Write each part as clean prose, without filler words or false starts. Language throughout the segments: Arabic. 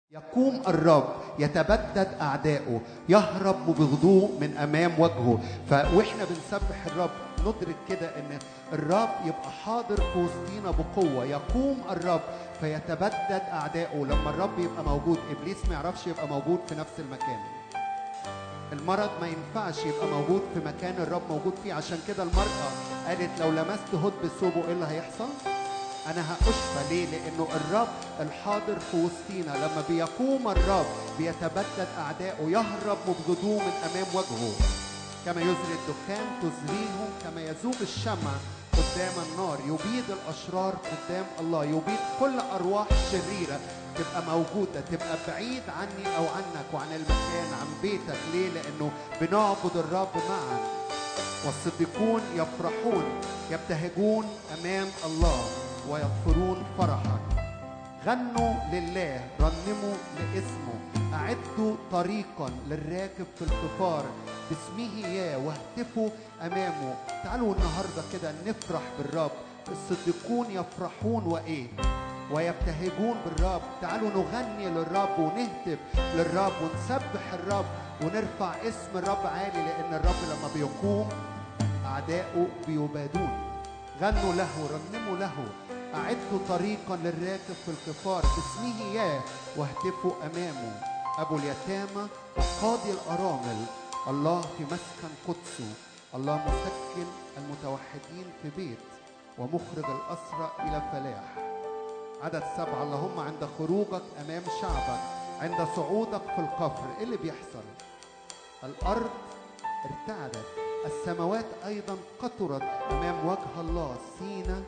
يقوم الرب يتبدد أعدائه، يهرب بغضوء من أمام وجهه. وإحنا بنسبح الرب ندرك كده إن الرب يبقى حاضر في وسطينا بقوة. يقوم الرب فيتبدد أعدائه. لما الرب يبقى موجود إبليس ما يعرفش يبقى موجود في نفس المكان. المرض ما ينفعش يبقى موجود في مكان الرب موجود فيه. عشان كده المرأة قالت لو لمست هدب ثوبه إيه اللي هيحصل؟ أنا هأشفى. ليه؟ لأنه الرب الحاضر في وسطينا. لما بيقوم الرب بيتبدد أعدائه، يهرب بغضوء من أمام وجهه. كما يزري الدخان تزريهم، كما يذوب الشمع قدام النار. يبيد الأشرار قدام الله، يبيد كل أرواح شريرة تبقى موجودة، تبقى بعيد عني أو عنك وعن المكان، عن بيتك. ليه؟ لأنه بنعبد الرب معا. والصديقون يفرحون، يبتهجون أمام الله ويطفرون فرحا. غنوا لله، رنموا لاسمه، أعدوا طريقا للراكب في القفار باسمه يا، واهتفوا أمامه. تعالوا النهاردة كده نفرح بالرب. الصديقون يفرحون وإيه؟ ويبتهجون بالرب. تعالوا نغني للرب ونهتف للرب ونسبح الرب ونرفع اسم الرب عالي، لأن الرب لما بيقوم أعداؤه بيبادون. غنوا له، رنموا له، أعدوا طريقا للراكب في القفار باسمه يا، واهتفوا أمامه. أبو اليتامى وقاضي الأرامل، الله في مسكن قدسه، الله مسكن المتوحدين في بيت، ومخرج الأسرى إلى فلاح. عدد 7. اللهم عند خروجك أمام شعبك، عند صعودك في القفر. إيه اللي بيحصل؟ الأرض ارتعدت، السماوات أيضا قطرت أمام وجه الله. سينا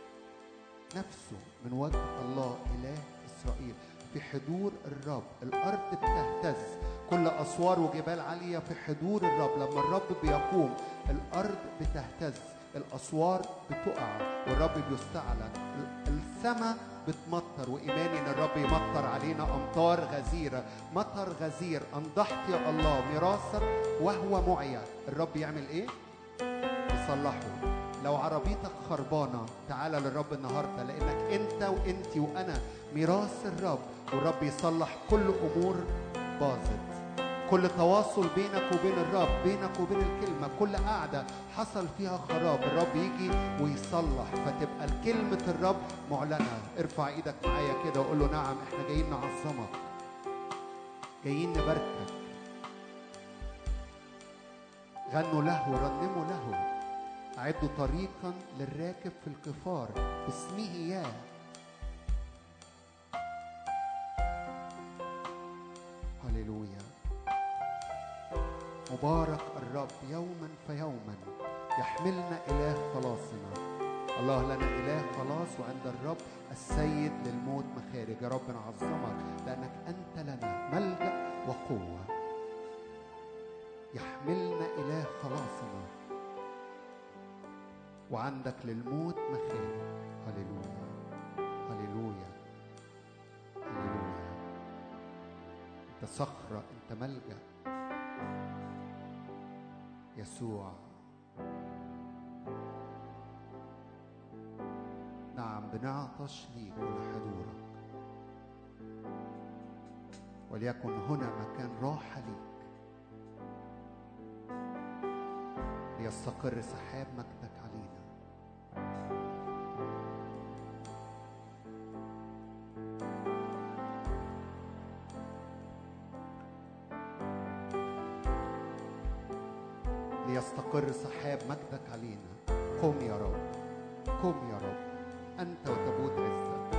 نفسه من وجه الله إله إسرائيل في حضور الرب. الأرض بتهتز، كل أسوار وجبال عالية في حضور الرب. لما الرب بيقوم الأرض بتهتز، الأسوار بتقع والرب بيستعلن. السماء بتمطر، وإيماني إن الرب يمطر علينا أمطار غزيرة. مطر غزير. أنضحت يا الله ميراثك وهو معيا. الرب يعمل إيه؟ يصلحه. لو عربيتك خربانة تعال للرب النهاردة، لأنك أنت وأنتي وأنا ميراث الرب، والرب يصلح كل أمور باظت. كل تواصل بينك وبين الرب، بينك وبين الكلمة، كل قعدة حصل فيها خراب الرب يجي ويصلح، فتبقى الكلمة الرب معلنة. ارفع ايدك معايا كده وقول له نعم احنا جايين نعظمك، جايين نباركك. غنوا له، رنموا له، أعدوا طريقا للراكب في القفار باسمه يا. هللويا. مبارك الرب يوما فيوما، يحملنا إله خلاصنا. الله لنا إله خلاص، وعند الرب السيد للموت مخارج. يا رب نعظمك لأنك أنت لنا ملجأ وقوة. يحملنا إله خلاصنا، وعندك للموت مخارج. هللويا هللويا هللويا. أنت صخرة، أنت ملجأ يسوع. نعم بنعطش ليك ولحضورك، وليكن هنا مكان راحة ليك، ليستقر سحاب مجدك علينا. ليستقر سحاب مجدك علينا. قم يا رب، قم يا رب، أنت وتبوت عزك.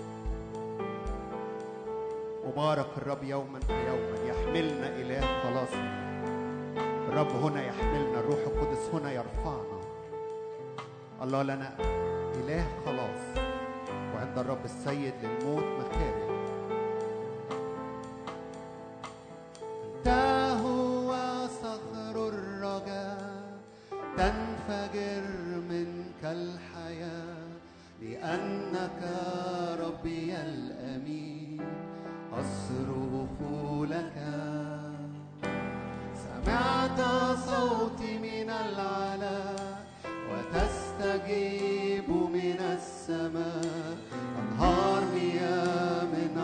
مبارك الرب يوما فيوما، يحملنا إله خلاصنا. الرب هنا يحملنا، الروح القدس هنا يرفعنا. الله لنا إله خلاص، وعند الرب السيد للموت مخارج. أنت هو صخر الرجاء، تنفجر منك الحياة، لأنك ربي الأمين أصرخ لك. سمعت صوتي من العلا، وتستجيب من السماء. أنهار مياه من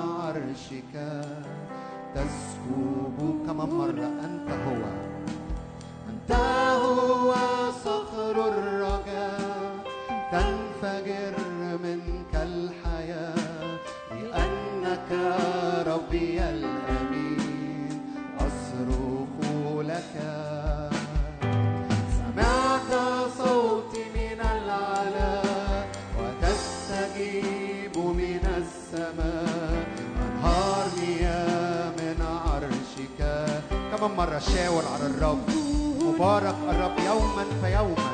تسكب. كمان مرة أنت هو، أنت هو صخر الرجاء، تنفجر منك الحياة، لأنك ربي الأمين أصرخ لك. سمعت صوتي من العلا وتستجيب من السماء، أنهار مياه من عرشك. كمان مرة شاور على الرب. مبارك الرب يوما فيوما،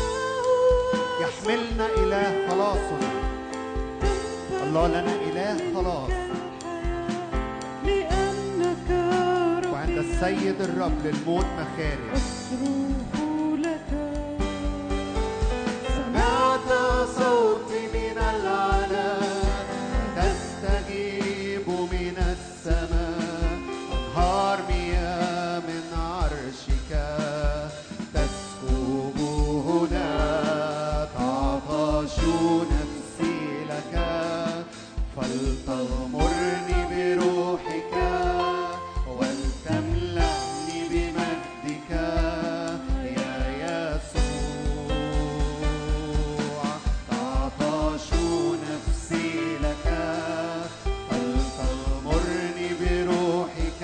يحملنا إله خلاصنا. الله لنا إله خلاص، وعند السيد الرب للموت مخارج. سمعت صوتي من العلا تستجيب من السماء، أنهار مياه من عرشك تسكب هنا. تعطش نفسي لك فلتغمرني بروحك ولتملأني بمجدك يا يسوع. تعطش نفسي لك فلتغمرني بروحك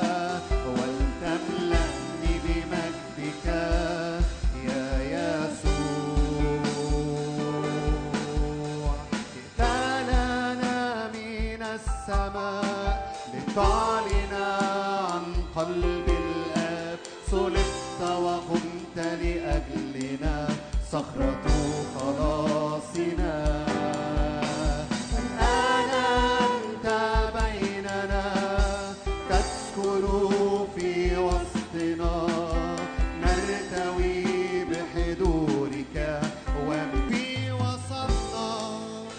ولتملأني بمجدك يا يسوع. جئت لنا من السماء لتعلن عن قلب الآب، صلبت وقمت لأجلنا صخرة خلاصنا. الآن أنت بيننا تسكن في وسطنا، نرتوي بحضورك وفي وسطنا.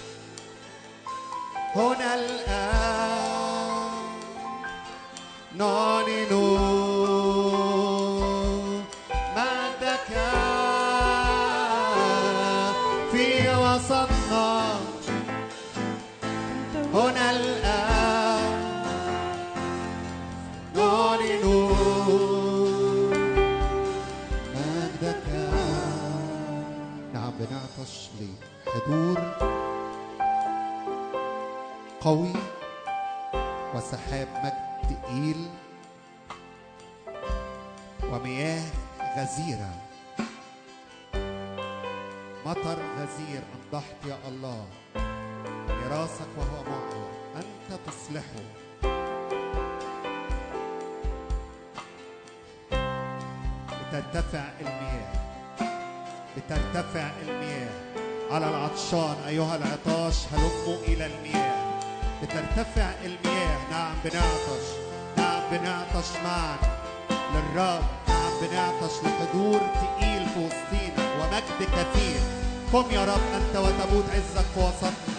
هنا الآن نعلن مجدك في وسطنا. هنا الآن نعلن مجدك. نعم، بنعطش لحضور قوي وسحاب مجد تقيل ومياه غزيرة، مطر غزير أنضحت يا الله. ميراثك وهو معه أنت تصلحه. بترتفع المياه، بترتفع المياه على العطشان. أيها العطاش هلموا إلى المياه. بترتفع المياه. نعم بنعطش، نعم بنعطش معا للرب. نعم بنعطش لحضور تقيل في وسطينا ومجد كثير. قم يا رب أنت وتبوت عزك في وسطنا.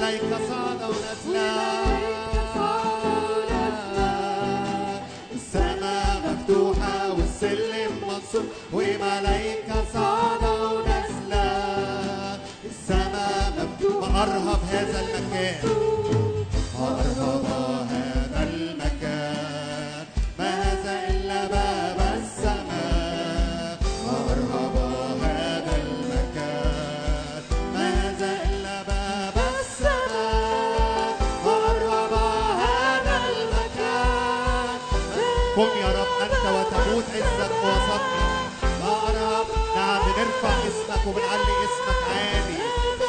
وملايكة صعدة ونازلة، السماء مفتوحة والسلم منصوب وملايكة صعدة ونازلة، السماء مفتوحة. ما أرهب هذا المكان، ما أرهب هذا المكان، ما هذا إلا باب السماء، ما أرهب هذا المكان، ما هذا إلا باب السماء، ما أرهب هذا المكان. قم يا رب أنت وتموت عزك في وسطنا، ما أرهب. نعم بنرفع اسمك وبنعلي اسمك عالي.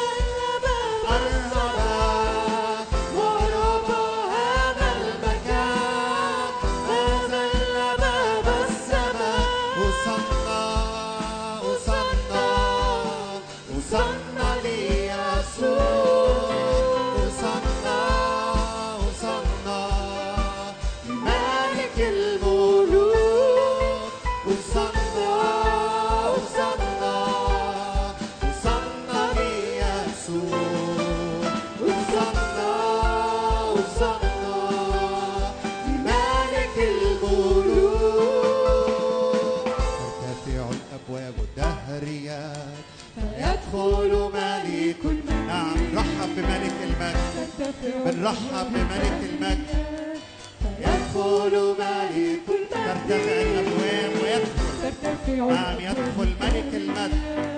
فيدخل ملك المجد. نعم رحب بملك المجد، بنرحب بملك المجد. فيدخل ملك المجد، ترتفع الأبواب ويدخل. نعم يدخل ملك المجد،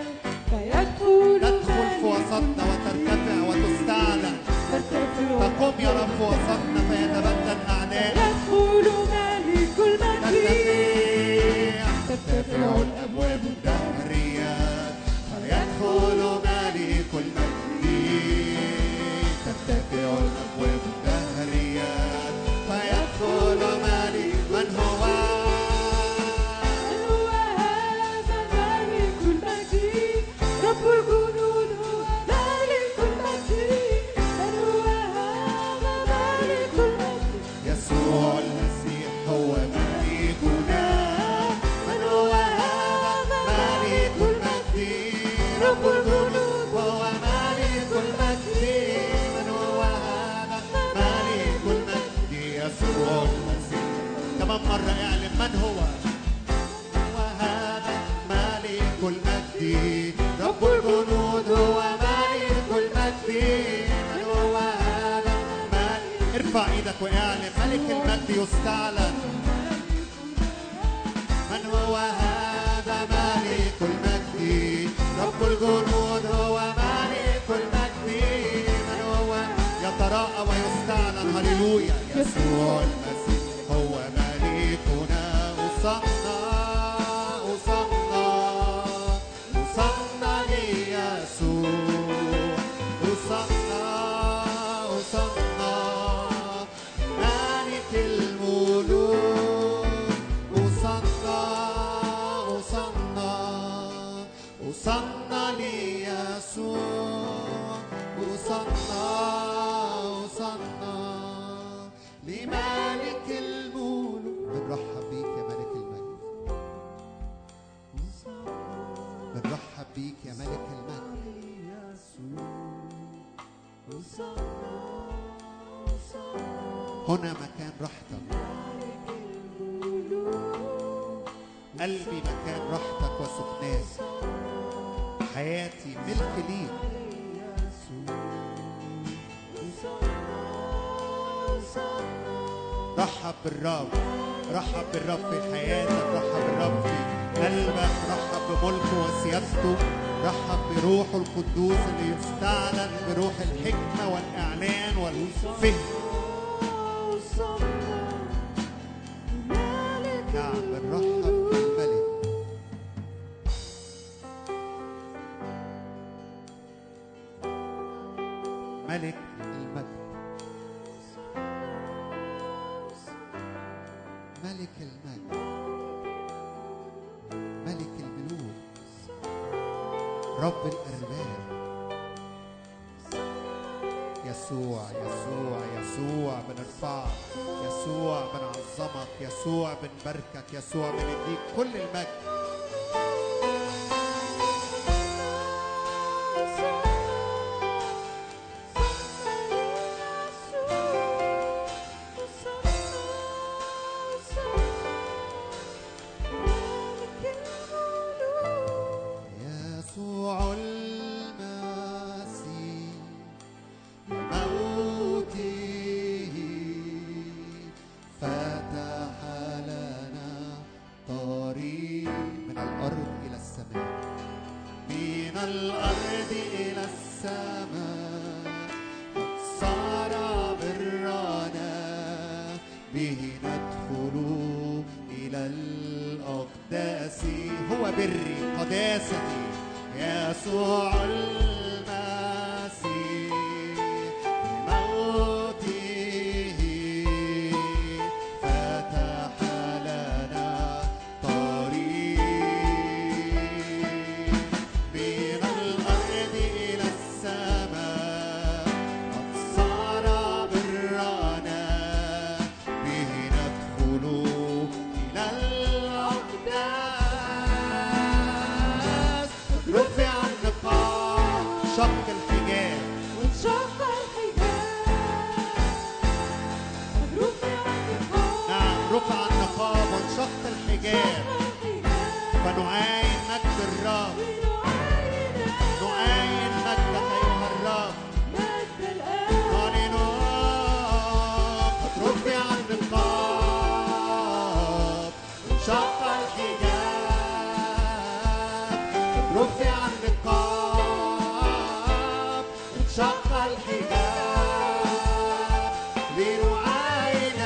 تدخل في وسطنا وترتفع وتستعلن. فقم يا رب في وسطنا فيتبدل أعداء. يدخل ملك المجد، ترتفع الأبواب الدهريات. يدخل ملك المجد، ترتفع الأبواب الدهريات. فيدخل ملك. من هو هذا ملك المجد؟ رب الجنود هو ملك المجد. من هو هذا ملك المجد؟ يسوع المسيح هو ملكنا. من هو هذا ملك المجد؟ رب الجنود هو ملك المجد. من هو هذا ملك المجد؟ يسوع المسيح. كمان مرة اعلن من هو. هو هذا ملك المجد. رب الجنود هو ملك المجد. من هو هذا ملك. ارفع ايدك واعلن ملك المجد يستعلن. من هو هذا ملك المجد؟ رب الجنود هو ملك المجد. من هو يتراءى ويستعلن. هللويا. يسوع المسيح هو ملكنا. وصلنا وصلنا وصلنا ليسوع. وصلنا وصلنا ملك الملوك. وصلنا وصلنا وصلنا ليسوع. وصلنا وصلنا لملك الملوك. بنرحب بيك يا ملك المجد، بنرحب بيك يا ملك المجد. هنا مكان راحتك، قلبي مكان راحتك وسكناك، حياتي ملك ليك. رحب بالرب، رحب بالرب في حياتك، رحب بالرب في قلبك، رحب بملكه وسيادته، رحب بروحه القدوس اللي يستعلن بروح الحكمة والإعلان والفهم. نعم بنرحب بالملك. ملك المجد، ملك المجد، ملك الملوك، رب الأرباب. يسوع يسوع يسوع بنرفعك، يسوع بنعظمك، يسوع بنباركك، يسوع بنديك كل المجد. الأرض إلى السماء قد صار برنا به ندخل إلى الأقداس. هو بري قداستي يسوع المسيح بموته فتح لنا طريق من الأرض إلى السماء قد صار برنا به ندخل إلى الأقداس. رفع النقاب شق الحجاب وانشق الحجاب رفع النقاب. نعم رفع النقاب وانشق الحجاب فنعاين مجد الرب. نعاين مجدك أيها الرب. هللويا. قد رفع النقاب وانشق الحجاب. قد رفع النقاب وانشق الحجاب لنعاين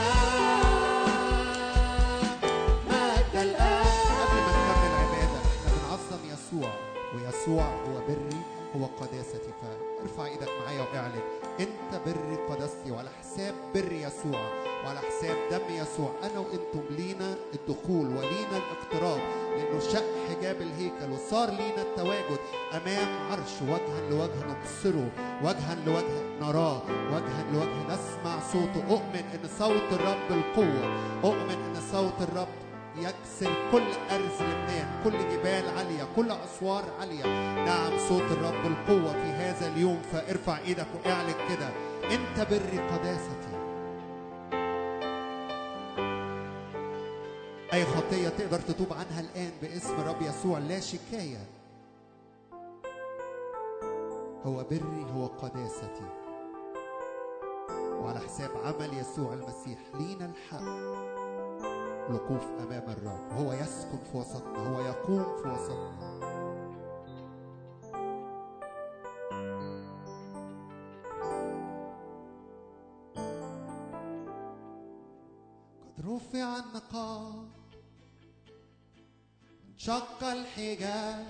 مجد الآب. قبل ما نكمل عبادة احنا بنعظم يسوع، ويسوع هو بري هو قداستي. فارفع ايدك معايا واعلن انت بري قداستي، وعلى حساب بر يسوع وعلى حساب دم يسوع انا وانتم لينا الدخول ولينا الاقتراب، لانه شق حجاب الهيكل وصار لينا التواجد امام عرش وجها لوجه نبصره، وجها لوجه نراه، وجها لوجه نسمع صوته. اؤمن ان صوت الرب القوة، اؤمن ان صوت الرب يكسر كل أرز لبنان، كل جبال عالية، كل أسوار عالية. نعم صوت الرب القوة في هذا اليوم. فارفع ايدك واعلن كده انت بري قداستي. اي خطية تقدر تتوب عنها الآن باسم الرب يسوع، لا شكاية. هو بري هو قداستي، وعلى حساب عمل يسوع المسيح لينا الحق الوقوف أمام الرب. هو يسكن في وسطنا، هو يقوم في وسطنا. قد رفع النقاب انشق الحجاب.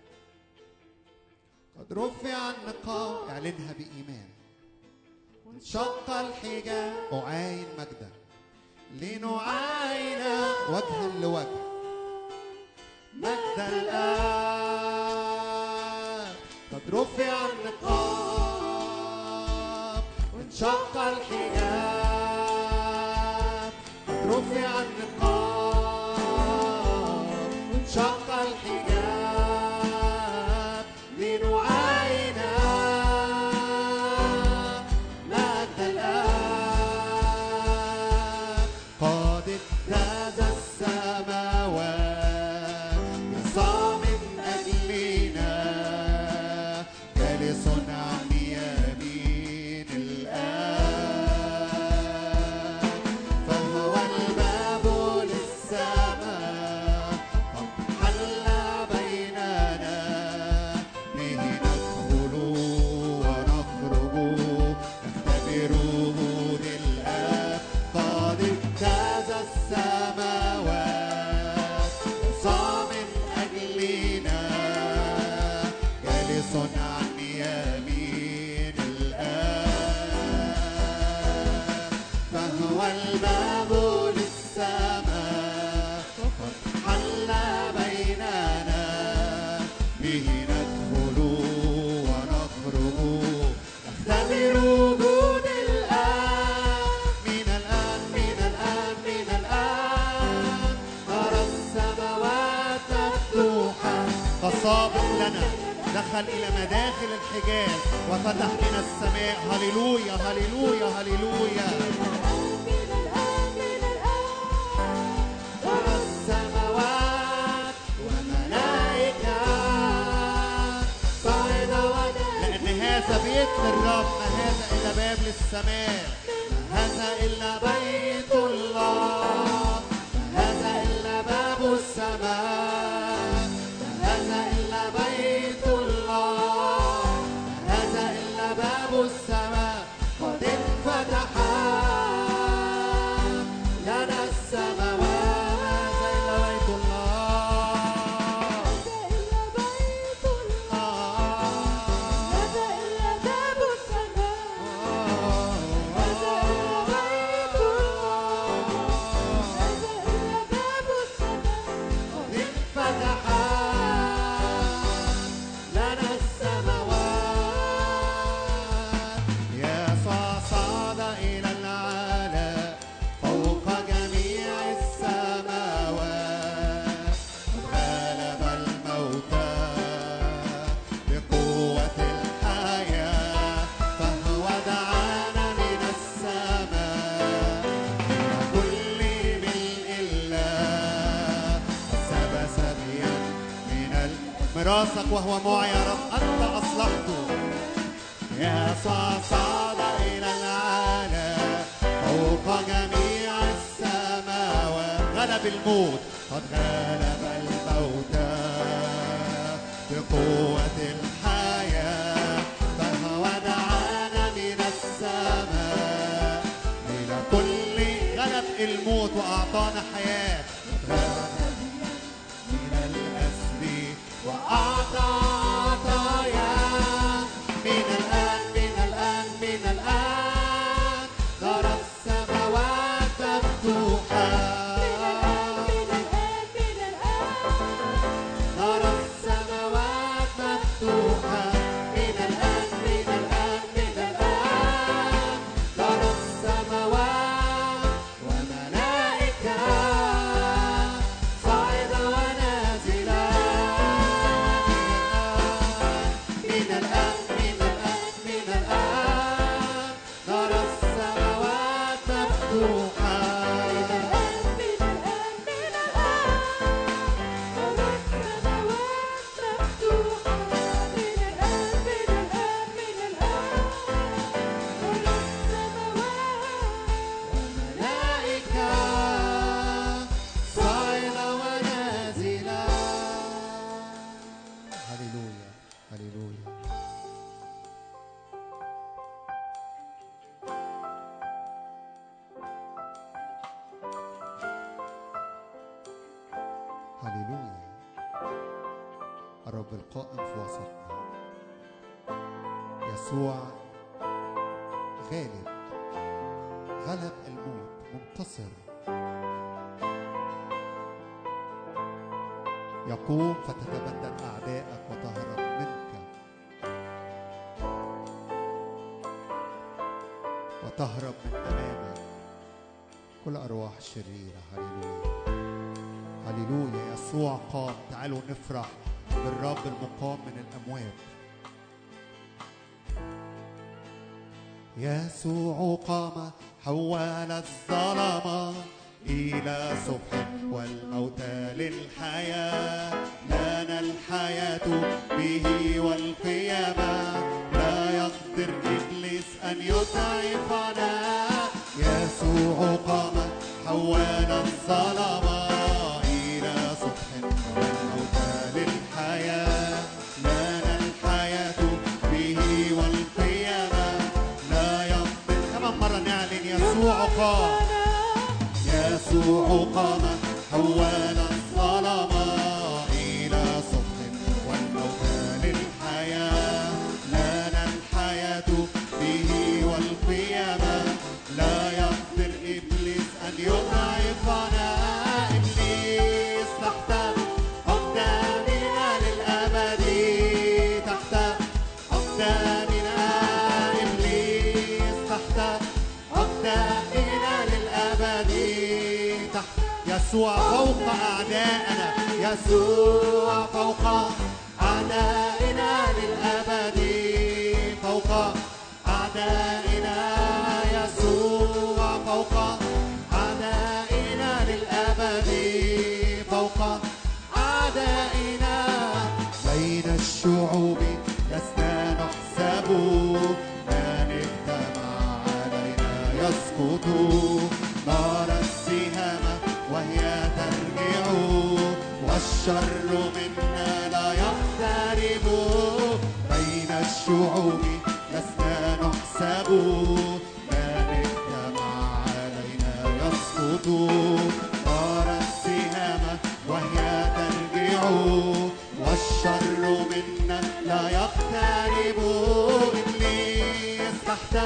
قد رفع النقاب، اعلنها بإيمان. وانشق الحجاب أعاين مجدك لنعاين وجها لوجه مجد الآب. قد رفع النقاب وانشق الحجاب. قد رفع النقاب وانشق الحجاب لنعاين مجد الآب. قد اجتاز السماوات يسوع من أجلنا جالس عن يمين الآب. فهو الباب للسماء قد حل بيننا به ندخل ونخرج نختبر وجود الآب. قد اجتاز السماوات يسوع من أجلنا جالس عن يمين الآب. فهو الباب للسماء قد حل بيننا به ندخل ونخرج نختبر وجود الآب. من الآن من الآن من الآن نرى السماوات مفتوحة. فسابق لنا دخل إلى مداخل الحجاب وفتح لنا السماء. هللويا هللويا هللويا. نرى السماوات وملائكة صاعدة لأن هذا بيت للرب، ما هذا إلا باب للسماء، ما هذا إلا بيت الله، ما هذا إلا باب السماء، ما هذا إلا بيت الله. راسك وهو معي يا رب، أنت أصلحته. يسوع صعد إلى العالم فوق جميع السماوات، غلب الموت، قد غلب الموت بقوة الحياة، فهو دعانا من السماء إلى كل، غلب الموت وأعطانا حياة، من الأسر وأعطى عطايا، من الآن من الآن من الآن نرى السماوات مفتوحة، نرى السماوات مفتوحة، من الآن من الآن من الآن نرى السماوات وملائكة صاعدة ونازلة، من الآن من الآن من الآن نرى السماوات مفتوحة. ملائكة صاعدة ونازلة. هللويا هللويا. هللويا. الرب القائم في وسطنا، يسوع غالب، غلب الموت، منتصر، يقوم فتتبدد أعدائك وتهرب منك وتهرب من أمامك كل أرواح شريرة. هللويا هللويا. يسوع قام، تعالوا نفرح بالرب المقام من الأموات. يسوع قام حول الظلام إلى صبح والموت للحياة، لنا الحياة به والقيامة، لا يقدر إبليس أن يضعفنا. يسوع قام حول الظلام إلى صبح والموت للحياة، لنا الحياة به والقيامة، لا يقدر. كمان مرة نعلن يسوع قام، يسوع قام حول الظلام إلى صبح والموت للحياة، لنا الحياة به والقيامة، لا يقدر إبليس أن يضعفنا. إبليس تحت أقدامنا للأبد، تحت أقدامنا، إبليس تحت أقدامنا للأبد، تحت. يسوع فوق أعدائنا، يسوع فوق أعدائنا للأبد، فوق أعدائنا، يسوع فوق أعدائنا للأبد، فوق أعدائنا. بين الشعوب لسنا نحسب، من اجتمع علينا يسقط، نرى السهام وهي ترجع، والشر منا لا يقترب. بين الشعوب لسنا نحسب، من اجتمع علينا يسقط، نرى السهام وهي ترجع، والشر منا لا يقترب. إبليس تحت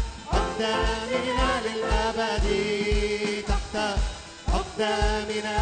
أقدامنا للأبد، تحت أقدامنا،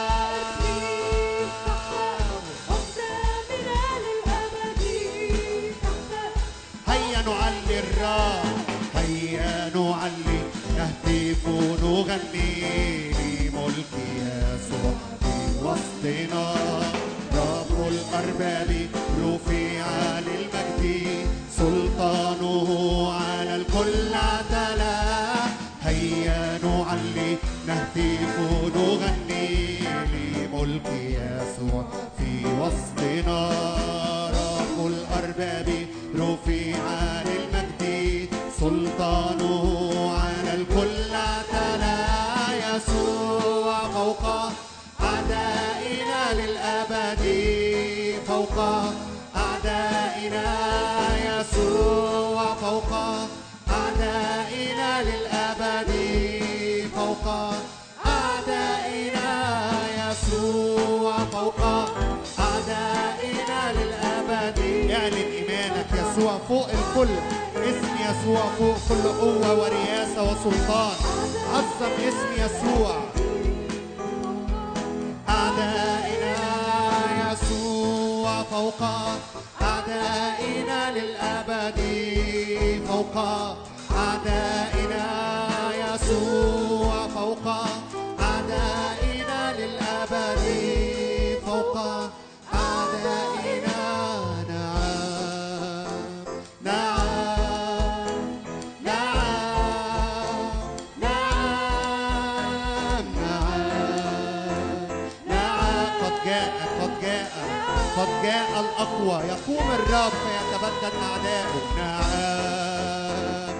هيا نعلي الرب، هيا نعلي، نهتف نغني لملك يسوع في وسطنا. رب الأرباب رفع للمجد، سلطانه على الكل اعتلى. هيا نعلي، نهتف نغني لملك يسوع في وسطنا. رفيع للمجد سلطانه على الكل اعتلى يسوع فوق أعدائنا للأبد فوق أعدائنا يسوع فوق أعدائنا للأبد فوق أعدائنا يسوع فوق أعدائنا للأبد. اعلن إيمانك يسوع فوق الكل، اسم يسوع فوق كل قوة ورياسة وسلطان. عظم اسم يسوع. أعدائنا يسوع فوق أعدائنا للأبد فوق أعدائنا يسوع فوق أعدائنا للأبد فوق أعدائنا. نعم نعم نعم نعم نعم نعم. قد جاء الأقوى، يقوم الرب فيتبدد أعداؤه. نعم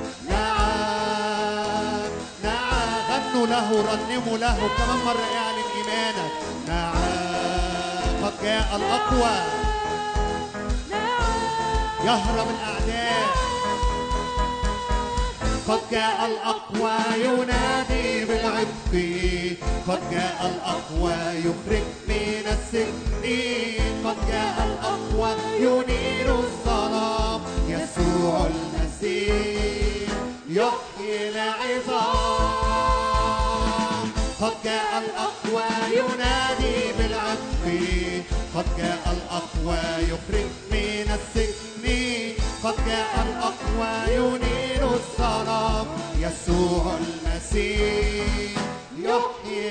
نعم نعم. غنوا له، رنموا له كمان مرة، اعلن إيمانك. نعم قد جاء الأقوى، يهرب الأعداء. قد جاء الأقوى ينادي بالعتق، قد جاء الأقوى يخرج من السجن، قد جاء الأقوى ينير الظلام. يسوع المسيح يحيي العظام. قد جاء الأقوى ينادي بالعتق، قد جاء الأقوى يخرج من السجن، قد جاء الأقوى ينير الظلام. يسوع المسيح يحيي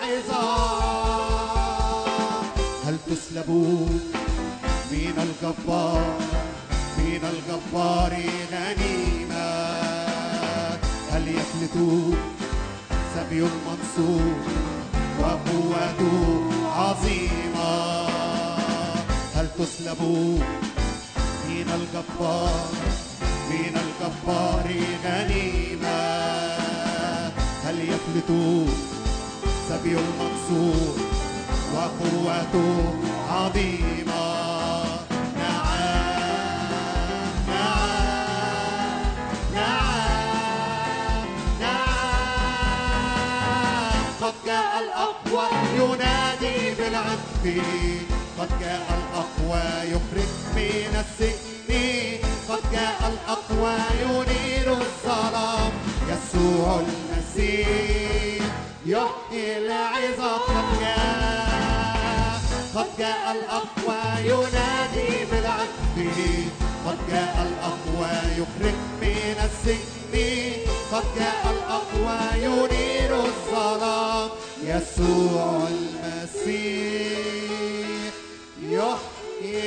العظام. هل تسلبون من الجبار، من الجبار غنيمة؟ هل يفلتوا سبي منصور وقوته عظيمة؟ هل تسلبوا من الجبار، من الجبار غنيمة؟ هل يفلتوا سبي المنصور وقوته عظيمة؟ نعم نعم نعم نعم. قد جاء الأقوى ينادي بالعتق، قد جاء الأقوى يخرج من السجن، قد جاء الأقوى ينير الظلام. يسوع المسيح يحيي العظام. قد جاء الأقوى ينادي بالعتق، قد جاء الأقوى يخرج من السجن، قد جاء الأقوى ينير الظلام. يسوع المسيح يحيي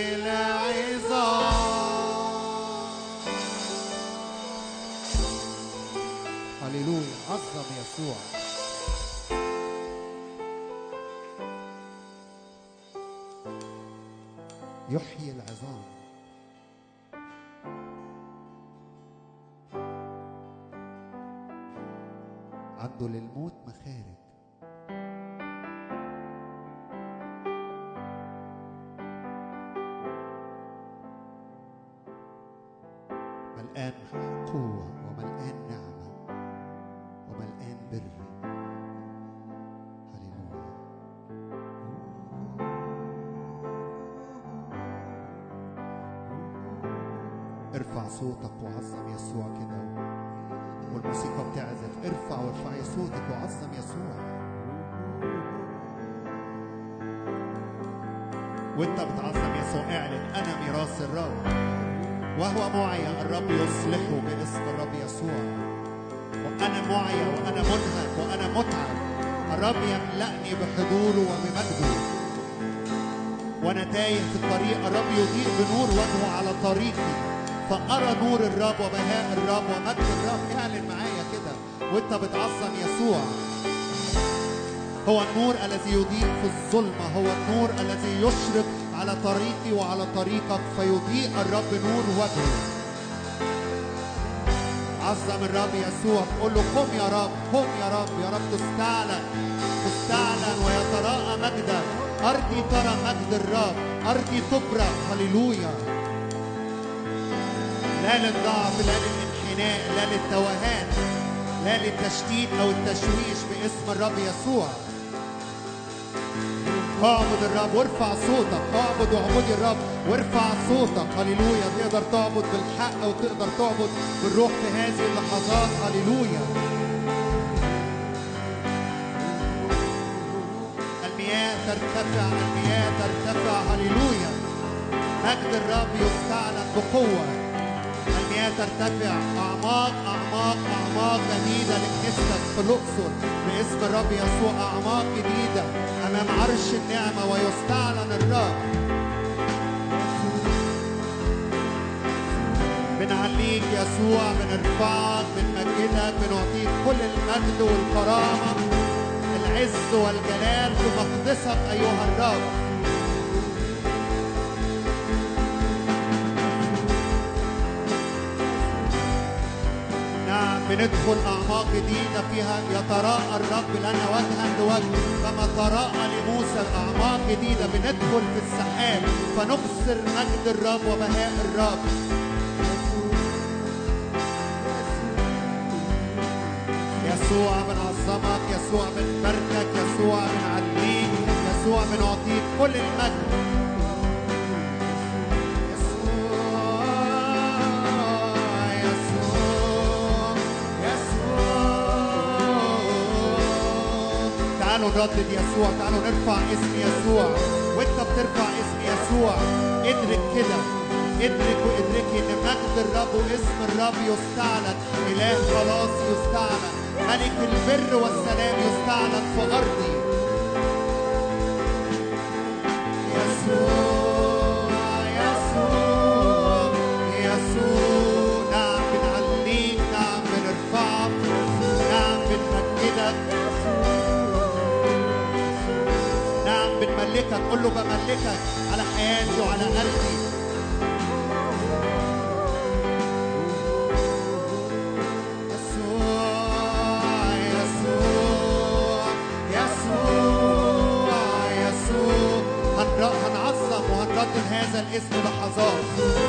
العظام. هللويا. عظم يسوع. يحيي العظام. عنده للموت مخارج. ملآن قوة وملآن نعمة وملآن بر. هللويا. ارفع صوتك وعظم يسوع كده، والموسيقى بتعزف. وارفعي صوتك وعظم يسوع. وانت بتعظم يسوع اعلن انا ميراث الرب وهو معي. الرب يصلحه باسم الرب يسوع. وانا معي وانا منهك وانا متعب. الرب يملأني بحضوره وبمجده. وانا تايه في الطريق الرب يضيء بنور وجهه على طريقي، فأرى نور الرب وبهاء الرب ومجد الرب. اعلن معايا كده وانت بتعظم يسوع. هو النور الذي يضيء في الظلمة، هو النور الذي يشرق على طريقي وعلى طريقك فيضيء الرب نور وجهه. عظم الرب يسوع، قول له قم يا رب، قم يا رب، يا رب تستعلن ويتراءى مجدك. أرضي ترى مجد الرب، أرضي تبرق. هللويا. لا للضعف، لا للانحناء، لا للتوهان، لا للتشتيت أو التشويش باسم الرب يسوع. اعبد الرب وارفع صوتك، اعبد واعبدي الرب وارفع صوتك. هللويا. تقدر تعبد بالحق وتقدر تعبد بالروح في هذه اللحظات. هللويا. المياه ترتفع، المياه ترتفع. هللويا. مجد الرب يستعلن بقوة. المياه ترتفع. أعماق أعماق أعماق جديدة لكنيستك في الأقصر باسم الرب يسوع. أعماق جديدة أمام عرش النعمة ويستعلن الرب. بنعليك يسوع، بنرفعك، بنمجدك، بنعطيك كل المجد والكرامة، العز والجلال في مقدسك أيها الرب. نعم، بندخل أعماق جديدة فيها يتراءى الرب لنا وجها لوجه كما تراءى لموسى. أعماق جديدة بندخل في السحاب فنبصر مجد الرب وبهاء الرب. يسوع بنعظمك، يسوع بنباركك، يسوع بنعليك، يسوع بنعطيك كل المجد. تعالوا نردد يسوع، تعالوا نرفع اسم يسوع. وانت بترفع اسم يسوع ادرك كده، ادرك وادركي ان مجد الرب واسم الرب يستعلن. اله خلاص يستعلن، ملك البر والسلام يستعلن في ارضي. يسوع يسوع يسوع. نعم بنعليك، نعم بنرفعك، نعم بنمجدك، نعم بنملكك. قل له بملكك على حياتي وعلى قلبي. هنعظم وهنردد هذا الاسم لحظات.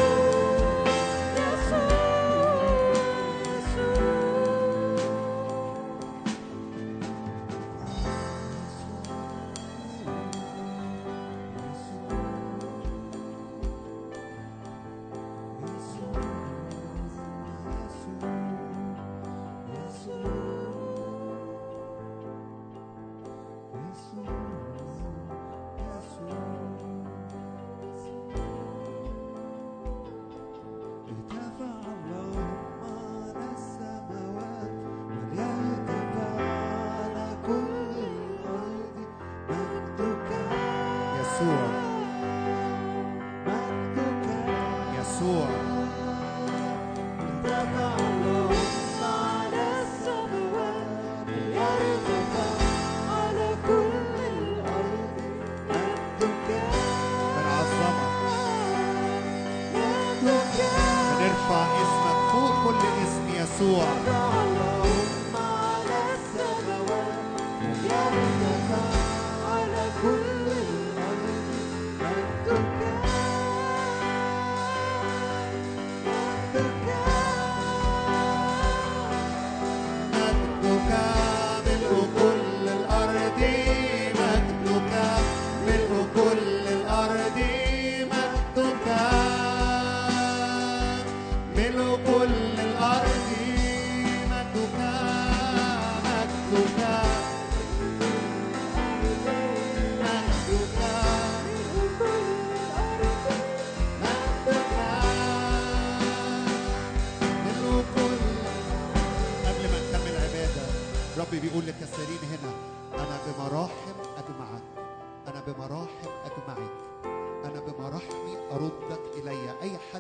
بيقول للكثيرين هنا أنا بمراحم أجمعك، أنا بمراحم أجمعك، أنا بمراحمي أردك إلي. أي حد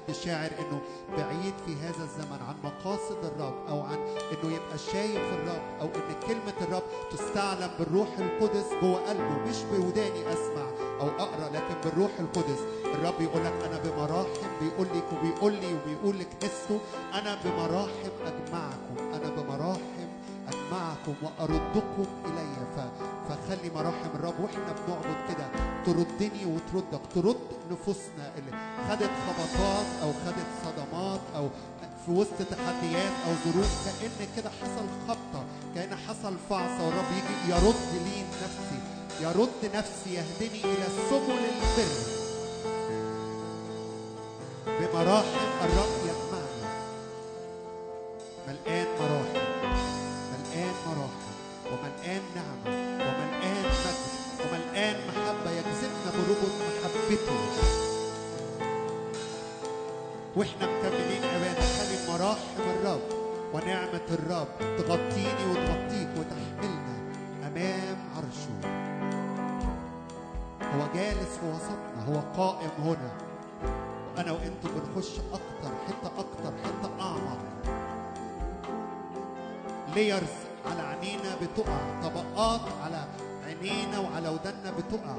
حد شاعر انه بعيد في هذا الزمن عن مقاصد الرب او عن انه يبقى شايف الرب او ان كلمة الرب تستعلم بالروح القدس جوه قلبه، مش بوداني اسمع او اقرا لكن بالروح القدس. الرب يقول لك انا بمراحم، بيقول لك وبيقول لي وبيقول لكنيسته انا بمراحم اجمعكم، انا بمراحم اجمعكم واردكم الي. فخلي مراحم الرب واحنا بنعبد كده تردني وتردك، ترد نفوسنا اللي خدت خبطات او خدت صدمات او في وسط تحديات او ظروف، كأن كده حصل خبطه، كأن حصل فعصه، والرب يجي يرد لي نفسي، يرد نفسي، يهدني الى سبل البر. بمراحم الرب يجمعنا، ملآن مراحم، ملآن مراحم وملآن نعمة وملآن مجد وملآن محبة، يجذبنا بربط محبته. واحنا مكملين أبانا، خلي مراحم الرب ونعمة الرب تغطيني وتغطيك وتحملنا أمام عرشه. هو جالس في وسطنا، هو قائم هنا، وأنا وأنتم بنخش أكتر، حتة أكتر، حتة أعمق. ليرز على عينينا بتقع، طبقات على عينينا وعلى ودنا بتقع،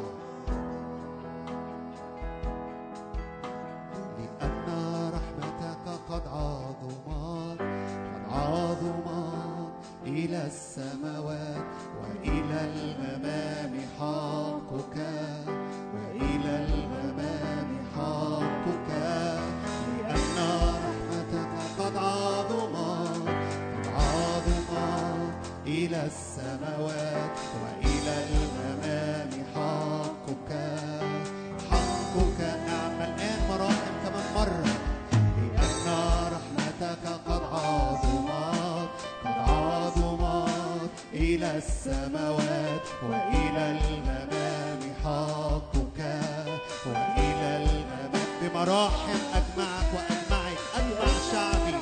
لأن رحمتك قد عظمت، قد عظمت إلى السماوات، وإلى الغمام حقك، وإلى الغمام حقك، لأن رحمتك قد عظمت، قد عظمت إلى السماوات، وإلى الغمام حقك، حقك. نعم الآن مراحم كمان مرة، لأن رحمتك قد عظمت، قد عظمت إلى السماوات، وإلى الغمام حقك، وإلى الغمام. بمراحم أجمعك وأجمعك، أجمع شعبي.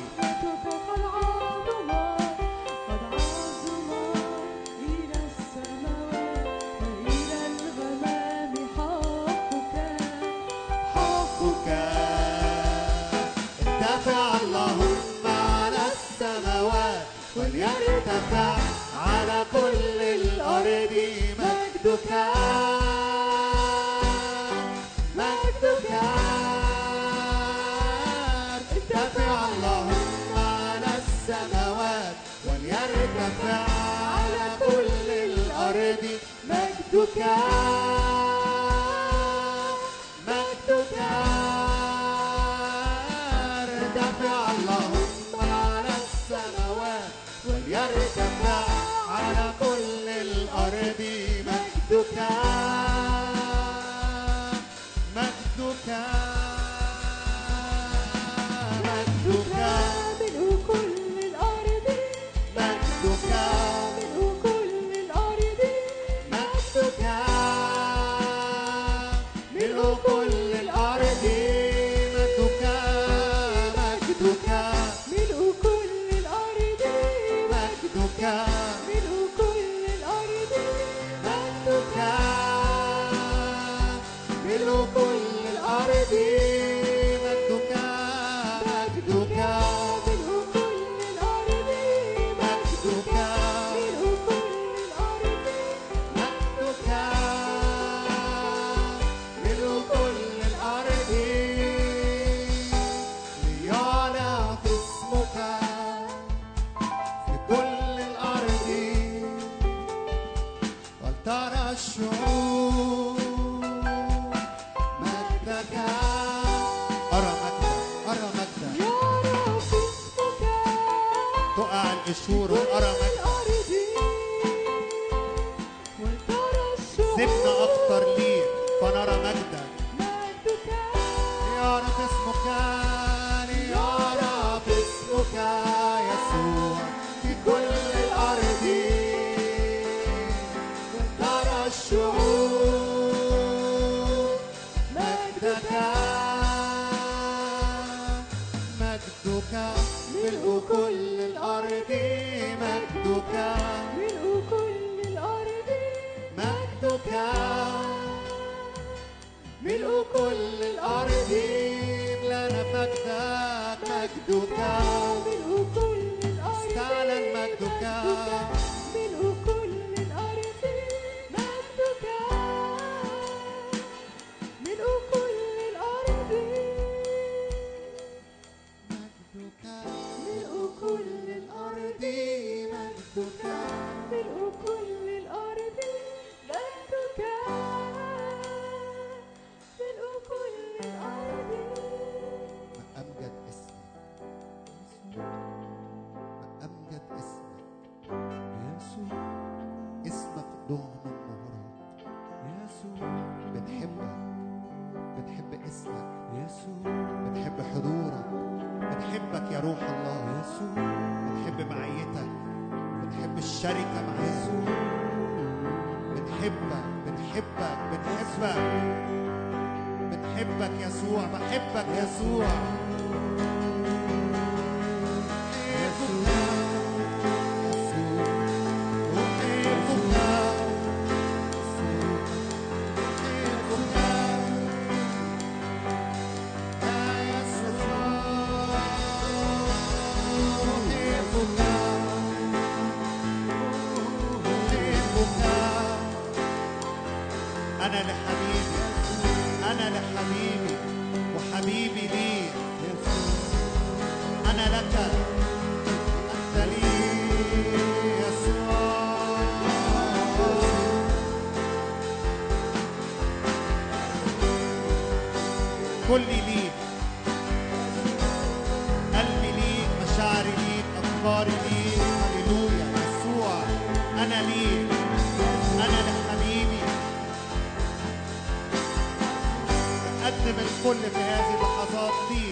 وليرتفع على كل الأرض مجدك، مجدك. ارتفع اللهم على السماوات، وليرتفع على كل الأرض مجدك، مجدك. ارتفع اللهم على السماوات، وليرتفع على كل الأرض مجدك، مجدك، مجدك. ملء كل الأرض، مجدك، ملء كل الأرض، مجدك، ملء كل الأرض مجدك، مجدك، ملء كل الأرض، مجدك، ملء كل الأرض، مجدك، ملء كل الأرض مجدك، مجدك، ملء كل الأرض، مجدك، ملء كل الأرض، مجدك، ملء كل الأرض. ليعلى اسمك في كل الأرض، ولترى الشعوب مجدك. أرى مجدك، أرى مجدك، يرى اسمك تقع القشور وأرى مجدك. الأرض، ولترى الشعوب سيبنا أكتر ليك فنرى مجدك. مجدك، ليعرف اسمك، ليعرف اسمك يسوع في كل الأرض، ولترى الشعوب مجدك، مجدك، ملء كل الأرض مجدك، ملء كل الأرض، مجدك، ملء كل الأرض. املأنا مجدك مجدك ملء كل الأرض استعلن مجدك ملء كل الأرض مجدك ملء كل الأرض مجدك ملء كل الأرض مجدك ملء كل الأرض مجدك ملء كل الأرض ما أمجد اسمك ما أمجد اسمك يسوع اسمك ضعن النهرات يسوع بنحب اسمك يسوع بنحب حضورك بنحبك يا روح الله يسوع بنحب معيتك بنحب الشركة معاك بنحبك يسوع بحبك يسوع أنا لحبيبي وحبيبي لي أنا لك أنت لي يسوع كلي ليك قلبي ليك مشاعري ليك أفكاري ليك هللويا يسوع أنا ليك أنا لحبيبي أقدم الكل في هذه اللحظات ليك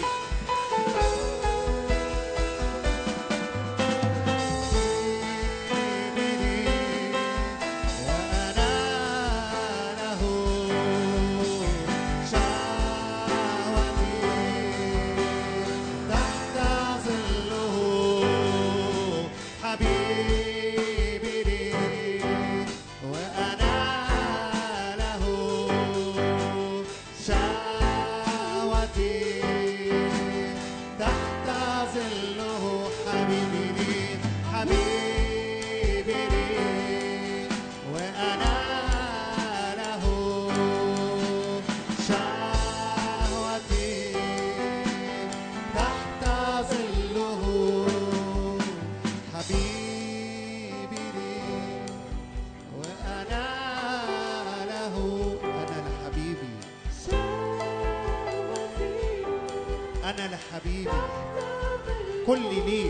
حبيبي كل لي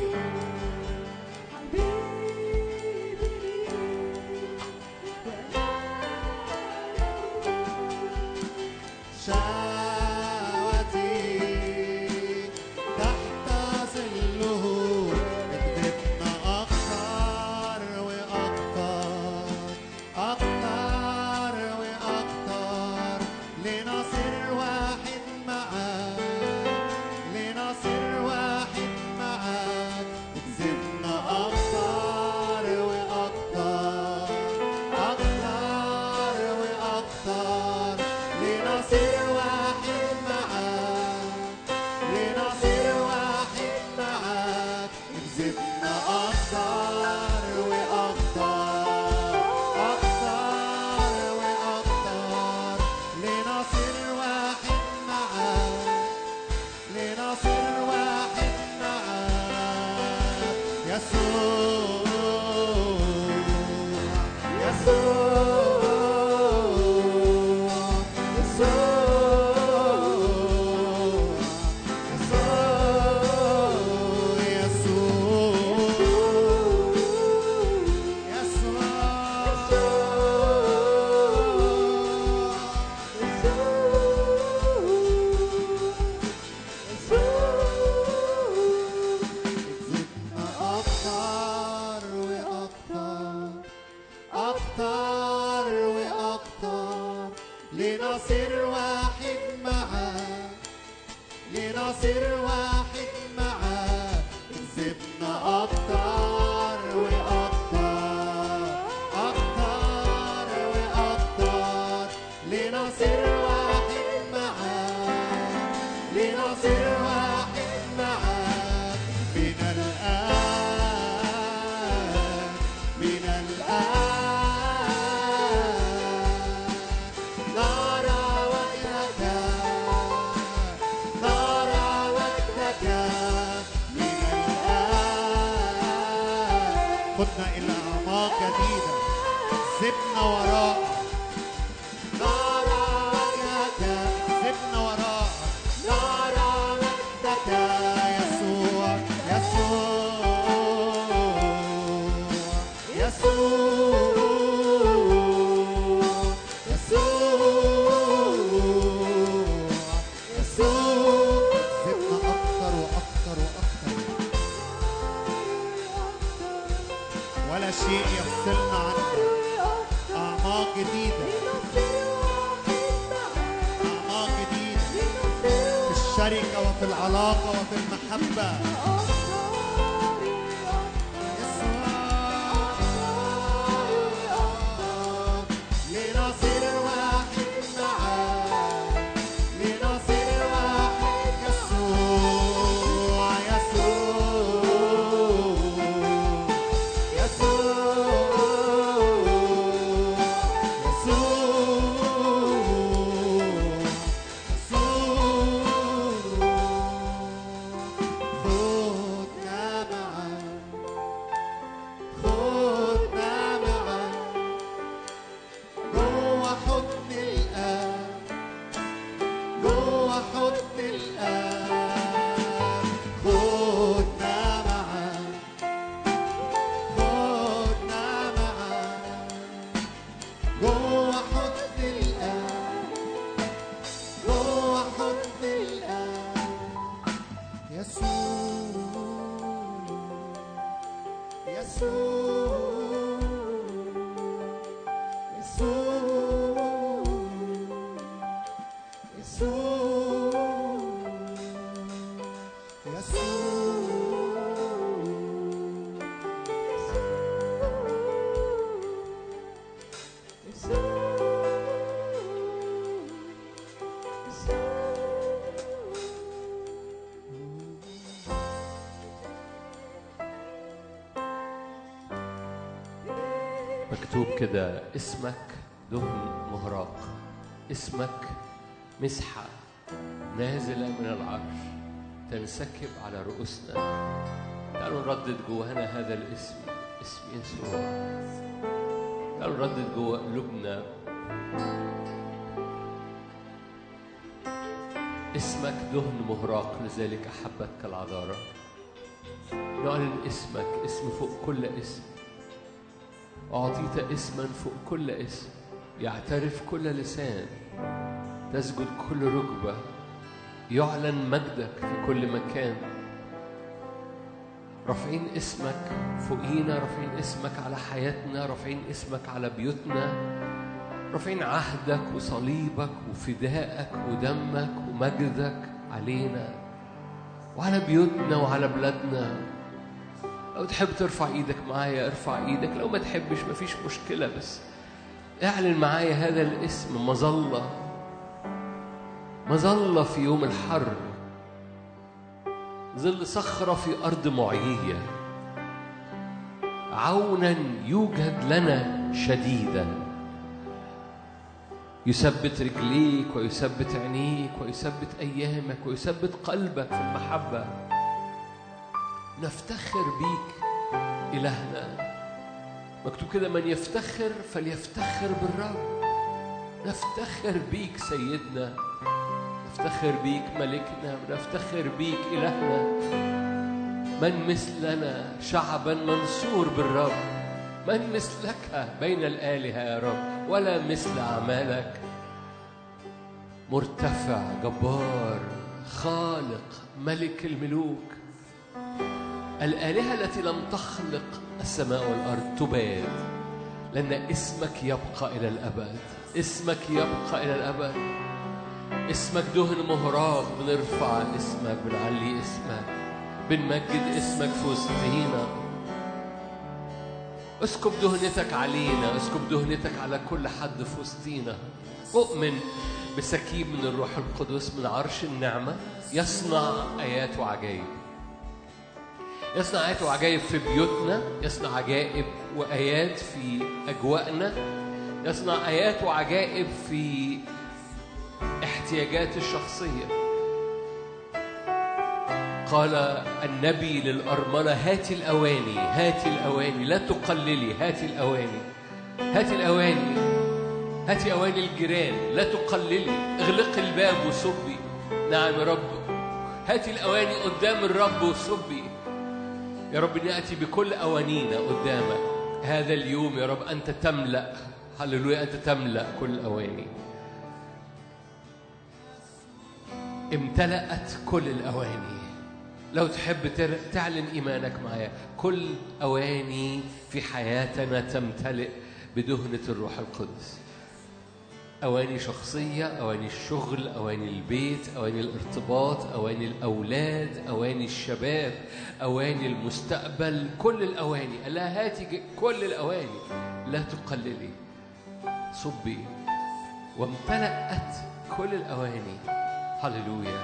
خدنا إلى أعماق جديدة. سيبنا وراء نرى وجهك، سيبنا وراء نرى مجدك يسوع يسوع سيبنا أكتر وأكتر وأكتر. ولا شيء يفصلنا عنك. أعماق جديدة، أعماق جديدة في الشركة وفي العلاقة وفي المحبة. لنصير واحد معاك، لنصير واحد يسوع مكتوب كده: اسمك دهن مهراق، اسمك مسحة نازلة من العرش تنسكب على رؤوسنا. تعالوا نردد جوانا هذا الاسم، اسم يسوع. تعالوا نردد جوا قلوبنا اسمك دهن مهراق، لذلك أحبتك العذارى. نعلن اسمك، اسم فوق كل اسم. أعطيت اسما فوق كل اسم، يعترف كل لسان، تسجد كل ركبة، يعلن مجدك في كل مكان. رافعين اسمك فوقينا، رافعين اسمك على حياتنا، رافعين اسمك على بيوتنا، رافعين عهدك وصليبك وفدائك ودمك ومجدك علينا وعلى بيوتنا وعلى بلادنا. لو تحب ترفع ايدك معايا ارفع ايدك، لو ما تحبش مفيش مشكلة، بس اعلن معايا هذا الاسم. مظلة في يوم الحر، ظل صخرة في أرض معيية، عونا يوجد لنا شديدا، يثبت رجليك ويثبت عينيك ويثبت أيامك ويثبت قلبك في المحبة. نفتخر بيك إلهنا. مكتوب كده: من يفتخر فليفتخر بالرب. نفتخر بيك سيدنا، نفتخر بيك ملكنا، نفتخر بيك إلهنا. من مثلنا شعبا منصور بالرب، من مثلك بين الآلهة يا رب، ولا مثل أعمالك. مرتفع جبار خالق ملك الملوك. الآلهة التي لم تخلق السماء والأرض تباد، لأن اسمك يبقى إلى الأبد. اسمك يبقى إلى الأبد. اسمك دهن مهراق، بنرفع اسمك، بنعلي اسمك، بنمجد اسمك في وسطينا. اسكب دهنتك علينا، اسكب دهنتك على كل حد في وسطينا. أؤمن بسكيب من الروح القدس من عرش النعمة يصنع آيات وعجائب. يصنع آيات وعجائب في بيوتنا، يصنع عجائب وآيات في أجواءنا، يصنع آيات وعجائب في احتياجات الشخصية. قال النبي للأرملة هاتي الأواني، هاتي الأواني، لا تقللي، هاتي الأواني، هاتي الأواني، هاتي أواني الجيران، لا تقللي، اغلقي الباب وصبي. نعم يا رب، هاتي الأواني قدام الرب وصبي. يا رب نأتي بكل أوانينا قدامك هذا اليوم. يا رب أنت تملأ، هللويا، أنت تملأ كل أواني. امتلأت كل الأواني. لو تحب تعلن إيمانك معايا، كل أواني في حياتنا تمتلئ بدهنة الروح القدس. أواني شخصية، أواني الشغل، أواني البيت، أواني الارتباط، أواني الأولاد، أواني الشباب، أواني المستقبل، كل الأواني. لا، هاتي كل الأواني، لا تقللي، صبي. وامتلأت كل الأواني. هللويا.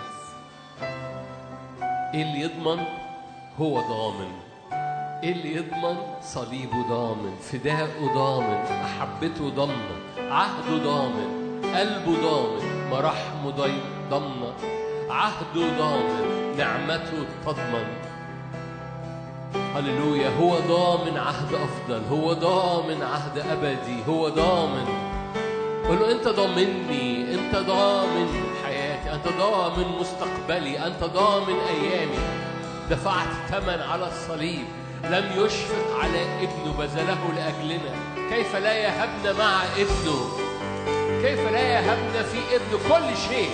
إيه اللي يضمن؟ هو ضامن. إيه اللي يضمن؟ صليبه ضامن، فداءه ضامن، محبته ضامنة، عهده ضامن، قلبه ضامن، مراحمه ضامنة، عهده ضامن، نعمته تضمن. هللويا. هو ضامن عهد أفضل، هو ضامن عهد أبدي، هو ضامن. قل له أنت ضامني، أنت ضامن حياتي، أنت ضامن مستقبلي، أنت ضامن أيامي. دفعت ثمن على الصليب، لم يشفق على ابنه بذله لأجلنا. كيف لا يهبنا مع ابنه؟ كيف لا يهبنا في ابنه كل شيء؟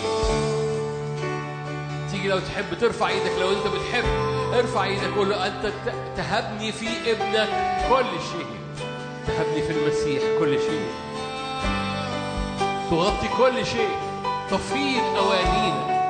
تيجي لو تحب ترفع ايدك، لو انت بتحب ارفع ايدك، قول له انت تهبني في ابنك كل شيء، تهبني في المسيح كل شيء، تغطي كل شيء، تفيض أوانينا،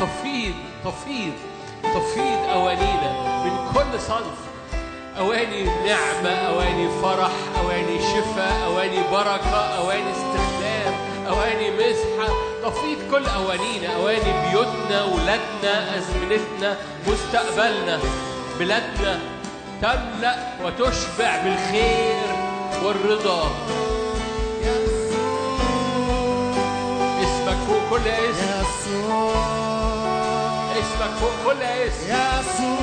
تفيض أوانينا من كل صنف. أواني نعمة، أواني فرح، أواني شفاء، أواني بركة، أواني استخدام، أواني مسحة. تفيض كل أوانينا، أواني بيوتنا، ولادنا، أزمنتنا، مستقبلنا. بلادنا تملأ وتشبع بالخير والرضا. اسمك فوق كل اسم، اسمك فوق كل اسم.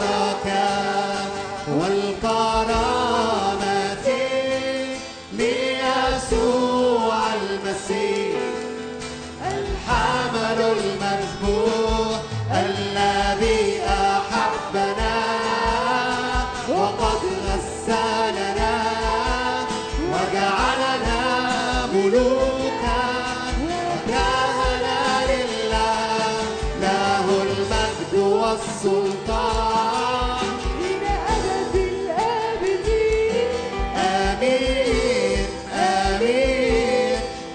والكرامة ملوكا وكهنة لله له المجد والسلطان إلى أبد الآبدين. آمين آمين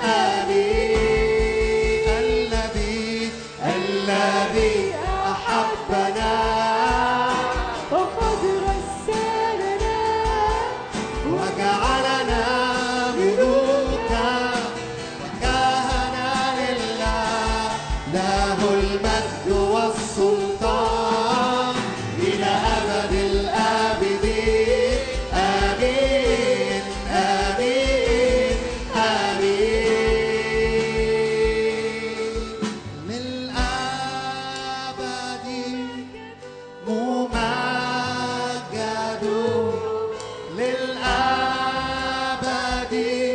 آمين. الذي أحبنا وقد غسلنا وجعلنا ملوكا وكهنة لله له المجد والسلطان إلى أبد الآبدين. آمين آمين آمين. للأبد ممجد للأبد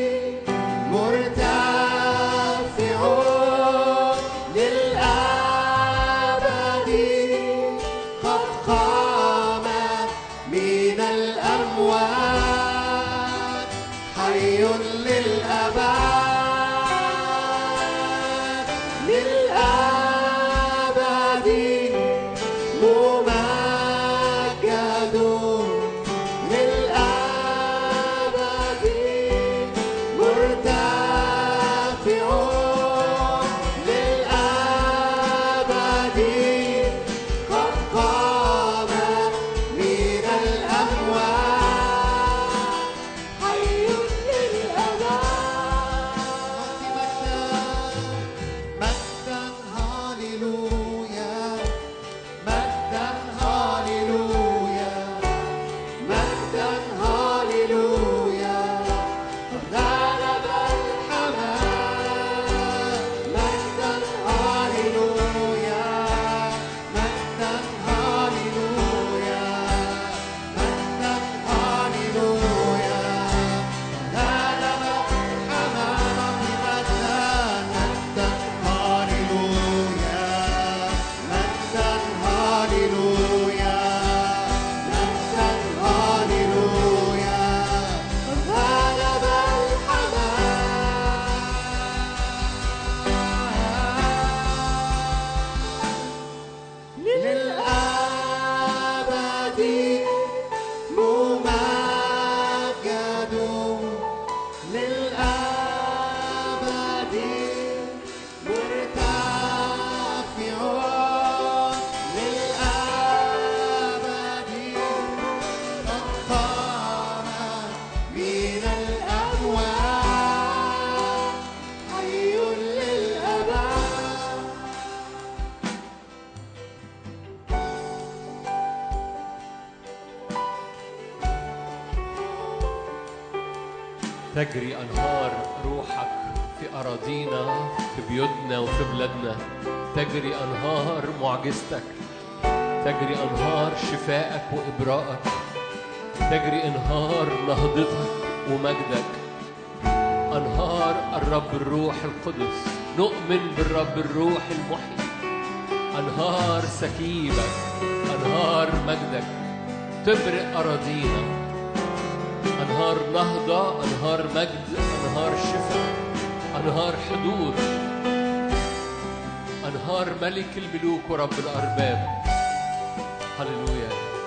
مرتفع للأبد قد قام من الأموات حي للأبد للأبد ممجد للأبد مرتفع للأبد قد قام من الأموات حي للأبد. مجدا هاليلويا مجدا هاليلويا مجدا هاليلويا غلب الحمام مجدا هاليلويا مجدا هاليلويا مجدا هاليلويا غلب الحمام مجدا مجدا هاليلويا مجدا هاليلويا مجدا هاليلويا غلب الحمام للأبد ممجد للأبد مرتفع للأبد قد قام من الأموات حي للأبد. تجري أنهار روحك في أراضينا في بيوتنا وفي بلادنا. تجري أنهار معجزتك، تجري أنهار شفائك وإبراءك، تجري أنهار نهضتك ومجدك، أنهار الرب الروح القدس. نؤمن بالرب الروح المحيي، أنهار سكيبك، أنهار مجدك تبرئ أراضينا، أنهار نهضة، أنهار مجد، أنهار شفاء، أنهار حدود، أنهار ملك الملوك ورب الأرباب. هللويا.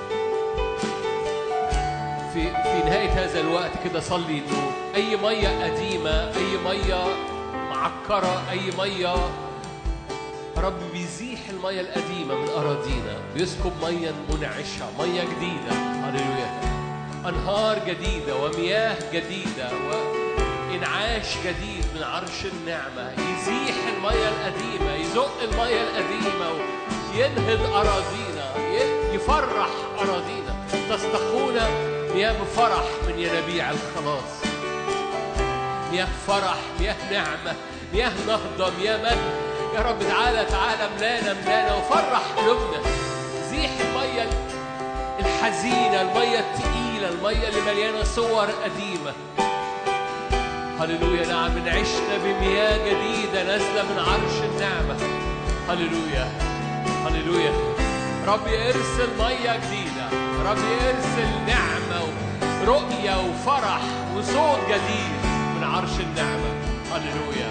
في نهاية هذا الوقت كده صلي إنه أي مية قديمة، أي مية معكرة، أي مية رب بيزيح المية القديمة من أراضينا، بيسكب مية منعشة، مية جديدة. هللويا. أنهار جديدة ومياه جديدة وإنعاش جديد من عرش النعمة، يزيح المية القديمة، يزق المية القديمة وينهض أراضينا، يفرح أراضينا. تستقون مياه بفرح من ينابيع الخلاص، مياه فرح، مياه نعمة، مياه نهضة، مياه مجد. يا رب تعالى تعالى ملانا وفرح قلوبنا. زيح المية الحزينة، المية التقيلة، المية اللي مليانة صور قديمة. هللويا. نعم، عشنا بمياه جديدة نازلة من عرش النعمة. هللويا هللويا. رب يرسل مياه جديدة، رب يرسل نعمة ورؤية وفرح وصوت جديد من عرش النعمة. هللويا.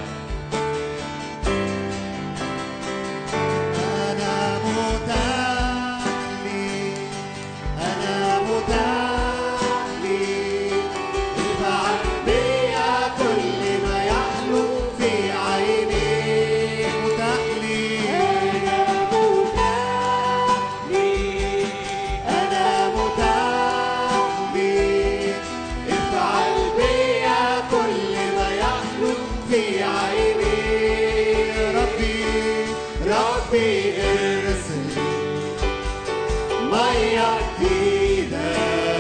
أنا متاح لي، أنا متاح لي، افعل بيا كل ما يحلو في عيني. متاح لي، أنا متاح لي، أنا متاح لي، افعل بيا كل ما يحلو في عيني. ربي ربي ارسل مية جديدة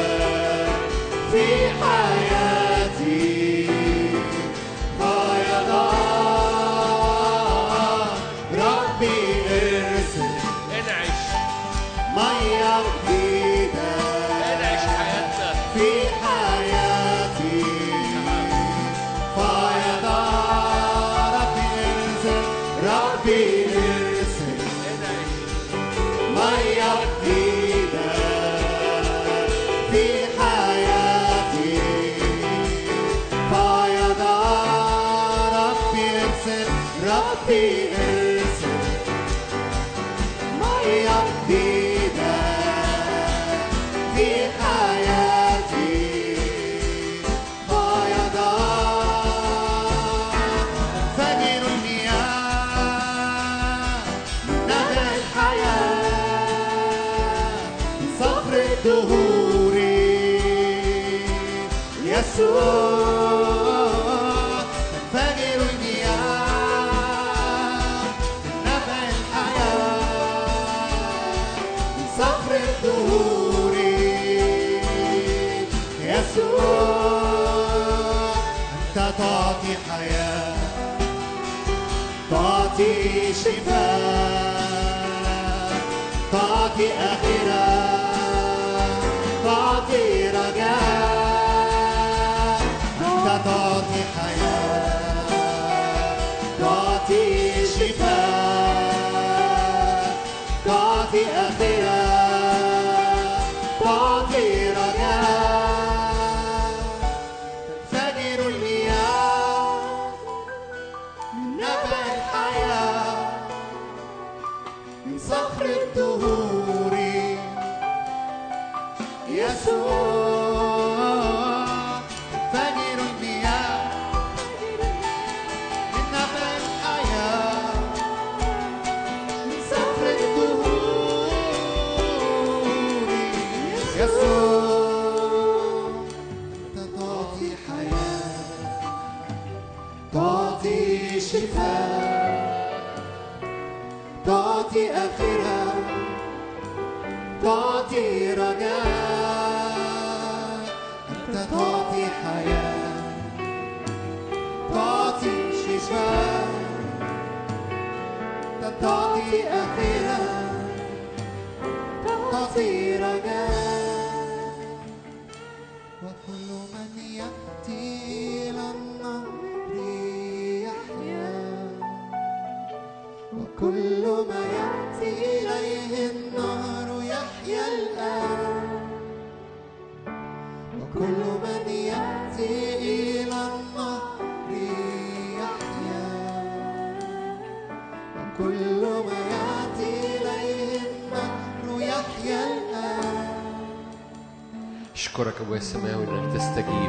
في حياتي، فيضان. ربي ارسل انعش مية جديدة انعش حياتنا. في حياتي، فيضان. ربي ارسل انعش مية جديدة في حياتي، فيضان. ربي ارسل، ربي ارسل مية جديدة في حياتي، فيضان. فجر المياه نهر الحياة، صخر الدهور يسوع. فجر المياه نهر الحياة، صخر الدهور يسوع. أنت تعطي حياة، تعطي شفاء، تعطي آخرة، تعطي رجاء. أنت تعطي حياة، تعطي شفاء، تعطي آخرة، تعطي رجاء. تنفجر المياه من نبع الحياة، من صخر الدهور يسوع. تنفجر المياه من نبع الحياة، من صخر الدهور يسوع. أنت تعطي حياة، تعطي شفاء، تعطي آخرة، تعطي رجاء. أنت تعطي حياة، تعطي شفاء، أنت تعطي آخرة، تعطي رجاء. وكل من يأتي إلى النهر يحيا، وكل ما يأتي إليه النهر يحيا الآن. وكل من يأتي إلى النهر يحيا، وكل ما يأتي إليه النهر يحيا الآن. اشكرك ابويا السماوي انك تستجيب.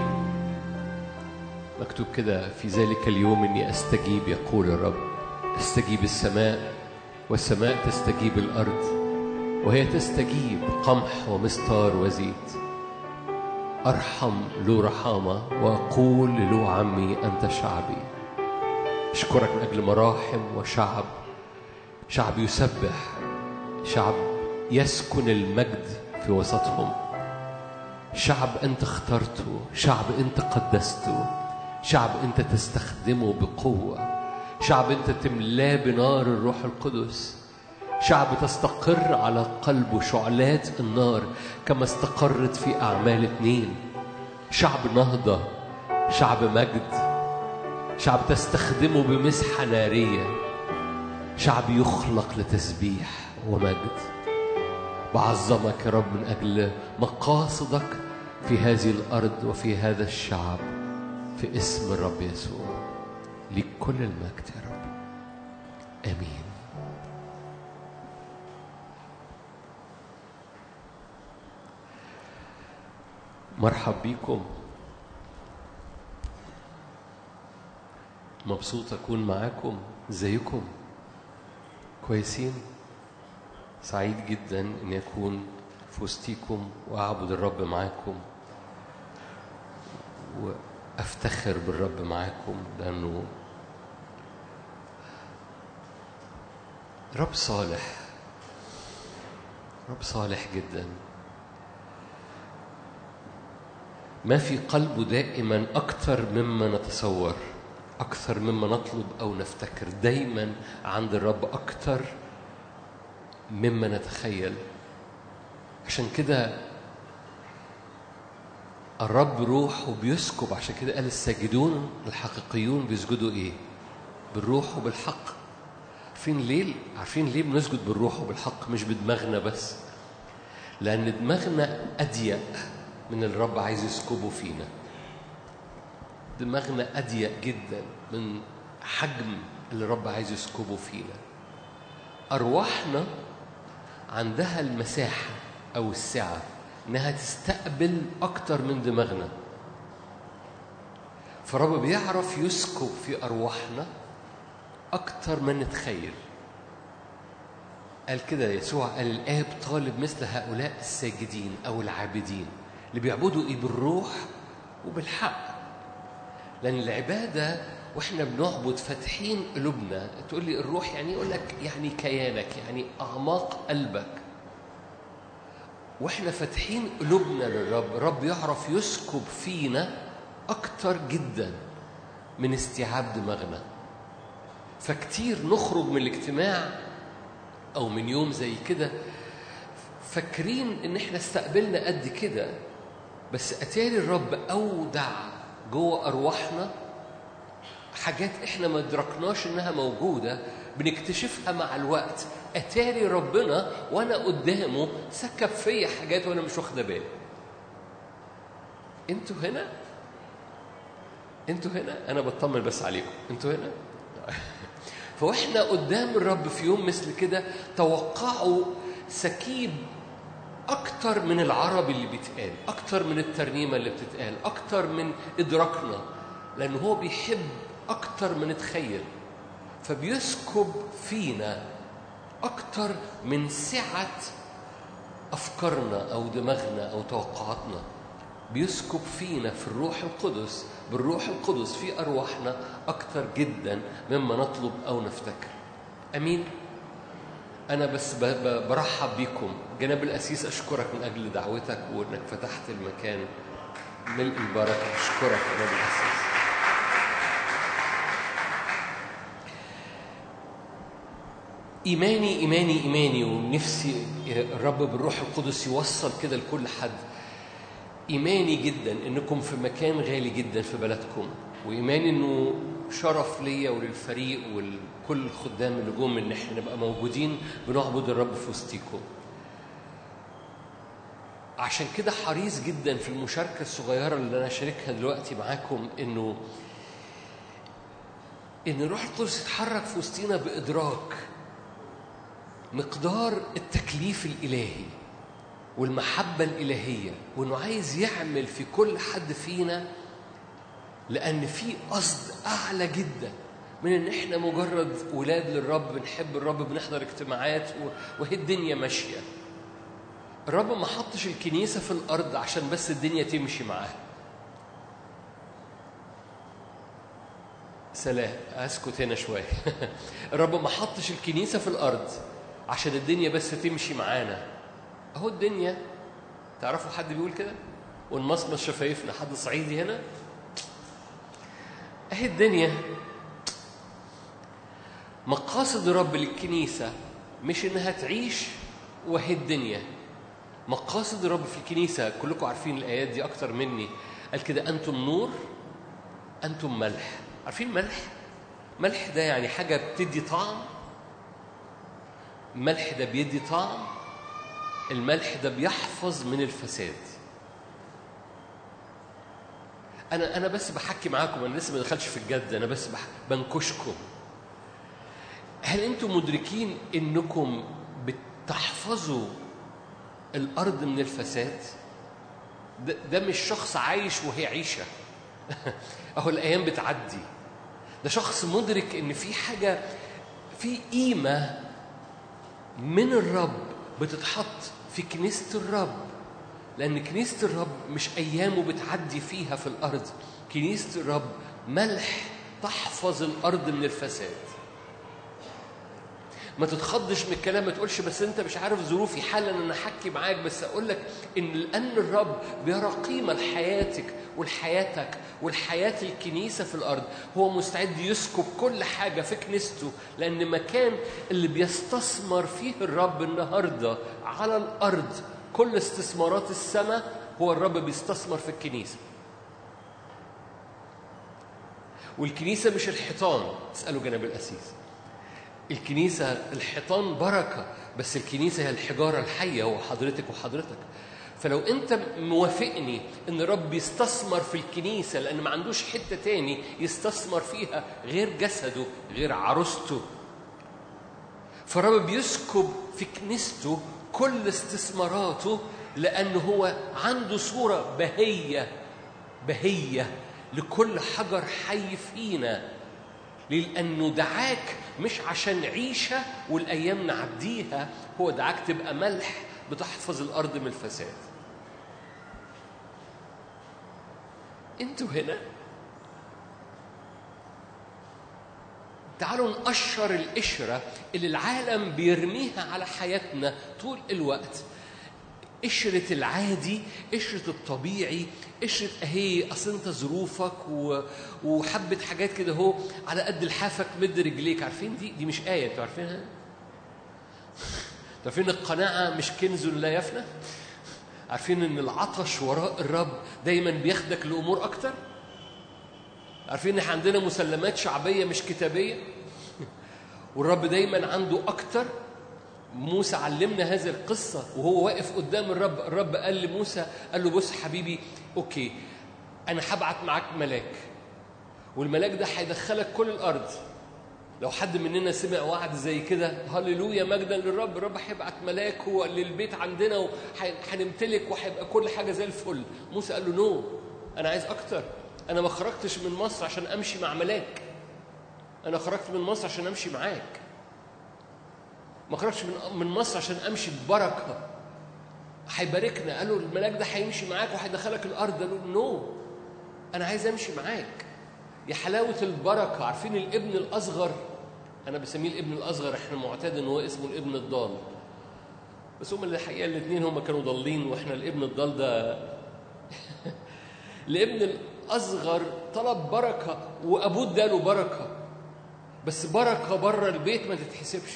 مكتوب كده في ذلك اليوم اني استجيب يقول الرب. استجيب السماء والسماء تستجيب الارض، وهي تستجيب قمح ومستار وزيت. ارحم له رحامه واقول له عمي انت شعبي. اشكرك من اجل مراحم وشعب، شعب يسبح، شعب يسكن المجد في وسطهم، شعب أنت اخترته، شعب أنت قدسته، شعب أنت تستخدمه بقوة، شعب أنت تملاه بنار الروح القدس، شعب تستقر على قلبه شعلات النار كما استقرت في أعمال 2. شعب نهضة، شعب مجد، شعب تستخدمه بمسحة نارية، شعب يخلق لتسبيح ومجد. بعظمك يا رب من أجل مقاصدك في هذه الأرض وفي هذا الشعب، في اسم الرب يسوع. ليك كل المجد يا رب. آمين. مرحب بيكم، مبسوط أكون معاكم. ازيكم؟ كويسين؟ سعيد جدا أن أكون في وسطيكم وأعبد الرب معاكم وأفتخر بالرب معاكم، لأنه رب صالح، رب صالح جدا. ما في قلبه دائما أكثر مما نتصور، أكثر مما نطلب أو نفتكر. دايما عند الرب أكثر مما نتخيل. عشان كده الرب روح وبيسكب. عشان كده قال الساجدون الحقيقيون بيسجدوا إيه؟ بالروح وبالحق. عارفين ليه بنسجد بالروح وبالحق؟ مش بدماغنا بس، لأن دماغنا أضيق من الرب عايز يسكبه فينا. دماغنا أضيق جدا من حجم اللي الرب عايز يسكبه فينا. أرواحنا عندها المساحة أو السعة إنها تستقبل أكتر من دماغنا، فالرب بيعرف يسكب في أرواحنا أكتر من نتخيل. قال كده يسوع، قال الآب طالب مثل هؤلاء الساجدين أو العابدين اللي بيعبدوا إيه؟ بالروح وبالحق. لأن العبادة وإحنا بنعبد فاتحين قلوبنا. تقول لي الروح يعني؟ يقول لك يعني كيانك، يعني أعماق قلبك. وإحنا فاتحين قلوبنا للرب، الرب يعرف يسكب فينا أكتر جدا من استيعاب دماغنا. فكتير نخرج من الاجتماع أو من يوم زي كده فاكرين إن إحنا استقبلنا قد كده، بس أتاري الرب أودع جوه أرواحنا حاجات إحنا ما دركناش إنها موجودة، بنكتشفها مع الوقت. أتاري ربنا وأنا قدامه سكب فيا حاجات وأنا مش واخدة بالي. أنتوا هنا؟ أنتوا هنا؟ أنا بطمن بس عليكم. أنتوا هنا؟ فوإحنا قدام الرب في يوم مثل كده توقعوا سكيب أكتر من العربي اللي بيتقال، أكتر من الترنيمة اللي بتتقال، أكتر من إدراكنا، لأنه هو بيحب أكتر من نتخيل. فبيسكب فينا أكتر من سعة أفكارنا أو دماغنا أو توقعاتنا. بيسكب فينا في الروح القدس، بالروح القدس في أرواحنا أكتر جدا مما نطلب أو نفتكر. أمين. أنا بس برحب بكم. جناب الأسيس أشكرك من أجل دعوتك وأنك فتحت المكان ملء البركة. أشكرك جناب الأسيس. إيماني إيماني إيماني، ونفسي الرب بالروح القدس يوصل كده لكل حد. إيماني جدا إنكم في مكان غالي جدا في بلدكم، وإيماني إنه شرف ليا وللفريق ولكل الخدام اللي جم إن إحنا نبقى موجودين بنعبد الرب في وسطيكم. عشان كده حريص جدا في المشاركة الصغيرة اللي أنا شاركها دلوقتي معاكم إن الروح القدس يتحرك في وسطينا بإدراك مقدار التكليف الإلهي والمحبة الإلهية، وإنه عايز يعمل في كل حد فينا، لأن في قصد أعلى جدا من إن إحنا مجرد ولاد للرب بنحب الرب بنحضر اجتماعات وهي الدنيا ماشية. الرب ما حطش الكنيسة في الأرض عشان بس الدنيا تمشي معاه. سلام، أسكت هنا شوية. الرب ما حطش الكنيسة في الأرض عشان الدنيا بس تمشي معانا. أهو الدنيا، تعرفوا حد بيقول كده ونمصمص شفايفنا؟ حد صعيدي هنا؟ أهي الدنيا. مقاصد الرب للكنيسة مش إنها تعيش وهي الدنيا. مقاصد الرب في الكنيسة كلكم عارفين الآيات دي أكتر مني. قال كده أنتم نور، أنتم ملح. عارفين ملح؟ ملح ده يعني حاجة بتدي طعم. ملح ده بيدي طعم. الملح ده بيحفظ من الفساد. أنا بس بحكي معاكم، أنا لسه ما دخلش في الجد، أنا بس بنكشكم. هل أنتم مدركين إنكم بتحفظوا الأرض من الفساد؟ ده مش شخص عايش وهي عيشة أهو الأيام بتعدي. ده شخص مدرك إن في حاجة، في قيمة من الرب بتتحط في كنيسة الرب، لأن كنيسة الرب مش أيامه بتعدي فيها في الأرض. كنيسة الرب ملح تحفظ الأرض من الفساد. ما تتخضش من الكلام، ما تقولش بس أنت مش عارف ظروفي. حالا أنا أحكي معاك، بس أقول لك إن لأن الرب بيرى قيمة لحياتك ولحياتك والحياة الكنيسة في الأرض، هو مستعد يسكب كل حاجة في كنيسته، لأن مكان اللي بيستثمر فيه الرب النهاردة على الأرض كل استثمارات السماء، هو الرب بيستثمر في الكنيسة. والكنيسة مش الحيطان، اسألوا جناب الأسيس. الكنيسة الحيطان بركة، بس الكنيسة هي الحجارة الحية، هو حضرتك وحضرتك. فلو أنت موافقني إن الرب يستثمر في الكنيسة، لأن ما عندوش حتة تاني يستثمر فيها غير جسده، غير عروسته، فالرب بيسكب في كنيسته كل استثماراته، لأنه هو عنده صورة بهية لكل حجر حي فينا، لأنه دعاك مش عشان عيشة والأيام نعديها، هو دعاك تبقى ملح بتحفظ الأرض من الفساد. أنتوا هنا تعالوا نقشر القشرة اللي العالم بيرميها على حياتنا طول الوقت. قشرة العادي، قشرة الطبيعي، قشرة أهي أصل أنت ظروفك وحبة حاجات كده هو على قد الحافك مد رجليك. عارفين دي مش آية، أنتوا عارفينها؟ عارفين القناعة مش كنز لا يفنى؟ عارفين إن العطش وراء الرب دايما بياخدك لأمور أكتر؟ عارفين إن عندنا مسلمات شعبية مش كتابية، والرب دايما عنده أكتر. موسى علمنا هذه القصة وهو واقف قدام الرب قال لموسى، قال له بص حبيبي، أوكي أنا هبعت معاك ملاك، والملاك ده هيدخلك كل الأرض. لو حد مننا سمع وعد زي كده، هللويا مجدا للرب، الرب هيبعت ملاك هو للبيت عندنا وهنمتلك وهيبقى كل حاجة زي الفل. موسى قال له نو، أنا عايز أكتر. أنا ما خرجتش من مصر عشان أمشي مع ملاك، أنا خرجت من مصر عشان أمشي معاك. ما خرجتش من مصر عشان أمشي ببركة هيباركنا. قالوا الملاك ده هيمشي معاك وهيدخلك الأرض. قالوا نو، أنا عايز أمشي معاك. يا حلاوة البركة. عارفين الابن الأصغر، أنا بسميه الابن الأصغر، إحنا معتاد إن هو اسمه الابن الضال، بس هم الحقيقة الاثنين هم كانوا ضالين، وإحنا الابن الضال ده الابن الأصغر طلب بركة وأبوه اداله بركة، بس بركة بره البيت ما تتحسبش.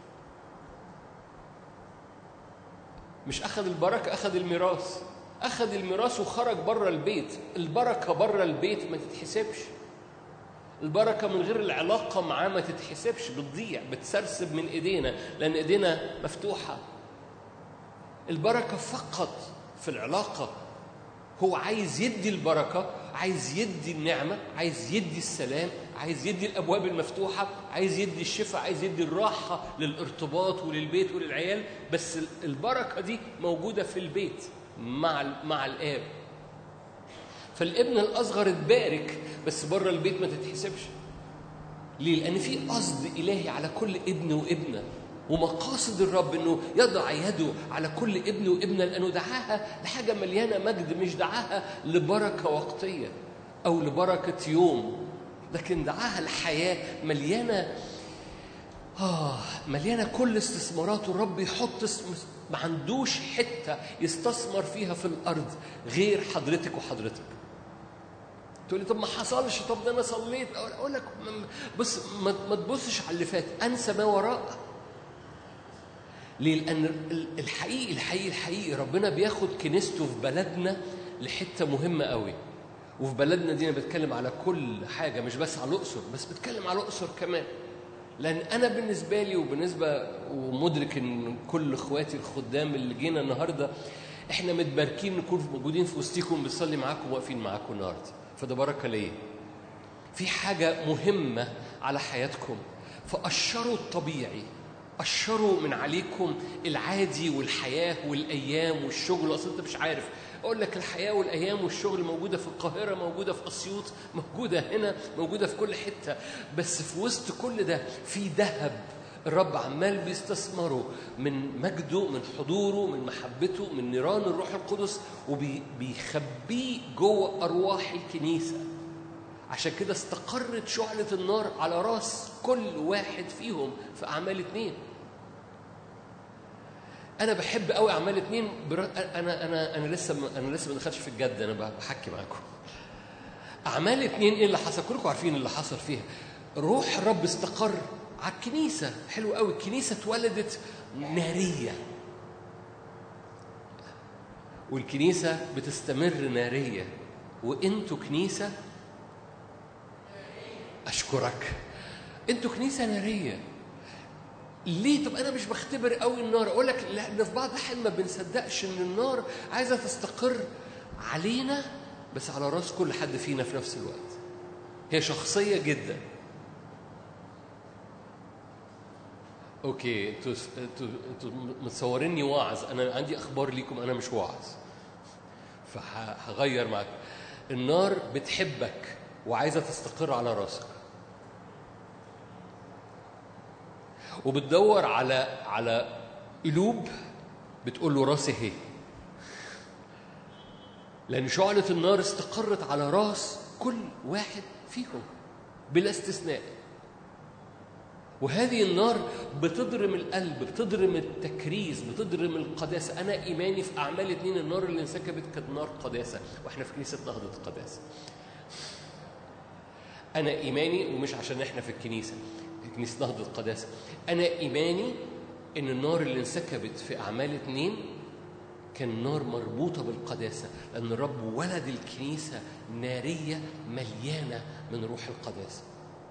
مش أخذ البركة، أخذ الميراث. أخذ الميراث وخرج بره البيت. البركة بره البيت ما تتحسبش. البركة من غير العلاقة معاه ما تتحسبش، بتضيع، بتسرسب من إيدينا لأن إيدينا مفتوحة. البركة فقط في العلاقة. هو عايز يدي البركة، عايز يدي النعمة، عايز يدي السلام، عايز يدي الأبواب المفتوحة، عايز يدي الشفاء، عايز يدي الراحة للارتباط وللبيت وللعيال. بس البركة دي موجودة في البيت مع الآب. فالابن الأصغر اتبارك، بس بره البيت ما تتحسبش. ليه؟ لأن في قصد إلهي على كل ابن وابنة، ومقاصد الرب إنه يضع يده على كل ابن وابنة، لأنه دعاها لحاجة مليانة مجد، مش دعاها لبركة وقتية أو لبركة يوم، لكن دعاها لحياة مليانة مليانة كل استثماراته. الرب يحط ما عندوش حتة يستثمر فيها في الأرض غير حضرتك وحضرتك. تقول لي طب ما حصلش، طب ده أنا صليت. أقول لك بص، ما تبصش على اللي فات، أنسى ما وراء. ليه؟ لأن الحقيقي ربنا بياخد كنيسته في بلدنا لحتة مهمة قوي. وفي بلدنا دي أنا بتكلم على كل حاجة، مش بس على الأقصر، بس بتكلم على الأقصر كمان. لأن أنا بالنسبة لي ومدرك إن كل إخواتي الخدام اللي جينا النهاردة إحنا متباركين نكون موجودين في وسطيكم، بنصلي معاكم واقفين معاكم النهاردة. فده بركة ليه. في حاجة مهمة على حياتكم، فقشروا الطبيعي، قشروا من عليكم العادي والحياة والأيام والشغل. أصلا أنت مش عارف، أقول لك الحياة والأيام والشغل موجودة في القاهرة، موجودة في أسيوط، موجودة هنا، موجودة في كل حتة، بس في وسط كل ده في ذهب الرب عمال بيستثمره من مجده، من حضوره، من محبته، من نيران الروح القدس، وبيخبيه جوه أرواح الكنيسة. عشان كده استقرت شعلة النار على راس كل واحد فيهم في أعمال 2. أنا بحب قوي أعمال 2. أنا لسه ما دخلتش في الجد، أنا بحكي معاكم. أعمال 2 إيه اللي حصل؟ كلكم عارفين اللي حصل فيها. روح الرب استقر على الكنيسة. حلو قوي. الكنيسة اتولدت نارية، والكنيسة بتستمر نارية، وإنتوا كنيسة. أشكرك، أنتوا كنيسة نارية. ليه؟ طب أنا مش بختبر قوي النار. أقول لك لأن في بعض الأحيان ما بنصدقش إن النار عايزة تستقر علينا، بس على رأس كل حد فينا في نفس الوقت. هي شخصية جدا. أوكي، أنتوا متصوريني واعظ. أنا عندي أخبار ليكم، أنا مش واعظ، فهغير معك. النار بتحبك وعايزة تستقر على راسك، وبتدور على قلوب بتقول له راسي هي، لأن شعلة النار استقرت على راس كل واحد فيهم بلا استثناء. وهذه النار بتضرم القلب، بتضرم التكريس، بتضرم القداسة. أنا إيماني في أعمال 2 النار اللي انسكبت كانت نار قداسة، وإحنا في كنيسة نهضة القداسة. أنا إيماني، ومش عشان إحنا في الكنيسة، في كنيسة نهضة القداسة، أنا إيماني إن النار اللي انسكبت في أعمال 2 كان نار مربوطة بالقداسة، لأن الرب ولد الكنيسة نارية مليانة من روح القداسة.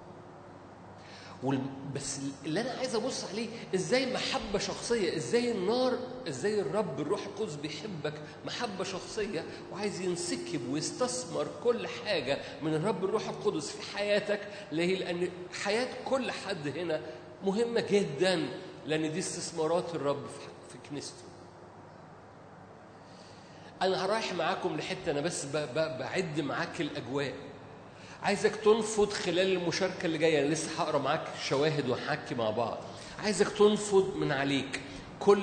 بس اللي أنا عايز أبص عليه إزاي محبة شخصية، إزاي النار، إزاي الرب الروح القدس بيحبك محبة شخصية وعايز ينسكب ويستثمر كل حاجة من الرب الروح القدس في حياتك. ليه؟ لأن حياة كل حد هنا مهمة جدا، لأن دي استثمارات الرب في كنيسته. أنا هرايح معاكم لحتة، أنا بس بعد معاك الأجواء. عايزك تنفض خلال المشاركة اللي جاية، أنا لسه هقرأ معاك شواهد وهنحكي مع بعض. عايزك تنفض من عليك كل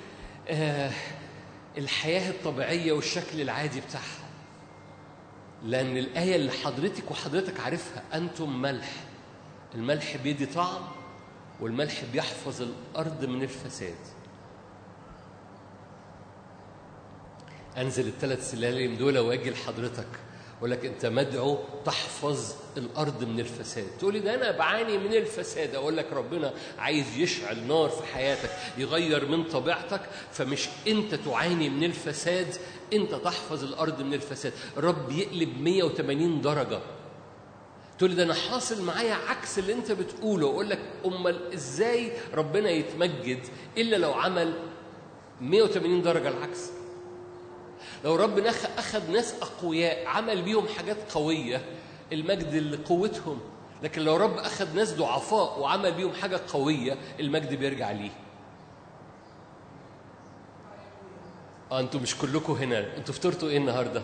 الحياة الطبيعية والشكل العادي بتاعها، لأن الآية اللي حضرتك وحضرتك عارفها، أنتم ملح. الملح بيدي طعم، والملح بيحفظ الأرض من الفساد. أنزل ال3 سلالم دول وأجي لحضرتك أقول لك أنت مدعو تحفظ الأرض من الفساد. تقولي ده أنا بعاني من الفساد. أقول لك ربنا عايز يشعل نار في حياتك، يغير من طبيعتك، فمش أنت تعاني من الفساد، أنت تحفظ الأرض من الفساد. الرب يقلب 180 درجة. تقولي ده أنا حاصل معايا عكس اللي أنت بتقوله. أقول لك أمال إزاي ربنا يتمجد إلا لو عمل 180 درجة العكس؟ لو رب أخذ ناس أقوياء عمل بيهم حاجات قوية، المجد لقوتهم. لكن لو رب أخذ ناس ضعفاء وعمل بيهم حاجة قوية، المجد بيرجع ليه. أنتوا مش كلكم هنا، أنتوا فطرتوا إيه النهاردة؟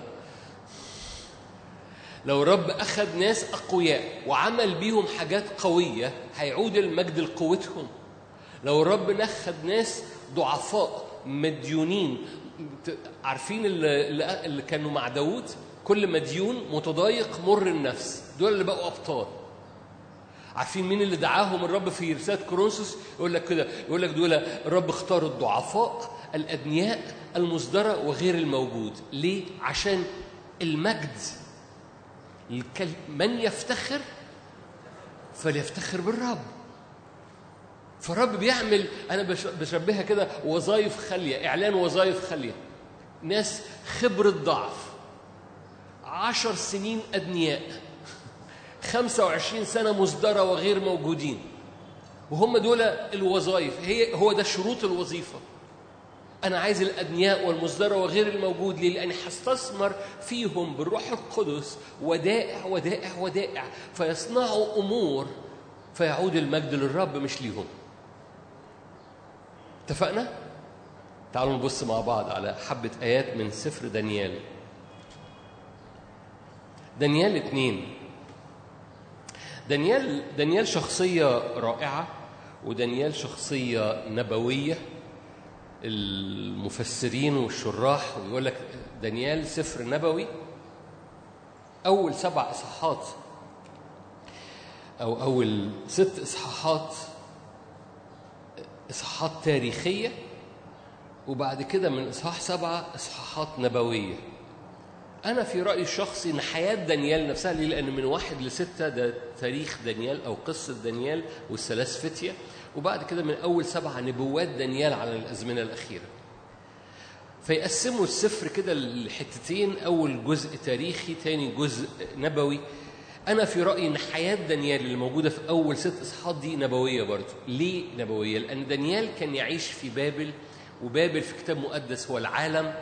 لو رب أخذ ناس أقوياء وعمل بيهم حاجات قوية، هيعود المجد لقوتهم. لو الرب أخذ ناس ضعفاء مديونين، عارفين اللي كانوا مع داود، كل مديون متضايق مر النفس، دول اللي بقوا أبطال. عارفين مين اللي دعاهم الرب في رسالة كورنثوس؟ يقول لك كده، يقول لك دول الرب اختار الضعفاء الأدنياء المصدرة وغير الموجود. ليه؟ عشان المجد. من يفتخر فليفتخر بالرب. فالرب بيعمل، أنا بشبهها كده، وظائف خالية، إعلان وظائف خالية. ناس خبرة ضعف، 10 سنين أدنياء، 25 سنة مصدرة وغير موجودين، وهم دول الوظائف. هو ده شروط الوظيفة. أنا عايز الأدنياء والمصدرة وغير الموجود. ليه؟ لأني هستثمر فيهم بالروح القدس ودائع ودائع ودائع، فيصنعوا أمور فيعود المجد للرب مش ليهم. اتفقنا؟ تعالوا نبص مع بعض على حبة آيات من سفر دانيال. دانيال 2. دانيال شخصية رائعة، ودانيال شخصية نبوية. المفسرين والشراح ويقول لك دانيال سفر نبوي. أول 7 إصحاحات أو أول 6 إصحاحات تاريخية، وبعد كده من إصحاح 7 إصحاحات نبوية. أنا في رأيي الشخصي إن حياة دانيال نفسها، لأن من 1 ل6 ده تاريخ دانيال أو قصة دانيال والثلاث فتية، وبعد كده من أول 7 نبوات دانيال على الأزمنة الأخيرة. فيقسموا السفر كده لحتتين، أول جزء تاريخي، تاني جزء نبوي. أنا في رأيي إن حياة دانيال اللي موجودة في أول 6 إصحاحات دي نبوية برضه. ليه نبوية؟ لأن دانيال كان يعيش في بابل، وبابل في كتاب مقدس هو العالم.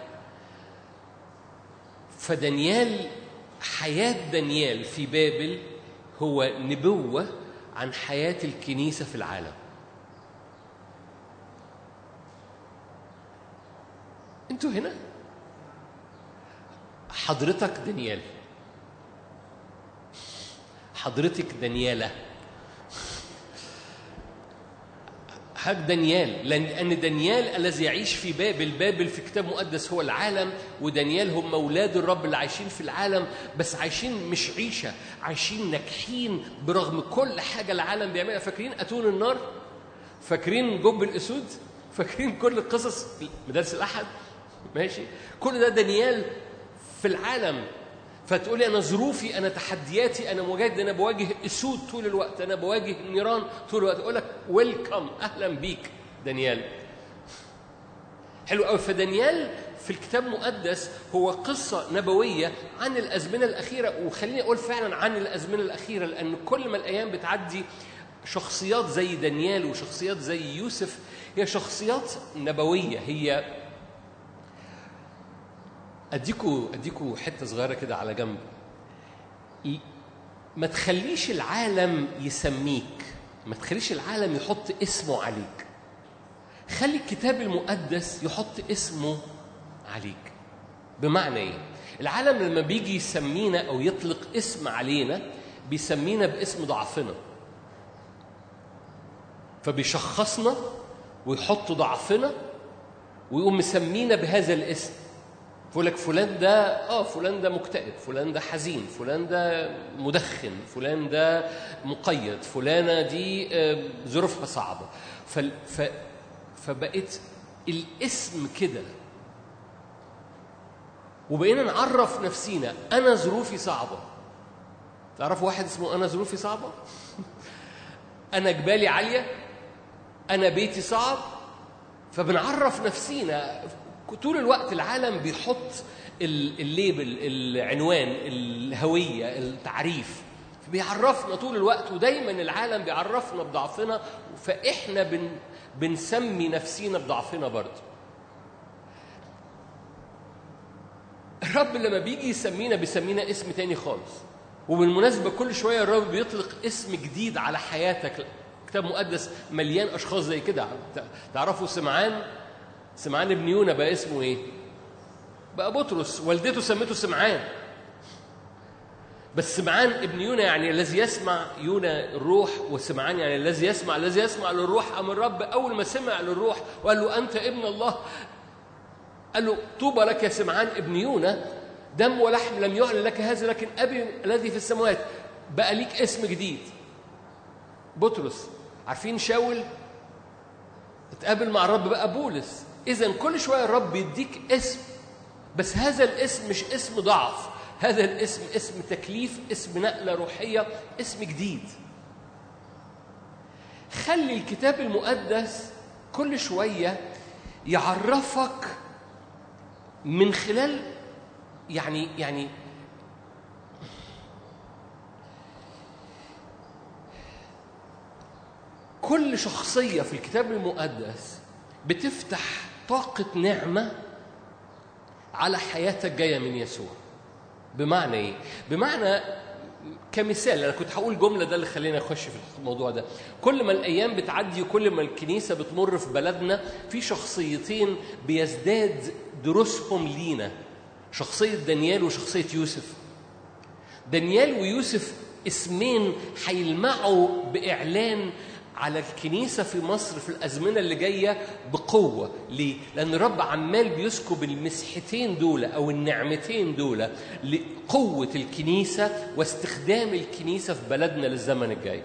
فدانيال، حياة دانيال في بابل هو نبوة عن حياة الكنيسة في العالم. انتوا هنا، حضرتك دانيال، حضرتك دانيالة، هاك دانيال. لأن دانيال الذي يعيش في بابل في كتاب مقدس هو العالم، ودانيال هم أولاد الرب اللي عايشين في العالم، بس عايشين مش عيشة، عايشين ناجحين برغم كل حاجة العالم بيعملها. فاكرين أتون النار؟ فاكرين جب الأسود؟ فاكرين كل القصص مدارس الأحد؟ ماشي، كل ده دانيال في العالم. فتقولي أنا ظروفي، أنا تحدياتي، أنا مواجه، أنا بواجه أسود طول الوقت، أنا بواجه نيران طول الوقت. أقول لك ويلكم، أهلا بيك دانيال. حلو قوي. فدانيال في الكتاب المقدس هو قصة نبوية عن الأزمنة الأخيرة، وخليني أقول فعلا عن الأزمنة الأخيرة، لأن كل ما الأيام بتعدي شخصيات زي دانيال وشخصيات زي يوسف هي شخصيات نبوية. هي أديكوا حتة صغيرة كده على جنب. ما تخليش العالم يسميك، ما تخليش العالم يحط اسمه عليك. خلي الكتاب المقدس يحط اسمه عليك. بمعنى ايه؟ العالم لما بيجي يسمينا أو يطلق اسم علينا بيسمينا باسم ضعفنا، فبيشخصنا ويحط ضعفنا ويقوم مسمينا بهذا الاسم. فقول لك فلان ده مكتئب، فلان ده حزين، فلان ده مدخن، فلان ده مقيد، فلانة دي ظروفها صعبة. فبقيت الاسم كده، وبقينا نعرف نفسينا أنا ظروفي صعبة. تعرفوا واحد اسمه أنا ظروفي صعبة؟ أنا جبالي عالية، أنا بيتي صعب. فبنعرف نفسينا طول الوقت. العالم بيحط الليبل، العنوان، الهوية، التعريف، بيعرفنا طول الوقت. ودايما العالم بيعرفنا بضعفنا، فإحنا بنسمي نفسينا بضعفنا برضه. الرب لما بيجي يسمينا بيسمينا اسم تاني خالص. وبالمناسبة كل شوية الرب بيطلق اسم جديد على حياتك. كتاب مقدس مليان أشخاص زي كده. تعرفوا سمعان ابن يونا بقى اسمه ايه؟ بقى بطرس. والدته سمته سمعان، بس سمعان ابن يونا يعني الذي يسمع، يونا الروح، وسمعان يعني الذي يسمع للروح. أم الرب أول ما سمع للروح وقال له أنت ابن الله، قال له طوبى لك يا سمعان ابن يونا، دم ولحم لم يعلن لك هذا، لكن أبي الذي في السماوات. بقى ليك اسم جديد، بطرس. عارفين شاول اتقابل مع الرب بقى بولس. إذن كل شوية الرب يديك اسم، بس هذا الاسم مش اسم ضعف، هذا الاسم اسم تكليف، اسم نقلة روحية، اسم جديد. خلي الكتاب المقدس كل شوية يعرفك من خلال يعني كل شخصية في الكتاب المقدس بتفتح طاقة نعمة على حياتك جاية من يسوع. بمعنى إيه؟ بمعنى كمثال، أنا كنت هقول جملة ده اللي خلينا نخش في الموضوع ده. كل ما الأيام بتعدي وكل ما الكنيسة بتمر في بلدنا في شخصيتين بيزداد دروسهم لينا، شخصية دانيال وشخصية يوسف. دانيال ويوسف اسمين هيلمعوا بإعلان على الكنيسة في مصر في الأزمنة اللي جاية بقوة. ليه؟ لأن الرب عمال بيسكب المسحتين دول أو النعمتين دول لقوة الكنيسة واستخدام الكنيسة في بلدنا للزمن الجاي.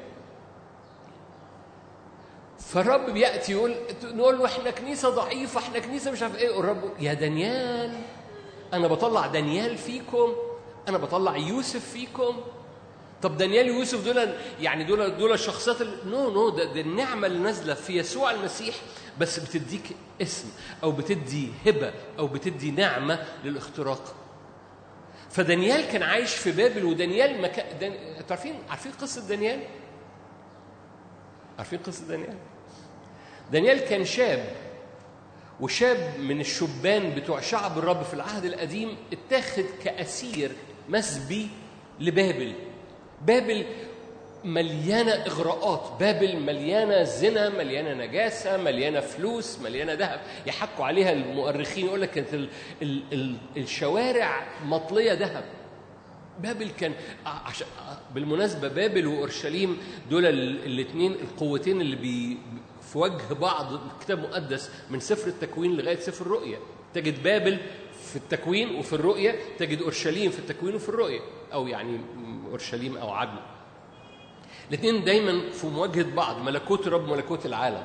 فالرب بيأتي نقول له إحنا كنيسة ضعيفة، إحنا كنيسة مش عارف إيه. الرب يا دانيال أنا بطلع دانيال فيكم، أنا بطلع يوسف فيكم. طب دانيال ويوسف دول يعني دول الشخصيات نو ده النعمة اللي نازلة في يسوع المسيح، بس بتديك اسم أو بتدي هبة أو بتدي نعمة للاختراق. فدانيال كان عايش في بابل، ودانيال عارفين قصة دانيال؟ عارفين قصة دانيال؟ دانيال كان شاب، وشاب من الشبان بتوع شعب الرب في العهد القديم اتاخد كأسير مسبي لبابل. بابل مليانة إغراءات، بابل مليانة زنا، مليانة نجاسة، مليانة فلوس، مليانة ذهب. يحكوا عليها المؤرخين يقول لك كانت الشوارع مطلية ذهب. بابل كان بالمناسبة بابل وأورشليم دول الاثنين القوتين اللي في وجه بعض. كتاب مقدس من سفر التكوين لغاية سفر الرؤيا تجد بابل في التكوين وفي الرؤيا، تجد أورشليم في التكوين وفي الرؤيا، أو يعني أورشليم أو عدن. الاثنين دايما في مواجهة بعض، ملكوت الرب ملكوت العالم.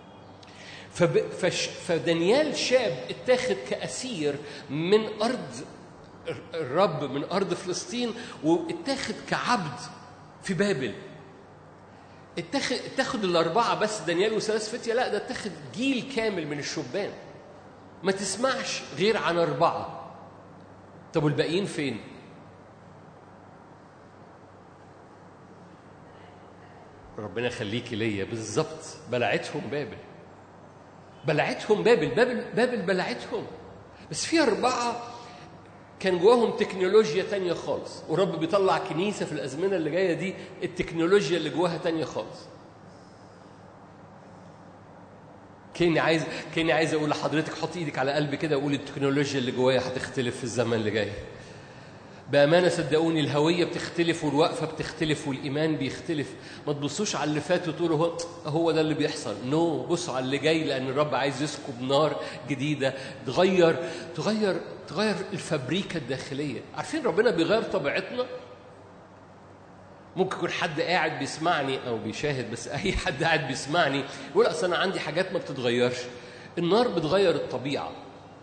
فدانيال شاب اتاخد كأسير من أرض الرب، من أرض فلسطين، واتاخد كعبد في بابل. اتاخد الأربعة بس، دانيال وثلاث فتية، لا ده اتاخد جيل كامل من الشبان. ما تسمعش غير عن 4. طب والباقيين فين؟ ربنا يخليكي ليا بالظبط. بلعتهم بابل، بلعتهم بابل بلعتهم. بس في 4 كان جواهم تكنولوجيا تانية خالص، ورب بيطلع كنيسة في الأزمنة اللي جاية دي التكنولوجيا اللي جواها تانية خالص. كأني عايز أقول لحضرتك حط إيدك على قلبي كده وقول التكنولوجيا اللي جوايا هتختلف في الزمن اللي جاي. بأمانة صدقوني الهوية بتختلف والوقفة بتختلف والإيمان بيختلف. ما تبصوش على اللي فات وتقولوا هو ده اللي بيحصل. بصوا على اللي جاي، لأن الرب عايز يسكب نار جديدة تغير الفابريكا الداخلية. عارفين ربنا بيغير طبيعتنا. ممكن يكون حد قاعد بيسمعني أو بيشاهد، بس أي حد قاعد بيسمعني يقول أصل أنا عندي حاجات ما بتتغيرش. النار بتغير الطبيعة.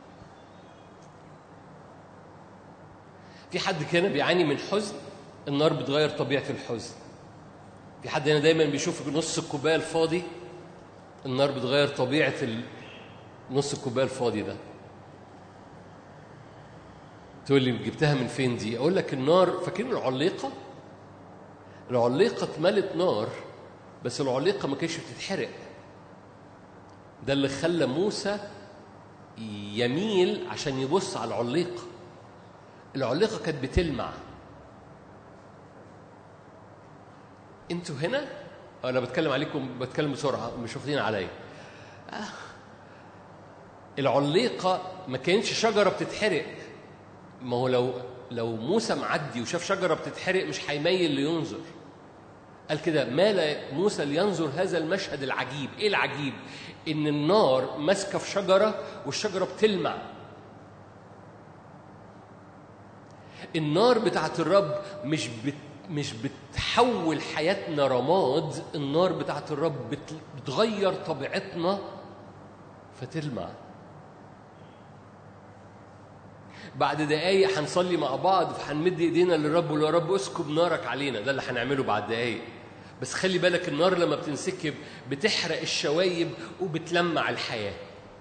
في حد كان بيعاني من حزن، النار بتغير طبيعة الحزن. في حد هنا دايما بيشوف نص الكوباية الفاضي، النار بتغير طبيعة نص الكوباية الفاضي ده. تقول لي جبتها من فين دي؟ أقول لك النار، فاكرين العليقة اتملت نار، بس العليقة ما كانتش بتتحرق. ده اللي خلى موسى يميل عشان يبص على العليقة. العليقة كانت بتلمع. انتوا هنا انا بتكلم عليكم، بتكلم بسرعة مش واخدين عليا. العليقة ما كانتش شجرة بتتحرق. ما هو لو موسى معدي وشاف شجرة بتتحرق مش هيميل لينظر. قال كده مال موسى لينظر هذا المشهد العجيب. ايه العجيب؟ ان النار ماسكة في شجرة والشجرة بتلمع. النار بتاعت الرب مش بتحول حياتنا رماد. النار بتاعت الرب بتغير طبيعتنا فتلمع. بعد دقايق هنصلي مع بعض، فهنمد ايدينا للرب ونقول يا رب اسكب نارك علينا. ده اللي هنعمله بعد دقايق. بس خلي بالك النار لما بتنسكب بتحرق الشوايب وبتلمع الحياة.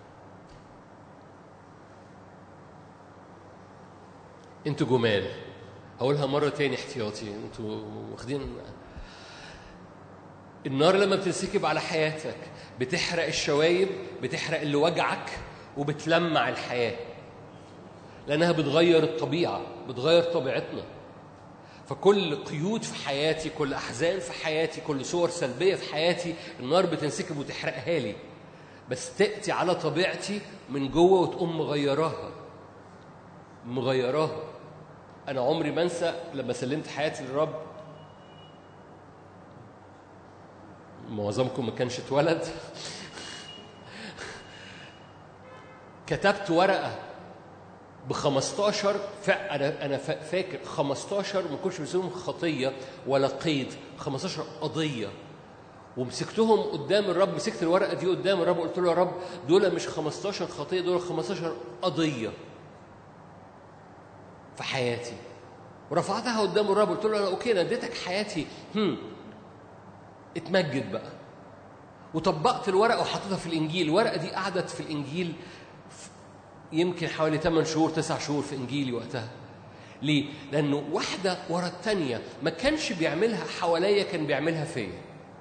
انتوا جمال. هقولها مرة تاني احتياطي، انتوا واخدين. النار لما بتنسكب على حياتك بتحرق الشوايب، بتحرق اللي وجعك، وبتلمع الحياة، لأنها بتغير الطبيعة، بتغير طبيعتنا. فكل قيود في حياتي، كل أحزان في حياتي، كل صور سلبية في حياتي، النار بتنسكب وتحرقها لي، بس تأتي على طبيعتي من جوه وتقوم مغيراها. أنا عمري ما أنسى لما سلمت حياتي للرب، معظمكم ما كانش اتولد كتبت ورقة ب15 أنا فاكر 15 ما كنتش بسميهم خطية ولا قيد، 15 قضية، ومسكتهم قدام الرب. مسكت الورقة دي قدام الرب وقلت له يا رب دول مش 15 خطية، دول 15 قضية في حياتي، ورفعتها قدام الرب قلت له أوكي أنا اديتك حياتي، اتمجد بقى. وطبقت الورقة وحطيتها في الإنجيل. الورقة دي قعدت في الإنجيل يمكن حوالي 8 شهور 9 شهور في إنجيلي وقتها. ليه؟ لأنه واحدة ورا التانية ما كانش بيعملها حواليا، كان بيعملها فيا.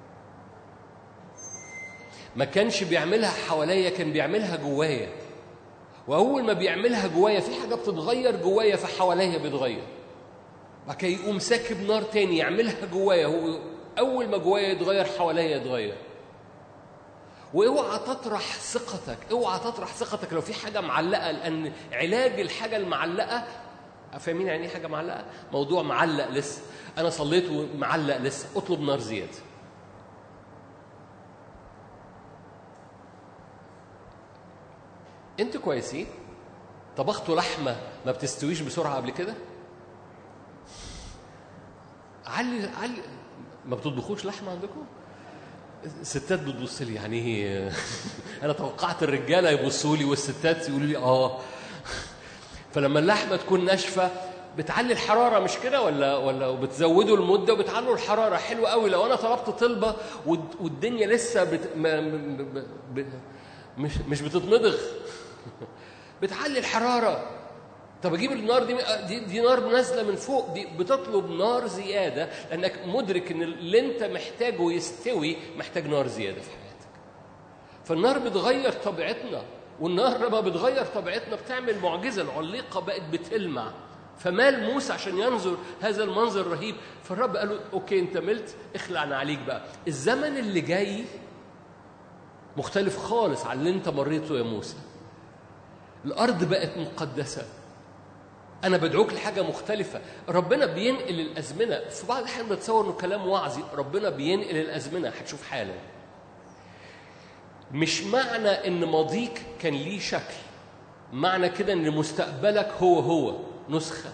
ما كانش بيعملها حواليا، كان بيعملها جوايا. وأول ما بيعملها جوايا في حاجة بتتغير جوايا، فحواليا بيتغير. بعد كده يقوم ساكب نار تاني يعملها جوايا. هو أول ما جوايا يتغير حواليا يتغير. واوعى تطرح ثقتك، اوعى تطرح ثقتك لو في حاجة معلقة، لأن علاج الحاجة المعلقة، فاهمين يعني ايه حاجة معلقة؟ موضوع معلق لسه، أنا صليت ومعلق لسه، اطلب نار زيادة. انتوا كويسين؟ طبختوا لحمة ما بتستويش بسرعة قبل كده؟ علي ما بتطبخوش لحمة عندكم؟ الستات بتبص لي يعني انا توقعت الرجاله يبصوا لي والستات يقولوا لي فلما اللحمه تكون ناشفه بتعلي الحراره، مش كده ولا بتزودوا المده وبتعلوا الحراره؟ حلو قوي. لو انا طلبت طلبه والدنيا لسه مش بتتمضغ بتعلي الحراره. طب اجيب النار دي نار نازله من فوق، دي بتطلب نار زياده، لانك مدرك ان اللي انت محتاجه يستوي محتاج نار زياده في حياتك. فالنار بتغير طبيعتنا، والنار لما بتغير طبيعتنا بتعمل معجزه. العليقه بقت بتلمع، فمال موسى عشان ينظر هذا المنظر الرهيب. فالرب قال له اوكي انت ملت، اخلعنا عليك بقى. الزمن اللي جاي مختلف خالص عن اللي انت مريته يا موسى. الارض بقت مقدسه. أنا بدعوك لحاجة مختلفة. ربنا بينقل الأزمنة. في بعض الأحيان بتصور إنه كلام وعظي. ربنا بينقل الأزمنة، هتشوف حالا. مش معنى إن ماضيك كان ليه شكل، معنى كده إن مستقبلك هو نسخة.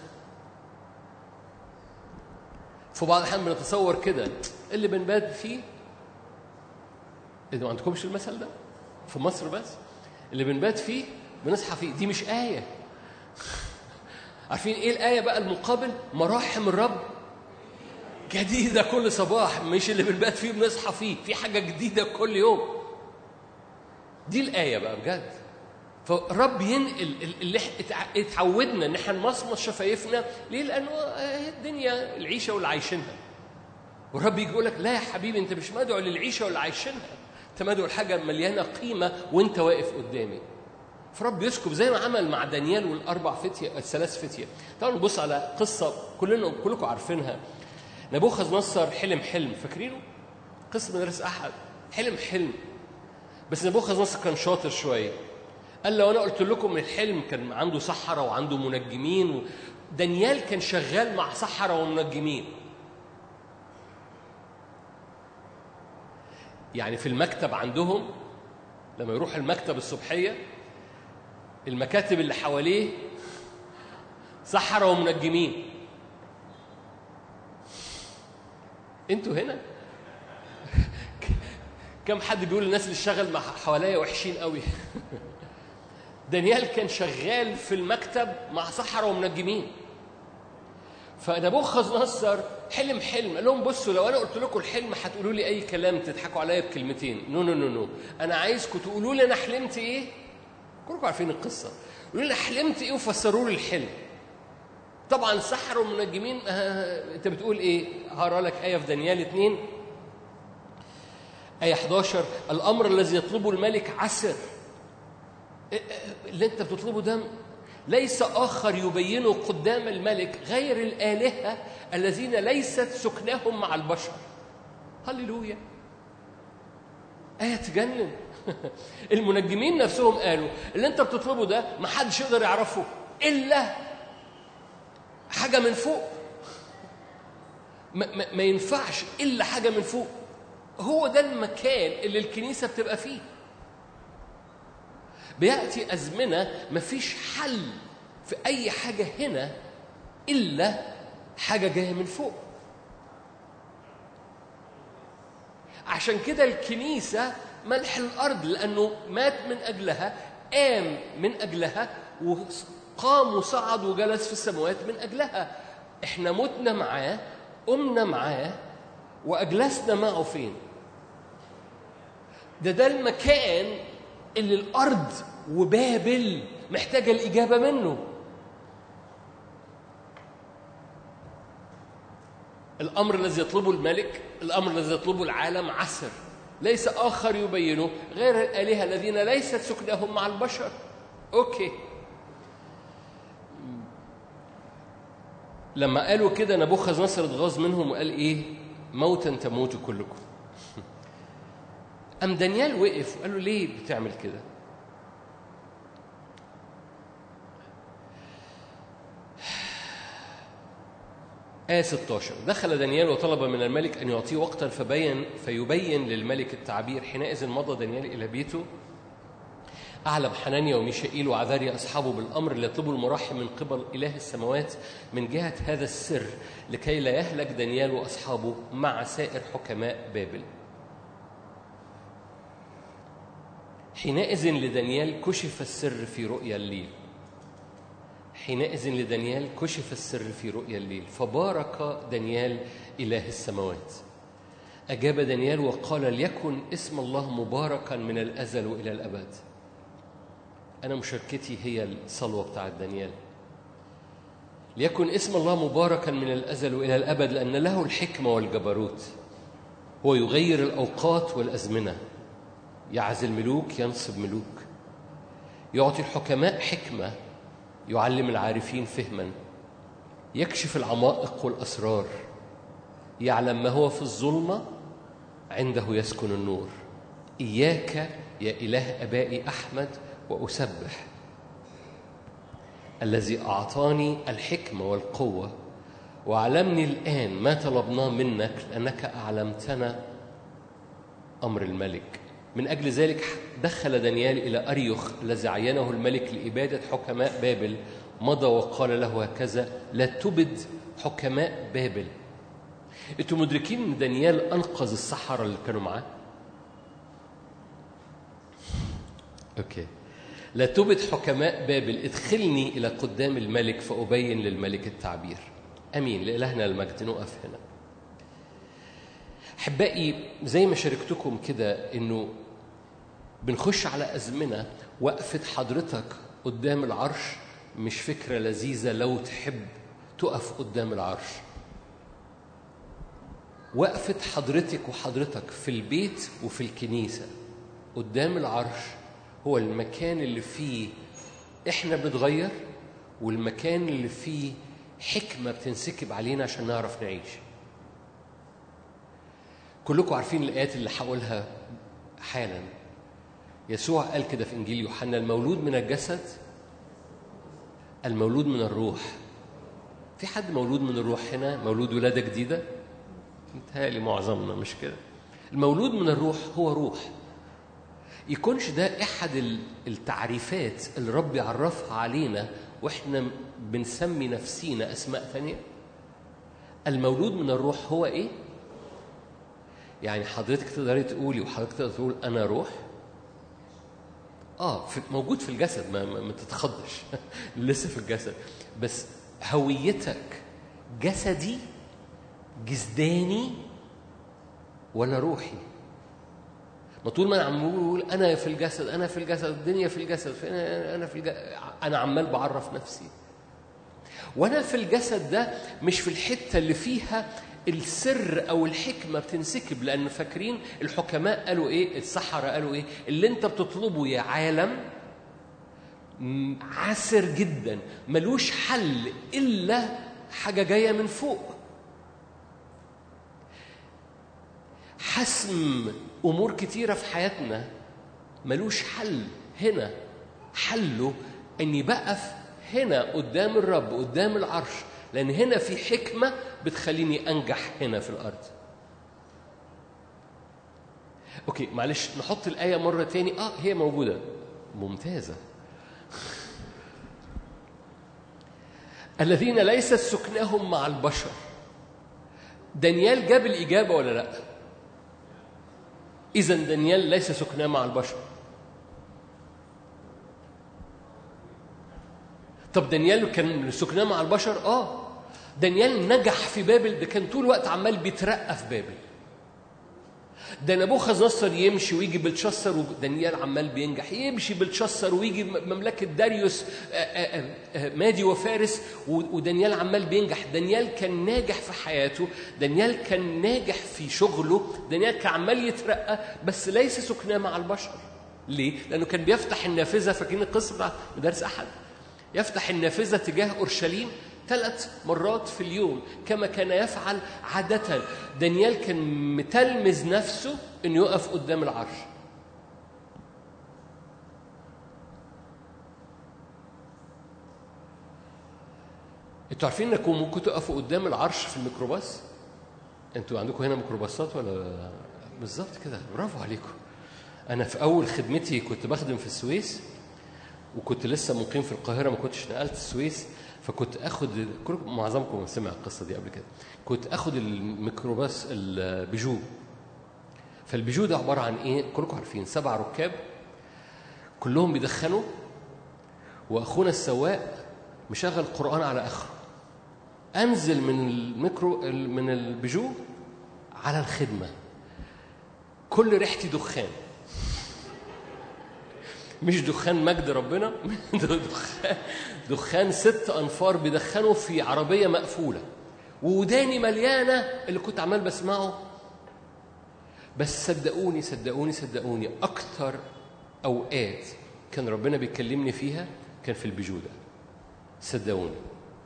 في بعض الأحيان بنتصور كده اللي بنبات فيه. إذا ما عندكمش المثل ده في مصر بس، اللي بنبات فيه بنصحى فيه. دي مش آية. عارفين ايه الآية بقى المقابل؟ مراحم الرب جديدة كل صباح. مش اللي بنبات فيه بنصحى فيه، في حاجة جديدة كل يوم. دي الآية بقى بجد. فالرب ينقل اللي اتعودنا ان احنا نمصمص شفايفنا. ليه؟ لأنه الدنيا العيشة واللي عايشينها. والرب يجي يقول لك لا يا حبيبي، انت مش مدعو للعيشة واللي عايشينها، انت مدعو لحاجة مليانة قيمة وانت واقف قدامي. فرب يسكب زي ما عمل مع دانيال والأربع فتية، الثلاث فتية. تعالوا نبص على قصة كلكم عارفينها. نبوخذ نصر حلم، فاكرينه؟ قصة مدرسة أحد. حلم، بس نبوخذ نصر كان شاطر شوية. قال لو أنا قلت لكم الحلم كان عنده سحرة وعنده منجمين. دانيال كان شغال مع سحرة ومنجمين. يعني في المكتب عندهم، لما يروح المكتب الصبحية، المكاتب اللي حواليه سحرة ومنجمين. انتوا هنا كم حد بيقول الناس اللي اشتغل مع حواليا وحشين قوي؟ دانيال كان شغال في المكتب مع سحرة ومنجمين. فنبوخذ نصر حلم. قال لهم بصوا، لو انا قلت لكم الحلم هتقولوا لي اي كلام، تضحكوا عليا بكلمتين. نو، انا عايزكم تقولوا لي انا حلمت ايه. كلكم عارفين القصة. يقولوا لي حلمت ايه وفسروا لي الحلم. طبعا السحر والمنجمين انت بتقول ايه؟ هقرا لك آية في دانيال 2 آية 11. الأمر الذي يطلبه الملك عسر. اللي انت بتطلبه ده ليس آخر يبينه قدام الملك غير الآلهة الذين ليست سكنهم مع البشر. هللويا، آية تجنن. المنجمين نفسهم قالوا اللي انت بتطلبه ده ما حدش يقدر يعرفه إلا حاجة من فوق. ما ينفعش إلا حاجة من فوق. هو ده المكان اللي الكنيسة بتبقى فيه. بيأتي أزمنة مفيش حل في أي حاجة هنا إلا حاجة جاية من فوق. عشان كده الكنيسة ملح الأرض، لأنه مات من أجلها، قام من أجلها، وقام وصعد وجلس في السماوات من أجلها. إحنا متنا معاه، قمنا معاه، وأجلسنا معه فين؟ ده المكان اللي الأرض وبابل محتاجة الإجابة منه. الأمر الذي يطلبه الملك، الأمر الذي يطلبه العالم عسر، ليس آخر يبينه غير الآلهة الذين ليست سكنهم مع البشر. أوكي، لما قالوا كده نبوخذ نصر اتغاظ منهم وقال إيه؟ موتا تموتوا كلكم. أم دانيال وقف وقال له ليه بتعمل كده؟ آية 16: دخل دانيال وطلب من الملك أن يعطيه وقتا فيبين للملك التعبير. حينئذ مضى دانيال إلى بيته، أعلم حنانيا وميشائيل وعذاريا أصحابه بالأمر اللي يطلبوا المراحم من قبل إله السماوات من جهة هذا السر، لكي لا يهلك دانيال وأصحابه مع سائر حكماء بابل. حينئذ لدانيال كشف السر في رؤيا الليل. حينئذ لدانيال كشف السر في رؤيا الليل، فبارك دانيال إله السماوات. أجاب دانيال وقال: ليكن اسم الله مباركا من الأزل وإلى الأبد. أنا مشاركتي هي الصلوة بتاعت دانيال. ليكن اسم الله مباركا من الأزل وإلى الأبد، لأن له الحكمة والجبروت. هو يغير الأوقات والأزمنة، يعزل ملوك ينصب ملوك، يعطي الحكماء حكمة، يعلم العارفين فهما، يكشف العمائق والأسرار، يعلم ما هو في الظلمة، عنده يسكن النور. إياك يا إله أبائي أحمد وأسبح، الذي أعطاني الحكمة والقوة وعلمني الآن ما طلبناه منك، لأنك أعلمتنا أمر الملك. من أجل ذلك دخل دانيال إلى أريوخ الذي عينه الملك لإبادة حكماء بابل. مضى وقال له هكذا: لا تبد حكماء بابل. أنتم مدركين أن دانيال أنقذ السحرة اللي كانوا معاه؟ أوكي. لا تبد حكماء بابل، ادخلني إلى قدام الملك فأبين للملك التعبير. أمين. لإلهنا المجد. نقف هنا. أحبائي، زي ما شاركتكم كده إنه بنخش على أزمنة وقفة حضرتك قدام العرش مش فكرة لذيذة لو تحب تقف قدام العرش. وقفة حضرتك وحضرتك في البيت وفي الكنيسة قدام العرش هو المكان اللي فيه إحنا بنتغير، والمكان اللي فيه حكمة بتنسكب علينا عشان نعرف نعيش. كلكم عارفين الآيات اللي هقولها حالا. يسوع قال كده في إنجيل يوحنا: المولود من الجسد، المولود من الروح. في حد مولود من الروح هنا؟ مولود ولادة جديدة؟ متهيألي معظمنا مش كده. المولود من الروح هو روح. يكونش ده أحد التعريفات اللي رب يعرفها علينا وإحنا بنسمي نفسينا أسماء ثانية؟ المولود من الروح هو إيه؟ يعني حضرتك تقدري تقولي وحضرتك تقدر تقول أنا روح؟ موجود في الجسد، ما تتخضش. لسه في الجسد، بس هويتك جسدي جسداني ولا روحي؟ ما طول ما أنا عمال أقول أنا في الجسد، أنا في الجسد، الدنيا في الجسد، أنا في الجسد، أنا عمال بعرف نفسي. وأنا في الجسد ده مش في الحتة اللي فيها السر أو الحكمة بتنسكب. لأن فاكرين الحكماء قالوا إيه؟ السحرة قالوا إيه؟ اللي أنت بتطلبه يا عالم عسر جدا، ملوش حل إلا حاجة جاية من فوق. حسم أمور كتيرة في حياتنا ملوش حل هنا، حله أني بقف هنا قدام الرب قدام العرش، لأن هنا في حكمة بتخليني أنجح هنا في الأرض. أوكي معلش نحط الآية مرة تاني. هي موجودة، ممتازة. الذين ليست سكنهم مع البشر. دانيال جاب الإجابة ولا لا؟ إذن دانيال ليس سكناه مع البشر. طب دانيال كان سكناه مع البشر؟ دانيال نجح في بابل، ده كان طول الوقت عمال بيترقى في بابل. ده نبوخذ نصر يمشي ويجي بلشسر، ودانيال عمال بينجح، يمشي بلشسر ويجي مملكة داريوس مادي وفارس، ودانيال عمال بينجح. دانيال كان ناجح في حياته، دانيال كان ناجح في شغله، دانيال كان عمال يترقى، بس ليس سكناه مع البشر. ليه؟ لأنه كان بيفتح النافذة. فاكرين القصة بتاعت مدارس أحد؟ يفتح النافذة تجاه أورشليم 3 مرات في اليوم كما كان يفعل عادة. دانيال كان متلمذ نفسه إنه يقف قدام العرش. انتوا عارفين انكم ممكن تقفوا قدام العرش في الميكروباص؟ انتوا عندكم هنا ميكروباصات ولا؟ بالظبط كده، برافو عليكم. انا في اول خدمتي كنت بخدم في السويس، وكنت لسه مقيم في القاهرة، ما كنتش نقلت السويس، فكنت أخد، معظمكم سمع القصة دي قبل كده، كنت أخد الميكروباص البيجو. فالبيجو ده عبارة عن إيه؟ كلكم عارفين 7 ركاب كلهم بيدخنوا، وأخونا السواق مشغل قرآن على آخره. أنزل من البيجو على الخدمة، كل ريحتي دخان، مش دخان مجد ربنا، دخان 6 أنفار بيدخنوا في عربية مقفولة، وداني مليانة اللي كنت عمال بسمعه. بس صدقوني أكتر أوقات كان ربنا بيكلمني فيها كان في البيجو ده. صدقوني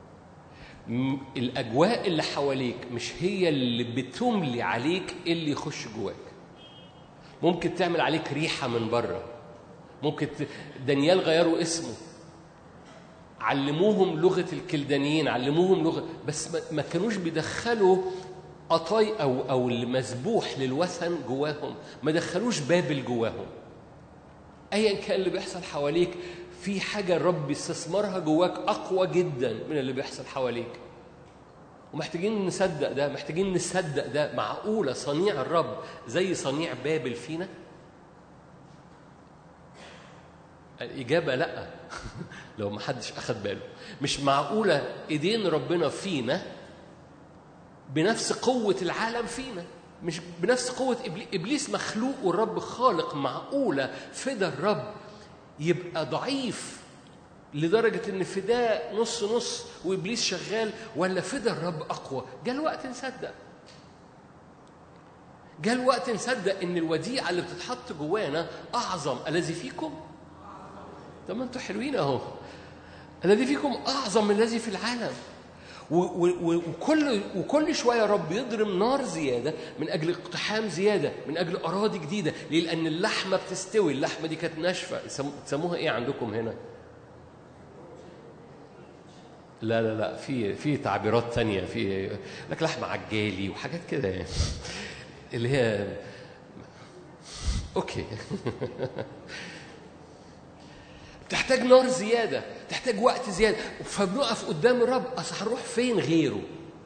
الأجواء اللي حواليك مش هي اللي بتملي عليك اللي يخش جواك. ممكن تعمل عليك ريحة من بره. ممكن دانيال غيروا اسمه، علموهم لغة الكلدانيين، علموهم لغة، بس ما كانوش بيدخلوا قطاي أو المذبوح للوثن جواهم، ما دخلوش بابل جواهم. أيا كان اللي بيحصل حواليك، في حاجة الرب استثمرها جواك أقوى جدا من اللي بيحصل حواليك، ومحتاجين نصدق ده. معقولة صنيع الرب زي صنيع بابل فينا؟ الإجابة لأ. لو ما حدش أخذ باله، مش معقولة إيدين ربنا فينا بنفس قوة العالم فينا، مش بنفس قوة إبليس مخلوق والرب خالق. معقولة فدا الرب يبقى ضعيف لدرجة إن فداء نص نص وإبليس شغال، ولا فدا الرب أقوى؟ جاء الوقت نصدق إن الوديعة اللي بتتحط جوانا أعظم. الذي فيكم، طب ما انتوا حلوين اهو، الذي فيكم اعظم من الذي في العالم. وكل شويه رب يضرم نار زياده من اجل اقتحام زياده، من اجل اراضي جديده. ليه؟ لان اللحمه بتستوي. اللحمه دي كانت ناشفه، تسموها ايه عندكم هنا؟ لا في تعبيرات تانية، في لك لحمه عجالي وحاجات كده يعني اللي هي اوكي. تحتاج نار زيادة، تحتاج وقت زيادة، فبنقف قدام الرب. هنروح فين غيره؟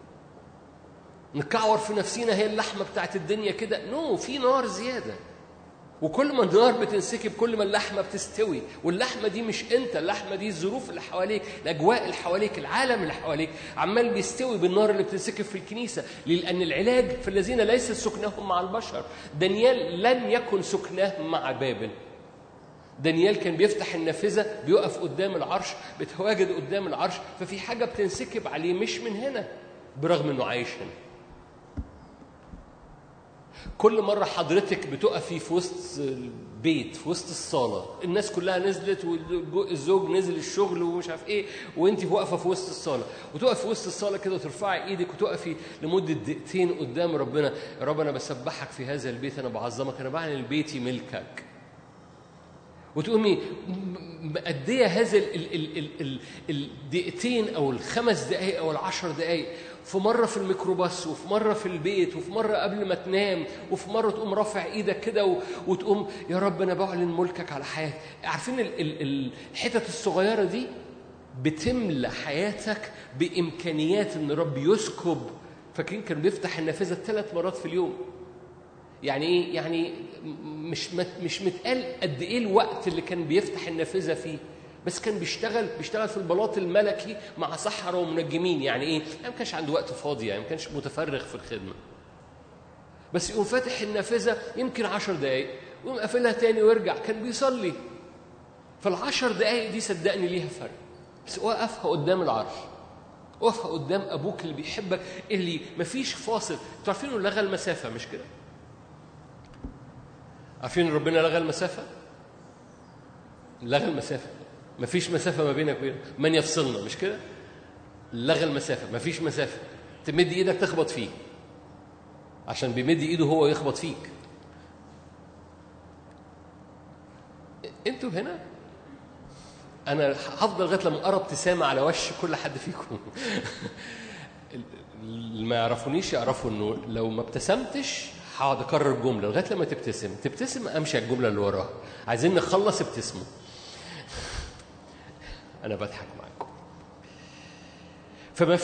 نكعور في نفسينا هي اللحمة بتاعت الدنيا كده؟ في نار زيادة، وكل ما النار بتنسكب كل ما اللحمة بتستوي. واللحمة دي مش انت، اللحمة دي الظروف اللي حواليك، الأجواء اللي حواليك، العالم اللي حواليك عمال بيستوي بالنار اللي بتنسكب في الكنيسة. لأن العلاج في الذين ليس سكنهم مع البشر. دانيال لم يكن سكناه مع بابل. دانيال كان بيفتح النافذة، بيقف قدام العرش، بيتواجد قدام العرش، ففي حاجة بتنسكب عليه مش من هنا، برغم انه عايش هنا. كل مرة حضرتك بتقفي في وسط البيت، في وسط الصالة، الناس كلها نزلت والزوج نزل الشغل ومش عارف ايه، وانت واقفة في وسط الصالة، وتقفي في وسط الصالة كده وترفعي ايدك وتقفي لمدة دقيقتين قدام ربنا. يا رب أنا بسبحك في هذا البيت، أنا بعظمك، أنا بعلن بيتي ملكك. وتقومي مأدية هذا الدقيقتين أو الخمس دقايق أو العشر دقايق، في مرة في الميكروباص، وفي مرة في البيت، وفي مرة قبل ما تنام، وفي مرة تقوم رافع إيدك كده وتقوم يا رب أنا بعلن ملكك على حياتي. عارفين الحتت الصغيرة دي بتملى حياتك بإمكانيات إن رب يسكب. فاكرين كان بيفتح النافذة 3 مرات في اليوم. يعني إيه؟ يعني مش متقال قد إيه الوقت اللي كان بيفتح النافذة فيه، بس كان بيشتغل في البلاط الملكي مع سحرة ومنجمين. يعني إيه؟ ما كانش عنده وقت فاضي، يعني ما كانش متفرغ في الخدمة، بس يقوم فاتح النافذة يمكن 10 دقايق ويقوم قافلها تاني ويرجع. كان بيصلي. فال10 دقايق دي صدقني ليها فرق. بس وقفها قدام العرش، وقفها قدام أبوك اللي بيحبك، اللي مفيش فاصل. تعرفين إنه لغى المسافة، مش كده؟ عارفين إن ربنا لغى المسافة؟ لغى المسافة، مفيش مسافة ما بينك وبينه. من يفصلنا، مش كده؟ لغى المسافة، مفيش مسافة تمد إيدك تخبط فيه، عشان بيمد إيده هو يخبط فيك. أنتوا هنا أنا هفضل لغاية لما أرى ابتسامة على وش كل حد فيكم. اللي ما يعرفونيش يعرفوا إنه لو ما ابتسمتش هقعد أكرر جملة لغاية لما تبتسم أمشي على الجملة اللي وراها. عايزين نخلص ابتسموا. أنا بضحك معاكم. فما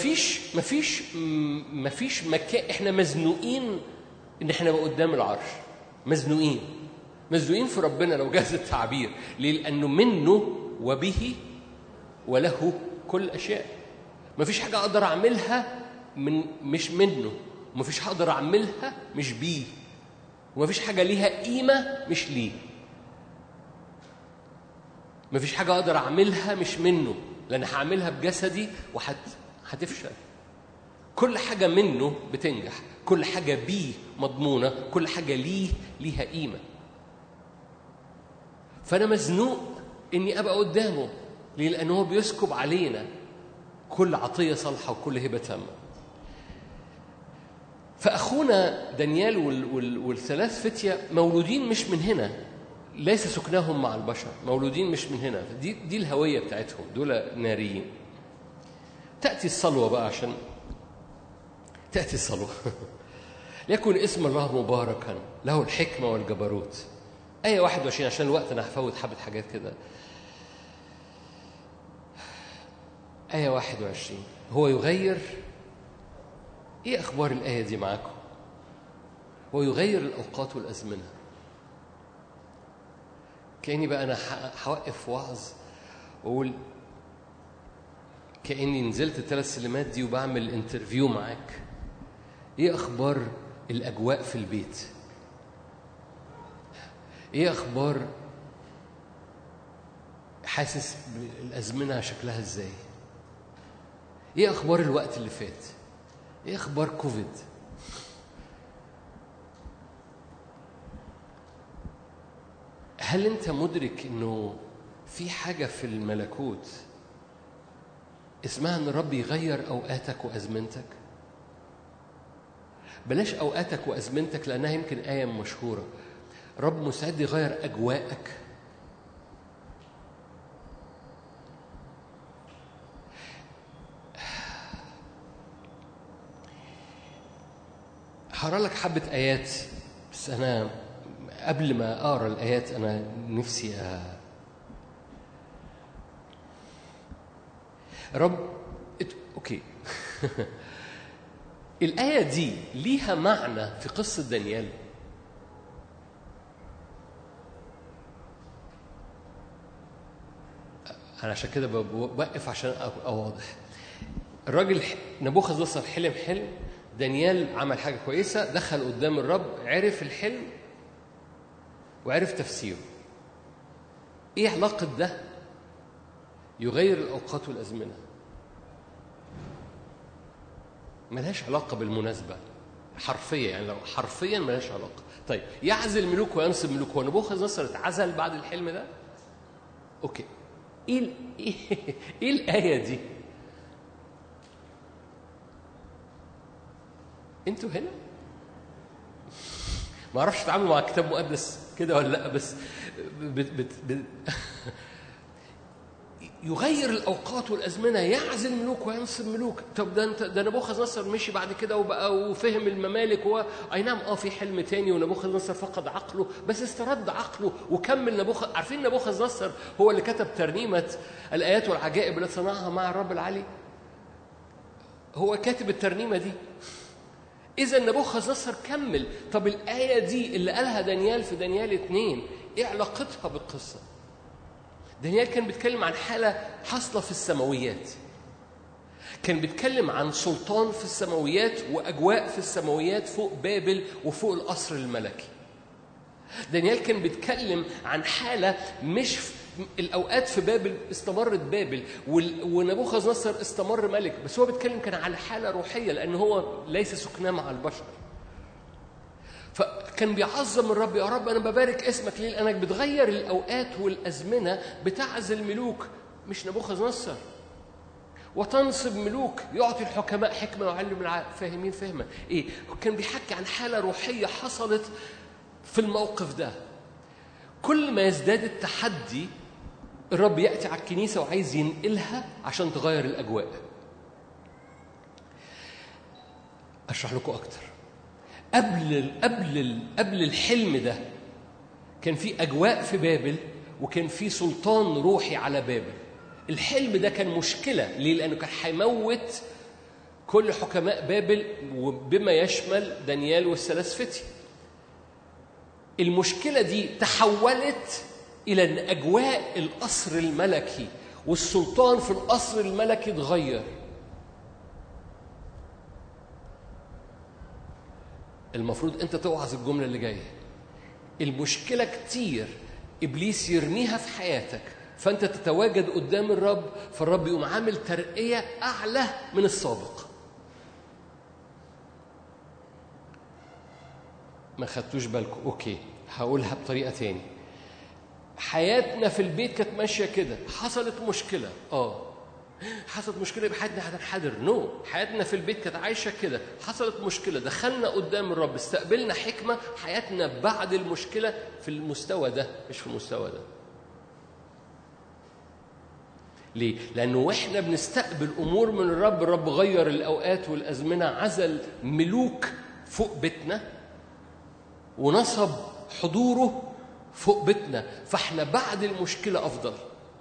فيش مكان. إحنا مزنوقين إن إحنا بقى قدام العرش، مزنوقين في ربنا لو جاز التعبير. ليه؟ لأنه منه وبه وله كل أشياء. ما فيش حاجة أقدر أعملها مش منه، وما فيش حاجة أقدر أعملها مش بيه، وما فيش حاجة ليها قيمة مش ليه. ما فيش حاجة أقدر أعملها مش منه، لأن هعملها بجسدي هتفشل. كل حاجة منه بتنجح، كل حاجة بيه مضمونة، كل حاجة ليها قيمة. فأنا مزنوق إني أبقى قدامه. ليه؟ لأنه هو بيسكب علينا كل عطية صالحة وكل هبة تامة. فأخونا دانيال والثلاث فتية مولودين مش من هنا، ليس سكناهم مع البشر، مولودين مش من هنا. دي الهوية بتاعتهم، دول ناريين. تأتي الصلوة بقى، عشان تأتي الصلوة. ليكن اسم الله مباركا، له الحكمة والجبروت. آية 21، عشان الوقت أنا هفوت حبة حاجات كده. آية 21 هو يغير. إيه أخبار الآية دي معاكم؟ هو يغير الأوقات والأزمنة. كأني بقى أنا هوقف وعظ وأقول كأني نزلت 3 سلمات دي وبعمل انترفيو معاك. إيه أخبار الأجواء في البيت؟ إيه أخبار حاسس بالأزمنة شكلها إزاي؟ إيه أخبار الوقت اللي فات؟ إيه أخبار كوفيد؟ هل أنت مدرك إنه في حاجة في الملكوت اسمها إن الرب يغير أوقاتك وأزمنتك؟ بلاش أوقاتك وأزمنتك، لأنها يمكن آية مشهورة. رب مستعد يغير أجواءك. هقرأ لك حبة آيات، بس أنا قبل ما أقرأ الآيات أنا نفسي رب أوكي. الآية دي ليها معنى في قصة دانيال. أنا عشان كده بوقف عشان أوضح. الراجل نبوخذ نصر حلم. دانيال عمل حاجة كويسة، دخل قدام الرب، عرف الحلم وعرف تفسيره. إيه علاقة ده؟ يغير الأوقات والأزمنة. ملهاش علاقة بالمناسبة، حرفيا يعني، لو حرفيا ملهاش علاقة. طيب يعزل ملوك وينصب ملوك، هو نبوخذ نصر اتعزل بعد الحلم ده؟ اوكي، ايه الآية دي؟ انتوا هنا ما اعرفش اتعامل مع كتاب مقدس كده ولا لا، بس يغير الاوقات والازمنه، يعزل ملوك وينصب ملوك. طب ده نبوخذ نصر مشي بعد كده وبقى وفهم الممالك، اي نعم في حلم تاني ونبوخذ نصر فقد عقله، بس استرد عقله وكمل عارفين نبوخذ نصر هو اللي كتب ترنيمه الايات والعجائب التي صنعها مع الرب العلي، هو كاتب الترنيمه دي. إذا نبوخذ نصر كمل. طب الآية دي اللي قالها دانيال في دانيال 2 إيه علاقتها بالقصة؟ دانيال كان بيتكلم عن حالة حاصلة في السماويات، كان بيتكلم عن سلطان في السماويات وأجواء في السماويات فوق بابل وفوق القصر الملكي. دانيال كان بيتكلم عن حالة مش الأوقات في بابل استمرت بابل ونبوخذ نصر استمر ملك، بس هو بيتكلم كان على حالة روحية لأن هو ليس سكناه مع البشر. فكان بيعظم الرب، يا رب أنا ببارك اسمك ليه؟ لأنك بتغير الأوقات والأزمنة، بتعزل ملوك مش نبوخذ نصر، وتنصب ملوك، يعطي الحكماء حكمة ويعلم الفاهمين فهما. إيه؟ كان بيحكي عن حالة روحية حصلت في الموقف ده. كل ما يزداد التحدي الرب يأتي على الكنيسة وعايز ينقلها عشان تغير الأجواء. أشرح لكم أكتر. قبل الحلم ده كان في أجواء في بابل وكان في سلطان روحي على بابل. الحلم ده كان مشكلة ليه؟ لأنه كان هيموت كل حكماء بابل وبما يشمل دانيال والثلاث فتي. المشكلة دي تحولت إلى أن أجواء القصر الملكي والسلطان في القصر الملكي اتغير. المفروض أنت توعظ الجملة اللي جاية. المشكلة كتير إبليس يرميها في حياتك، فأنت تتواجد قدام الرب، فالرب يقوم عامل ترقية أعلى من السابق. ما خدتوش بالكم؟ أوكي، هقولها بطريقة تاني. حياتنا في البيت كانت ماشية كده، حصلت مشكلة، حصلت مشكلة يبقى حياتنا هتنحدر. حياتنا في البيت كانت عايشة كده، حصلت مشكلة، دخلنا قدام الرب، استقبلنا حكمة، حياتنا بعد المشكلة في المستوى ده مش في المستوى ده. ليه؟ لأنه وإحنا بنستقبل أمور من الرب غير الأوقات والأزمنة، عزل ملوك فوق بيتنا ونصب حضوره فوق بيتنا، فإحنا بعد المشكلة أفضل.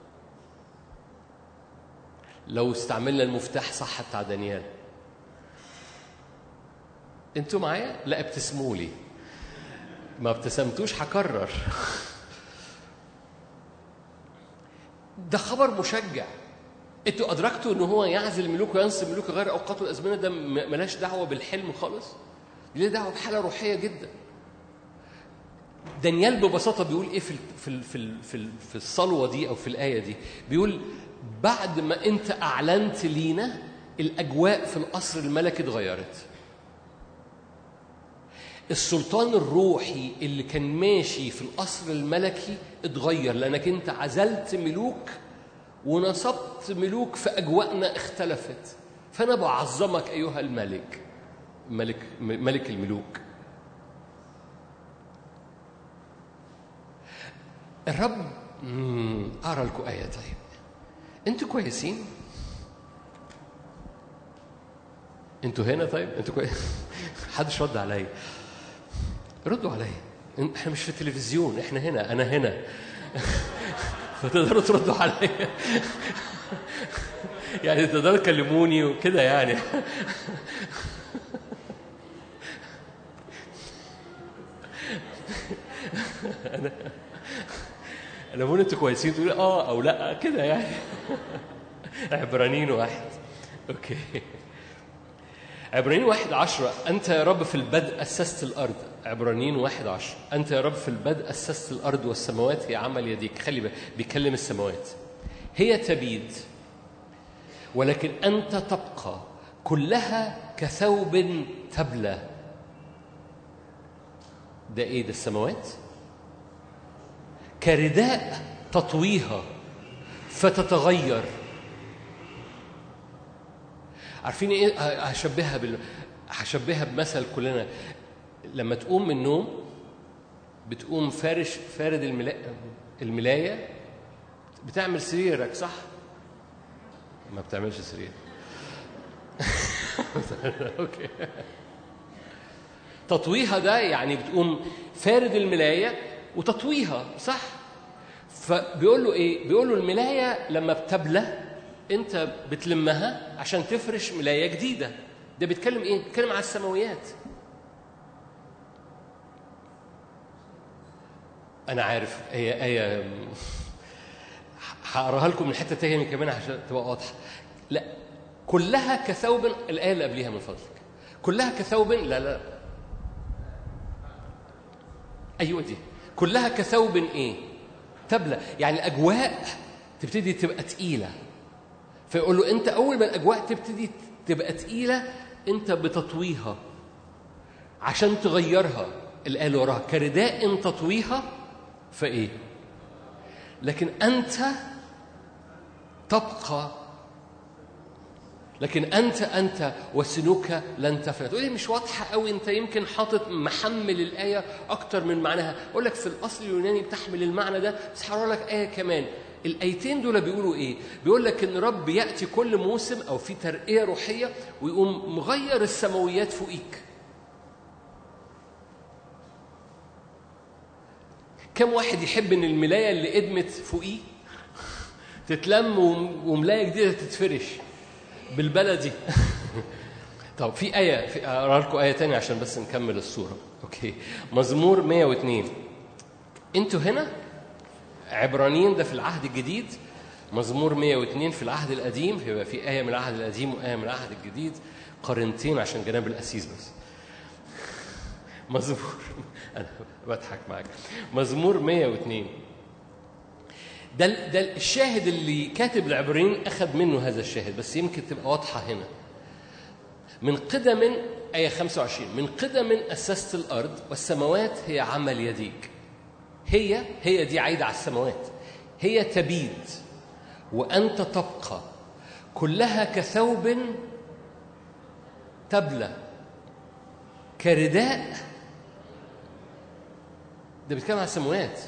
لو استعملنا المفتاح صح بتاع دانيال. انتوا معايا؟ لا ابتسموا لي، ما ابتسمتوش هكرر. ده خبر مشجع. انتوا ادركتوا ان هو يعزل الملوك وينصب ملوك غير اوقات والازمنه، ده ملاش دعوه بالحلم خالص، ليه دعوه بحاله روحيه جدا. دانيال ببساطه بيقول ايه في الصلوه دي او في الايه دي؟ بيقول بعد ما انت اعلنت لينا الاجواء في القصر الملكي اتغيرت. السلطان الروحي اللي كان ماشي في القصر الملكي اتغير، لانك انت عزلت ملوك ونصبت ملوك، في اجواءنا اختلفت. فانا بعظمك ايها الملك، ملك الملوك. الرب اقرا لكم ايه. طيب انتوا كويسين؟ انتوا هنا؟ طيب انتوا كويس؟ حدش رد عليا. ردوا عليا، احنا مش في التلفزيون، احنا هنا، انا هنا. فتقدروا تردوا عليا. يعني تقدروا تكلموني وكده يعني. أنا بقول أنتوا كويسين، تقول أو لأ كده يعني. عبرانيين 1. أوكي. عبرانيين 1:10 أنت يا رب في البدء أسست الأرض. عبرانيين 1:10 أنت يا رب في البدء أسست الأرض والسماوات هي عمل يديك. خلي بالك بيكلم السماوات. هي تبيد ولكن أنت تبقى، كلها كثوب تبلى ده ايه؟ ده السماوات. كرداء تطويها فتتغير. عارفين ايه؟ هشبهها بمثل كلنا. لما تقوم من النوم بتقوم فارد الملاية، بتعمل سريرك صح؟ ما بتعملش سرير. اوكي. تطويها ده يعني بتقوم فارد الملاية وتطويها صح؟ فبيقول له ايه؟ بيقول له الملاية لما بتبلى انت بتلمها عشان تفرش ملاية جديدة. ده بيتكلم ايه؟ بيتكلم على السماويات. انا عارف هي آية هقراها لكم من حتة تانية كمان عشان تبقى واضحة. لا، كلها كثوب. الآية اللي قبليها من فضلك. كلها كثوب. لا أيوة دي. كلها كثوب إيه؟ تبلى. يعني الأجواء تبتدي تبقى تقيلة. فيقول له أنت أول ما الأجواء تبتدي تبقى تقيلة أنت بتطويها عشان تغيرها. الآية اللي وراها كرداء تطويها فإيه؟ لكن أنت تبقى. لكن أنت وسنوك لن تفنى. تقول لي مش واضحة قوي، أنت يمكن حاطط محمل الآية أكتر من معناها. أقول لك في الأصل اليوناني بتحمل المعنى ده، بس هقول لك آية كمان. الآيتين دول بيقولوا إيه؟ بيقول لك إن رب يأتي كل موسم أو في ترقية روحية ويقوم مغير السماويات فوقيك. كم واحد يحب إن الملاية اللي قدمت فوقيه تتلم وملاية جديدة تتفرش بالبلدي؟ طب في آية، أقرأ لكم آية تانية عشان بس نكمل الصورة. أوكي. مزمور 102. أنتوا هنا عبرانيين ده في العهد الجديد، مزمور 102 في العهد القديم. يبقى في آية من العهد القديم وآية من العهد الجديد، قرنتين عشان جناب الأسيس بس. مزمور أنا بضحك معاك. مزمور 102 ده الشاهد اللي كاتب العبرانيين أخذ منه هذا الشاهد، بس يمكن تبقى واضحة هنا. من قدم، آية 25، من قدم أسست الأرض والسماوات هي عمل يديك. هي دي عايدة على السماوات. هي تبيد وأنت تبقى، كلها كثوب تبلى كرداء. ده بيتكلم على السماوات.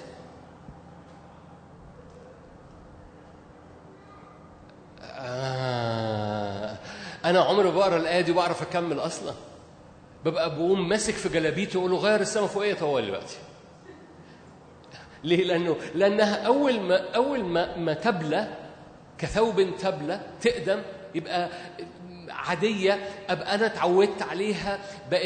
أنا عمري بقرأ الآية دي وبعرف أكمل أصلا. ببقى بقوم ماسك في جلابيته وأقول له غير السماء فوقية طوال دلوقتي. ليه؟ لأنها أول ما تبلى كثوب تبلى تقدم، يبقى عادية، أبقى أنا اتعودت عليها،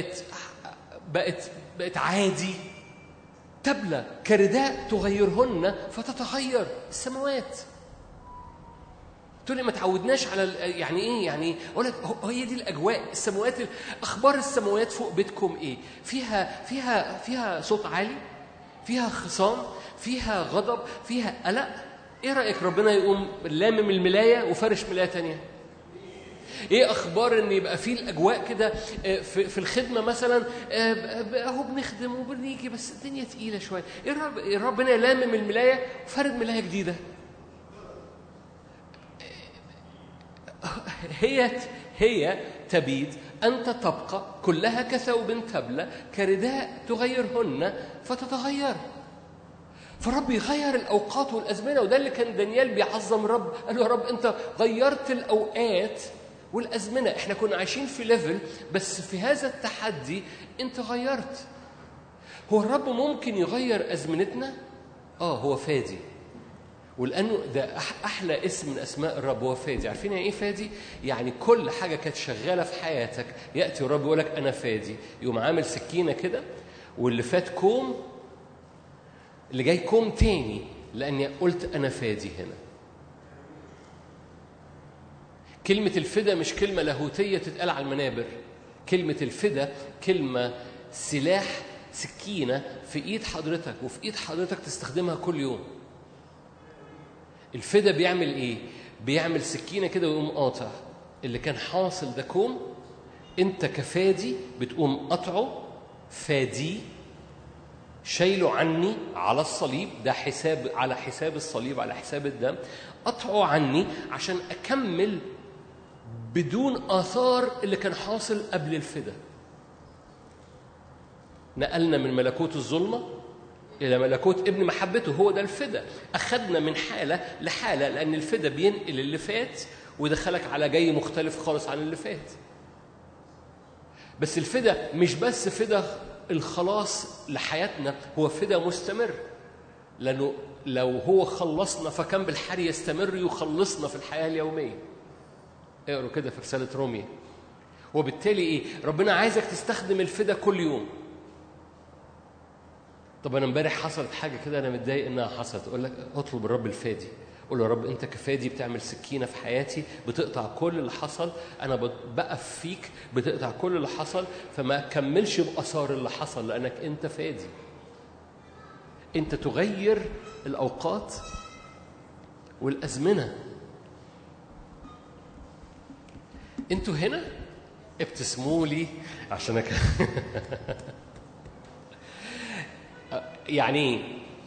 بقت عادي. تبلى كرداء تغيرهن فتتغير السماوات. تقول لي ما تعودناش على يعني ايه؟ يعني اقول لك هي دي الاجواء. السماوات، اخبار السماوات فوق بيتكم ايه؟ فيها صوت عالي، فيها خصام، فيها غضب، فيها قلق. ايه رايك ربنا يقوم لامم الملايه وفرش ملايه تانية؟ ايه اخبار ان يبقى فيه الاجواء كده في الخدمه مثلا، اهو بنخدم وبنيجي بس الدنيا تقيله شويه. ايه ربنا لامم الملايه وفرد ملايه جديده؟ هي تبيد، أنت تبقى، كلها كثوب تبلى كرداء تغيرهن فتتغير. فرب يغير الأوقات والأزمنة. وده اللي كان دانيال بيعظم رب، قال له يا رب أنت غيرت الأوقات والأزمنة. إحنا كنا عايشين في ليفل، بس في هذا التحدي أنت غيرت. هو الرب ممكن يغير أزمنتنا؟ هو فادي. ولأنه ده أحلى اسم من أسماء الرب، هو فادي. عارفين يعني إيه فادي؟ يعني كل حاجة كانت شغالة في حياتك يأتي الرب يقول لك أنا فادي، يقوم عامل سكينة كده، واللي فات كوم، اللي جاي كوم تاني، لأني قلت أنا فادي هنا. كلمة الفدا مش كلمة لاهوتية تتقال على المنابر. كلمة الفدا كلمة سلاح، سكينة في إيد حضرتك، وفي إيد حضرتك تستخدمها كل يوم. الفدا بيعمل ايه؟ بيعمل سكينه كده ويقوم قاطع اللي كان حاصل ده كوم. انت كفادي بتقوم قطعه، فادي شايله عني على الصليب، ده حساب على حساب الصليب، على حساب الدم، قطعه عني عشان أكمل بدون آثار اللي كان حاصل قبل الفدا. نقلنا من ملكوت الظلمة إلى ملكوت ابن محبته، هو ده الفدا. أخذنا من حالة لحالة، لأن الفدا بينقل اللي فات ويدخلك على جاي مختلف خالص عن اللي فات. بس الفدا مش بس فدا الخلاص لحياتنا، هو فدا مستمر، لأنه لو هو خلصنا فكان بالحري يستمر يخلصنا في الحياة اليومية. اقروا كده في رسالة رومية. وبالتالي إيه؟ ربنا عايزك تستخدم الفدا كل يوم. طب أنا امبارح حصلت حاجة كده أنا متضايق إنها حصلت، أقول لك اطلب الرب الفادي، قول له يا رب أنت كفادي، بتعمل سكينة في حياتي بتقطع كل اللي حصل، أنا بقف فيك بتقطع كل اللي حصل، فما أكملش بأثار اللي حصل، لأنك أنت فادي. أنت تغير الأوقات والأزمنة. أنتوا هنا ابتسموا لي عشان يعني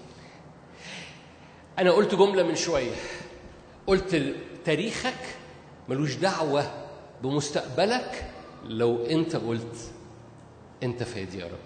أنا قلت جملة من شوية، قلت تاريخك ملوش دعوة بمستقبلك لو أنت قلت أنت فادي يا رب.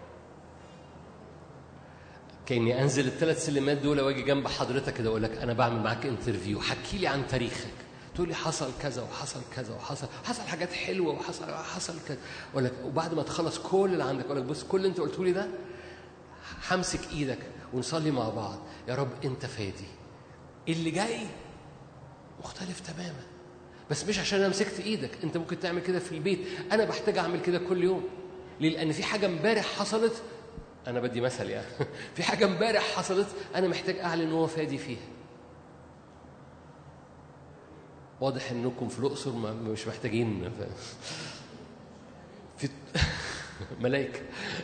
كأني أنزل الثلاث سلمات دول وأجي جنب حضرتك كده أقول لك أنا بعمل معاك انترفيو، حكي لي عن تاريخك، تقول لي حصل كذا وحصل كذا وحصل حاجات حلوة وحصل كذا، أقول لك وبعد ما تخلص كل اللي عندك أقول لك بص كل اللي أنت قلته لي ده همسك إيدك ونصلي مع بعض، يا رب أنت فادي. اللي جاي مختلف تماما، بس مش عشان أنا مسكت إيدك، أنت ممكن تعمل كده في البيت، أنا بحتاج أعمل كده كل يوم. ليه؟ لأن في حاجة امبارح حصلت، أنا بدي مثل يعني في حاجة امبارح حصلت أنا محتاج أعلن هو فادي فيها. واضح إنكم في الأقصر مش محتاجين في ملايكة.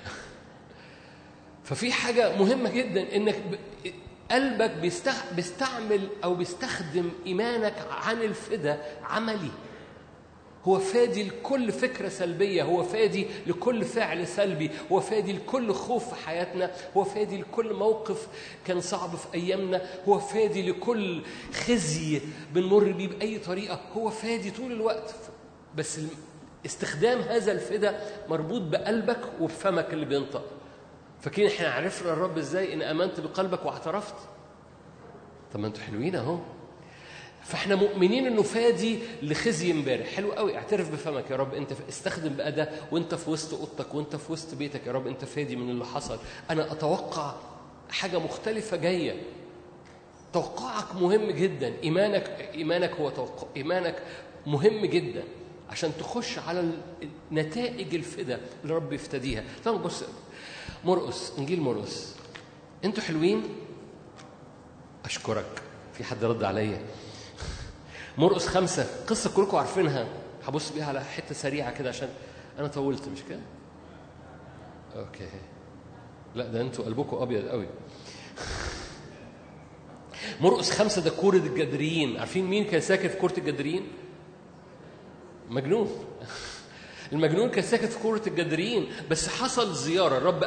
ففي حاجة مهمة جدا إنك قلبك بيستعمل أو بيستخدم إيمانك عن الفدا عملي. هو فادي لكل فكرة سلبية، هو فادي لكل فعل سلبي، هو فادي لكل خوف في حياتنا، هو فادي لكل موقف كان صعب في أيامنا، هو فادي لكل خزي بنمر بيه بأي طريقة، هو فادي طول الوقت. بس استخدام هذا الفدا مربوط بقلبك وبفمك اللي بينطق. فكين احنا عرفنا الرب ازاي؟ ان امنت بقلبك واعترفت. طب ما انتوا حلوين اهو. فاحنا مؤمنين انه فادي لخزي امبارح. حلو قوي، اعترف بفمك يا رب انت استخدم بقى ده وانت في وسط اوضتك وانت في وسط بيتك، يا رب انت فادي من اللي حصل. انا اتوقع حاجه مختلفه جايه. توقعك مهم جدا. ايمانك هو ايمانك مهم جدا عشان تخش على نتائج الفدا اللي رب يفتديها. طب بص مرقس، انجيل مرقس. انتوا حلوين، اشكرك. في حد رد عليا؟ مرقس 5 قصه كلكم عارفينها، هبص بيها على حته سريعه كده عشان انا طولت مش كده؟ اوكي، لا ده انتوا قلبكم ابيض قوي. مرقس 5 ده كورة الجدريين. عارفين مين كان ساكن في كورة الجدريين؟ مجنون. المجنون كان ساكن في كورة الجدريين، بس حصل زيارة. الرب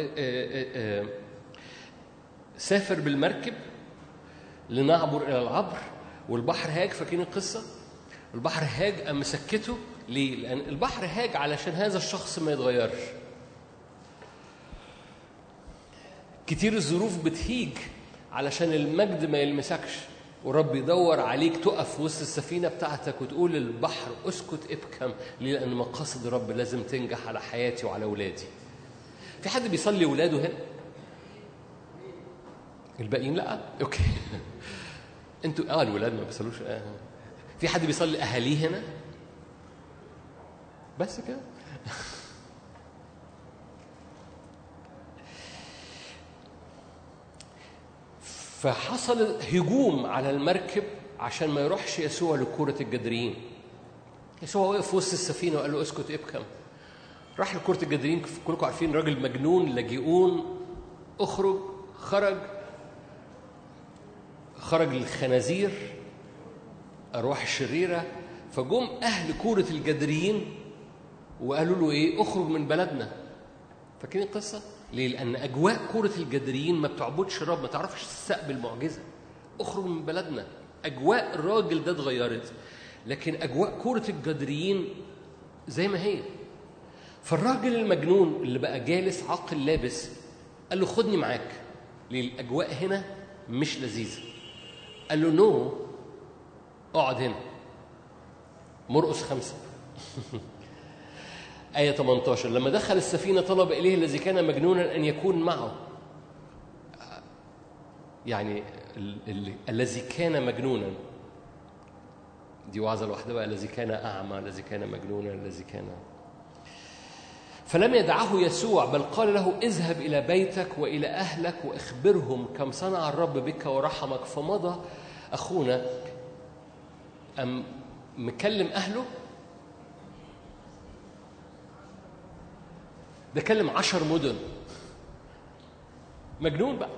سافر بالمركب لنعبر إلى العبر، والبحر هاج. فاكرين القصة؟ البحر هاج أم سكته. ليه؟ لأن البحر هاج علشان هذا الشخص ما يتغيرش. كتير الظروف بتهيج علشان المجد ما يلمسكش، ورب يدور عليك تقف وسط السفينة بتاعتك وتقول للبحر اسكت ابكم. ليه؟ لأن مقاصد الرب لازم تنجح على حياتي وعلى أولادي. في حد بيصلي أولاده هنا؟ الباقيين لا؟ أوكي. أنتوا الولاد ما بيصلوش. في حد بيصلي أهاليه هنا؟ بس كده. فحصل هجوم على المركب عشان ما يروحش يسوع لكورة الجدريين. يسوع وقف وسط السفينة وقال له اسكت ابكم. راح لكورة الجدريين. كلكم عارفين راجل مجنون لاجئون. خرج للخنازير، أرواح الشريرة. فجم أهل كورة الجدريين وقالوا له إيه؟ اخرج من بلدنا. فاكرين القصة؟ ليه؟ لأن أجواء كرة الجدريين ما بتعبدش الرب، ما تعرفش تستقبل معجزة. اخرج من بلدنا. أجواء الراجل ده اتغيرت، لكن أجواء كرة الجدريين زي ما هي. فالراجل المجنون اللي بقى جالس عاقل لابس قال له خدني معاك. ليه؟ الأجواء هنا مش لذيذة. قال له نو، اقعد هنا. مرقس 5 آية 18. لما دخل السفينة طلب إليه الذي كان مجنونا أن يكون معه. يعني الذي كان مجنونا دي وعظة لوحدها بقى. الذي كان أعمى، الذي كان مجنونا، الذي كان. فلم يدعه يسوع، بل قال له اذهب إلى بيتك وإلى أهلك وأخبرهم كم صنع الرب بك ورحمك. فمضى أخونا مكلم أهله. ده كلم 10 مدن. مجنون بقى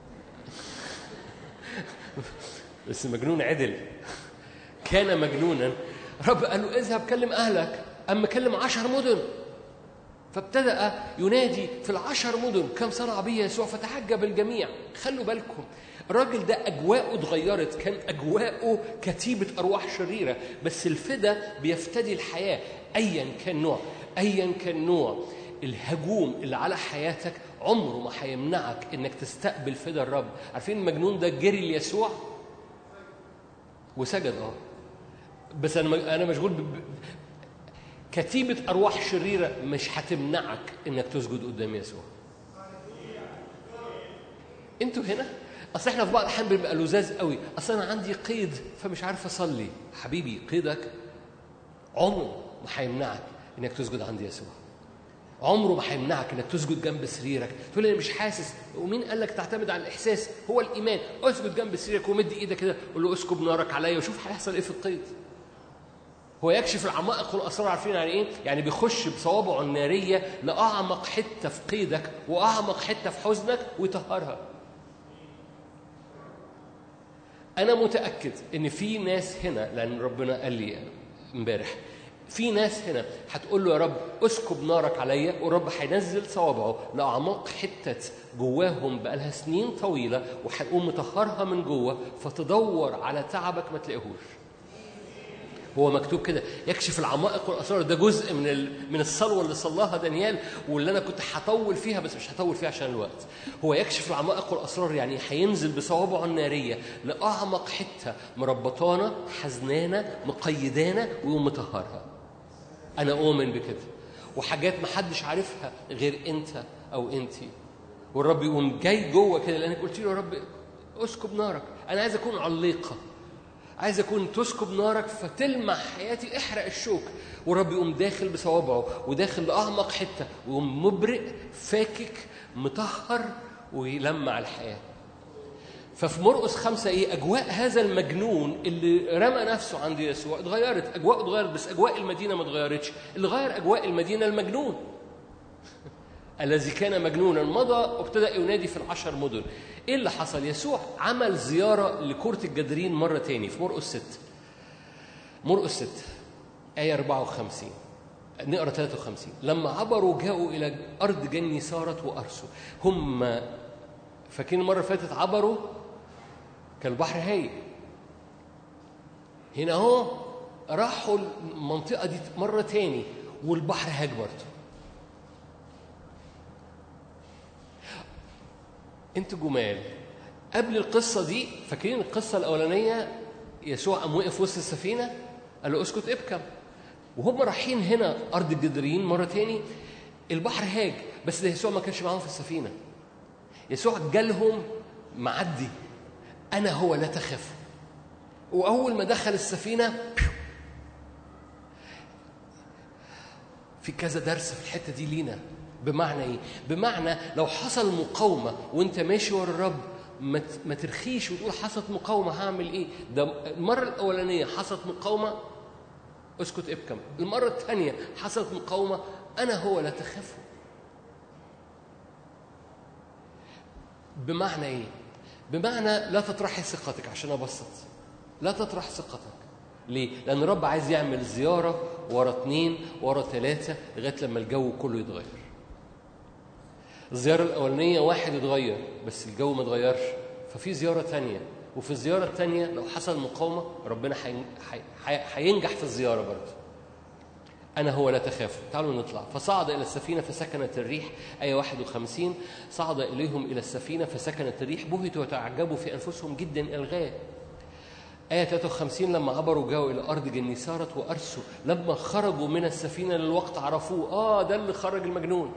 بس مجنون عدل. كان مجنونا. رب قال له اذهب كلم أهلك. أما كلم 10 مدن. فابتدأ ينادي في 10 مدن كم صنع به يسوع، فتعجب الجميع. خلوا بالكم، الراجل ده أجواءه اتغيرت. كان أجواءه كتيبة أرواح شريرة، بس الفدا بيفتدي الحياة أيا كان نوع الهجوم اللي على حياتك. عمره ما هيمنعك إنك تستقبل فدا الرب. عارفين المجنون ده جري ليسوع وسجد. بس أنا مشغول كتيبة أرواح شريرة مش هتمنعك إنك تسجد قدام يسوع. انتوا هنا اصل احنا في بعض الاحيان بنبقى لزاز قوي. اصل انا عندي قيد فمش عارف اصلي. حبيبي، قيدك عمره ما هيمنعك انك تسجد عند يسوع. عمره ما هيمنعك انك تسجد جنب سريرك. تقول انا مش حاسس. ومين قال لك تعتمد على الاحساس؟ هو الايمان. اسجد جنب سريرك ومد ايدك كده قول له اسكب نارك عليا وشوف هيحصل ايه في القيد. هو يكشف العمائق والاسرار. عارفين يعني ايه؟ يعني بيخش بصوابعه الناريه لاعمق حته في قيدك واعمق حته في حزنك ويطهرها. أنا متأكد إن في ناس هنا، لأن ربنا قال لي امبارح في ناس هنا هتقول له يا رب اسكب نارك عليا، والرب هينزل صوابعه لأعماق حتة جواهم بقالها سنين طويلة وهيقوم مطهرها من جوه، فتدور على تعبك ما تلاقيهوش. هو مكتوب كده يكشف العمائق والأسرار. ده جزء من الصلوة اللي صلاها دانيال، واللي أنا كنت هطول فيها بس مش هطول فيها عشان الوقت. هو يكشف العمائق والأسرار يعني هينزل بصوابعه النارية لأعمق حتة مربطانا حزنانا مقيدانا ويقوم مطهرها. أنا أؤمن بكده. وحاجات ما حدش عارفها غير أنت أو أنتي، والرب يقوم جاي جوه كده لأنك قلت له يا رب اسكب نارك. أنا عايز أكون عليقة، عايز أكون تسكب نارك فتلمع حياتي، احرق الشوك. ورب يقوم داخل بصوابعه وداخل لأعمق حتة ويقوم مبرئ فاكك مطهر ويلمع الحياة. ففي مرقس 5 إيه؟ أجواء هذا المجنون اللي رمى نفسه عند يسوع اتغيرت. أجواء اتغيرت، بس أجواء المدينة ما اتغيرتش. اللي غير أجواء المدينة المجنون الذي كان مجنونا مضى وابتدأ ينادي في 10 مدن. إيه اللي حصل؟ يسوع عمل زيارة لكرة الجدرين مرة تاني في مرقس 6 آية 54. نقرأ 53. لما عبروا جاءوا إلى أرض جني سارت وأرسوا. هم فاكرين المرة فاتت عبروا كان البحر هايج. هنا هو راحوا المنطقة دي مرة تاني والبحر هاج برضه. انتوا جمال. قبل القصة دي فاكرين القصة الأولانية يسوع قام وقف وسط السفينة قال له اسكت ابكم. وهم رايحين هنا أرض الجدرين مرة تاني البحر هاج، بس ده يسوع ما كانش معاهم في السفينة. يسوع جالهم معدي أنا هو لا تخاف. وأول ما دخل السفينة في كذا درس في الحتة دي لينا. بمعنى إيه؟ بمعنى لو حصل مقاومة وانت ماشي ورا الرب ما ترخيش وتقول حصلت مقاومة هعمل إيه؟ ده المرة الأولانية حصلت مقاومة اسكت ابكم. المرة الثانية حصلت مقاومة أنا هو لا تخاف. بمعنى إيه؟ بمعنى لا تطرحي ثقتك. عشان أبسط، لا تطرح ثقتك. ليه؟ لأن الرب عايز يعمل زيارة ورا 2 ورا 3 لغاية لما الجو كله يتغير. الزيارة الأولانية واحد اتغير بس الجو ما اتغيرش، ففي زيارة تانية، وفي الزيارة التانية لو حصل مقاومة ربنا هينجح في الزيارة برضه. أنا هو لا تخافوا. تعالوا نطلع. فصعد إلى السفينة فسكنت الريح. آية 51. صعد إليهم إلى السفينة فسكنت الريح، بهتوا وتعجبوا في أنفسهم جدا إلى الغاية. آية 53. لما عبروا جاءوا إلى أرض جنيسارت وأرسوا. لما خرجوا من السفينة للوقت عرفوه، ده اللي خرج المجنون.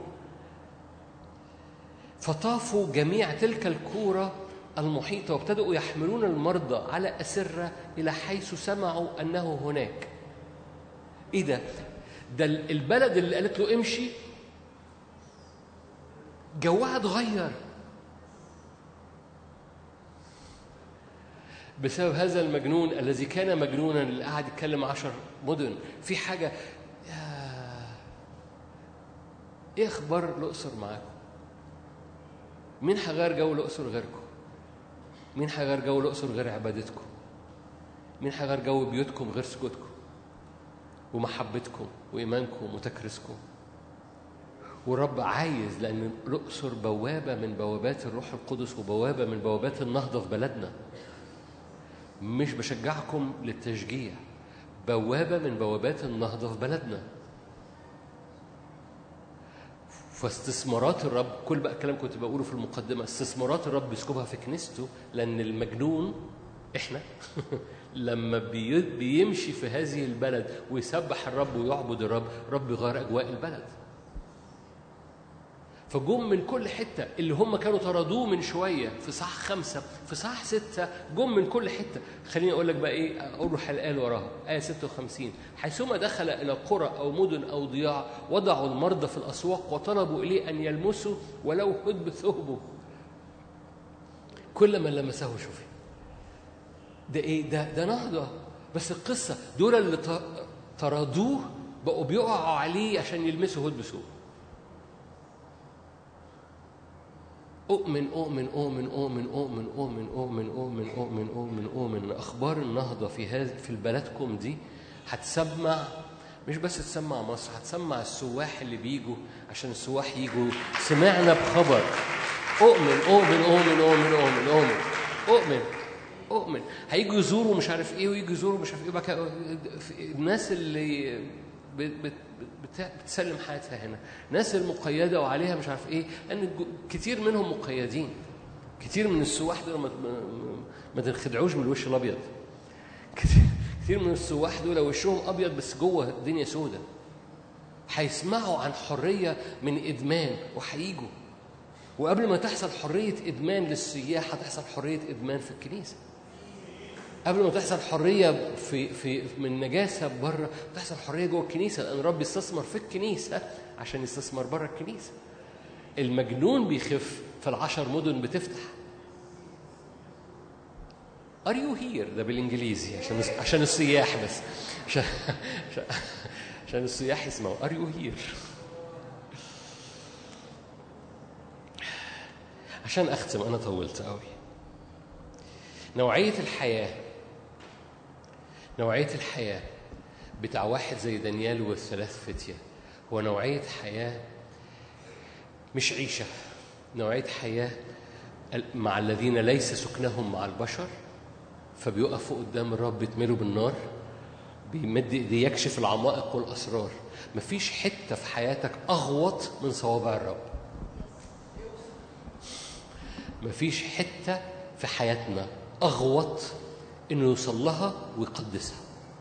فطافوا جميع تلك الكورة المحيطة وابتدأوا يحملون المرضى على أسرة إلى حيث سمعوا أنه هناك. إيه ده؟ ده البلد اللي قالت له امشي جوها اتغير بسبب هذا المجنون الذي كان مجنونا اللي قاعد يتكلم 10 مدن. في حاجة، ايه اخبار الأقصر معاكم؟ مين هيغير جو الأقصر غيركم؟ مين هيغير جو الأقصر غير عبادتكم؟ مين هيغير جو بيوتكم غير سجودكم ومحبتكم وإيمانكم وتكريسكم؟ والرب عايز، لأن الأقصر بوابة من بوابات الروح القدس وبوابة من بوابات النهضة في بلدنا. مش بشجعكم للتشجيع، بوابة من بوابات النهضة في بلدنا. فاستثمارات الرب، كل بقى كلام كنت بقوله في المقدمة، استثمارات الرب بيسكبها في كنيسته، لأن المجنون إحنا لما بيمشي في هذه البلد ويسبح الرب ويعبد الرب، رب يغير أجواء البلد. فجم من كل حتة، اللي هم كانوا طردوه من شوية في صح 5 في صح 6 جم من كل حتة. خليني أقول لك بقى إيه، أقول له حلقال وراها. آية 56. حيثما دخل إلى قرى أو مدن أو ضياع وضعوا المرضى في الأسواق وطلبوا إليه أن يلمسوا ولو هدب ثوبه. كل من لمسه شوفي ده إيه، ده نهضة. بس القصة دول اللي طردوه بقوا بيقعوا عليه عشان يلمسوا هدب ثوبه. أؤمن أخبار النهضة في البلدكم دي هتسمع، مش بس تسمع مصر، هتسمع السواح اللي بيجوا عشان السواح يجوا. سمعنا بخبر. أؤمن هيجوا يزوروا مش عارف إيه، ويجوا يزوروا مش عارف إيه. الناس اللي بتسلم حياتها هنا، ناس المقيدة وعليها مش عارف إيه، لأن كتير منهم مقيدين. كتير من السواح دول ما تنخدعوش من الوش الأبيض. كتير من السواح دول وشهم أبيض بس جوه الدنيا سودة. هيسمعوا عن حرية من إدمان وهيجوا. وقبل ما تحصل حرية إدمان للسياح هتحصل حرية إدمان في الكنيسة. قبل ما تحصل حرية في من نجاسة بره، تحصل حرية جوه الكنيسة، لأن الرب يستثمر في الكنيسة عشان يستثمر بره الكنيسة. المجنون بيخف، في10 مدن بتفتح. Are you here؟ ده بالإنجليزي عشان السياح بس، عشان السياح يسمعوا. Are you here؟ عشان أختم، أنا طولت قوي. نوعية الحياة بتاع واحد زي دانيال والثلاث فتية هو نوعية حياة مش عيشة، نوعية حياة مع الذين ليس سكنهم مع البشر، فبيقفوا قدام الرب يتملوا بالنار، بيمد ايديه يكشف العمائق والأسرار. مفيش حتة في حياتك أغوط من صوابع الرب. مفيش حتة في حياتنا أغوط إنه يوصل لها ويقدسها.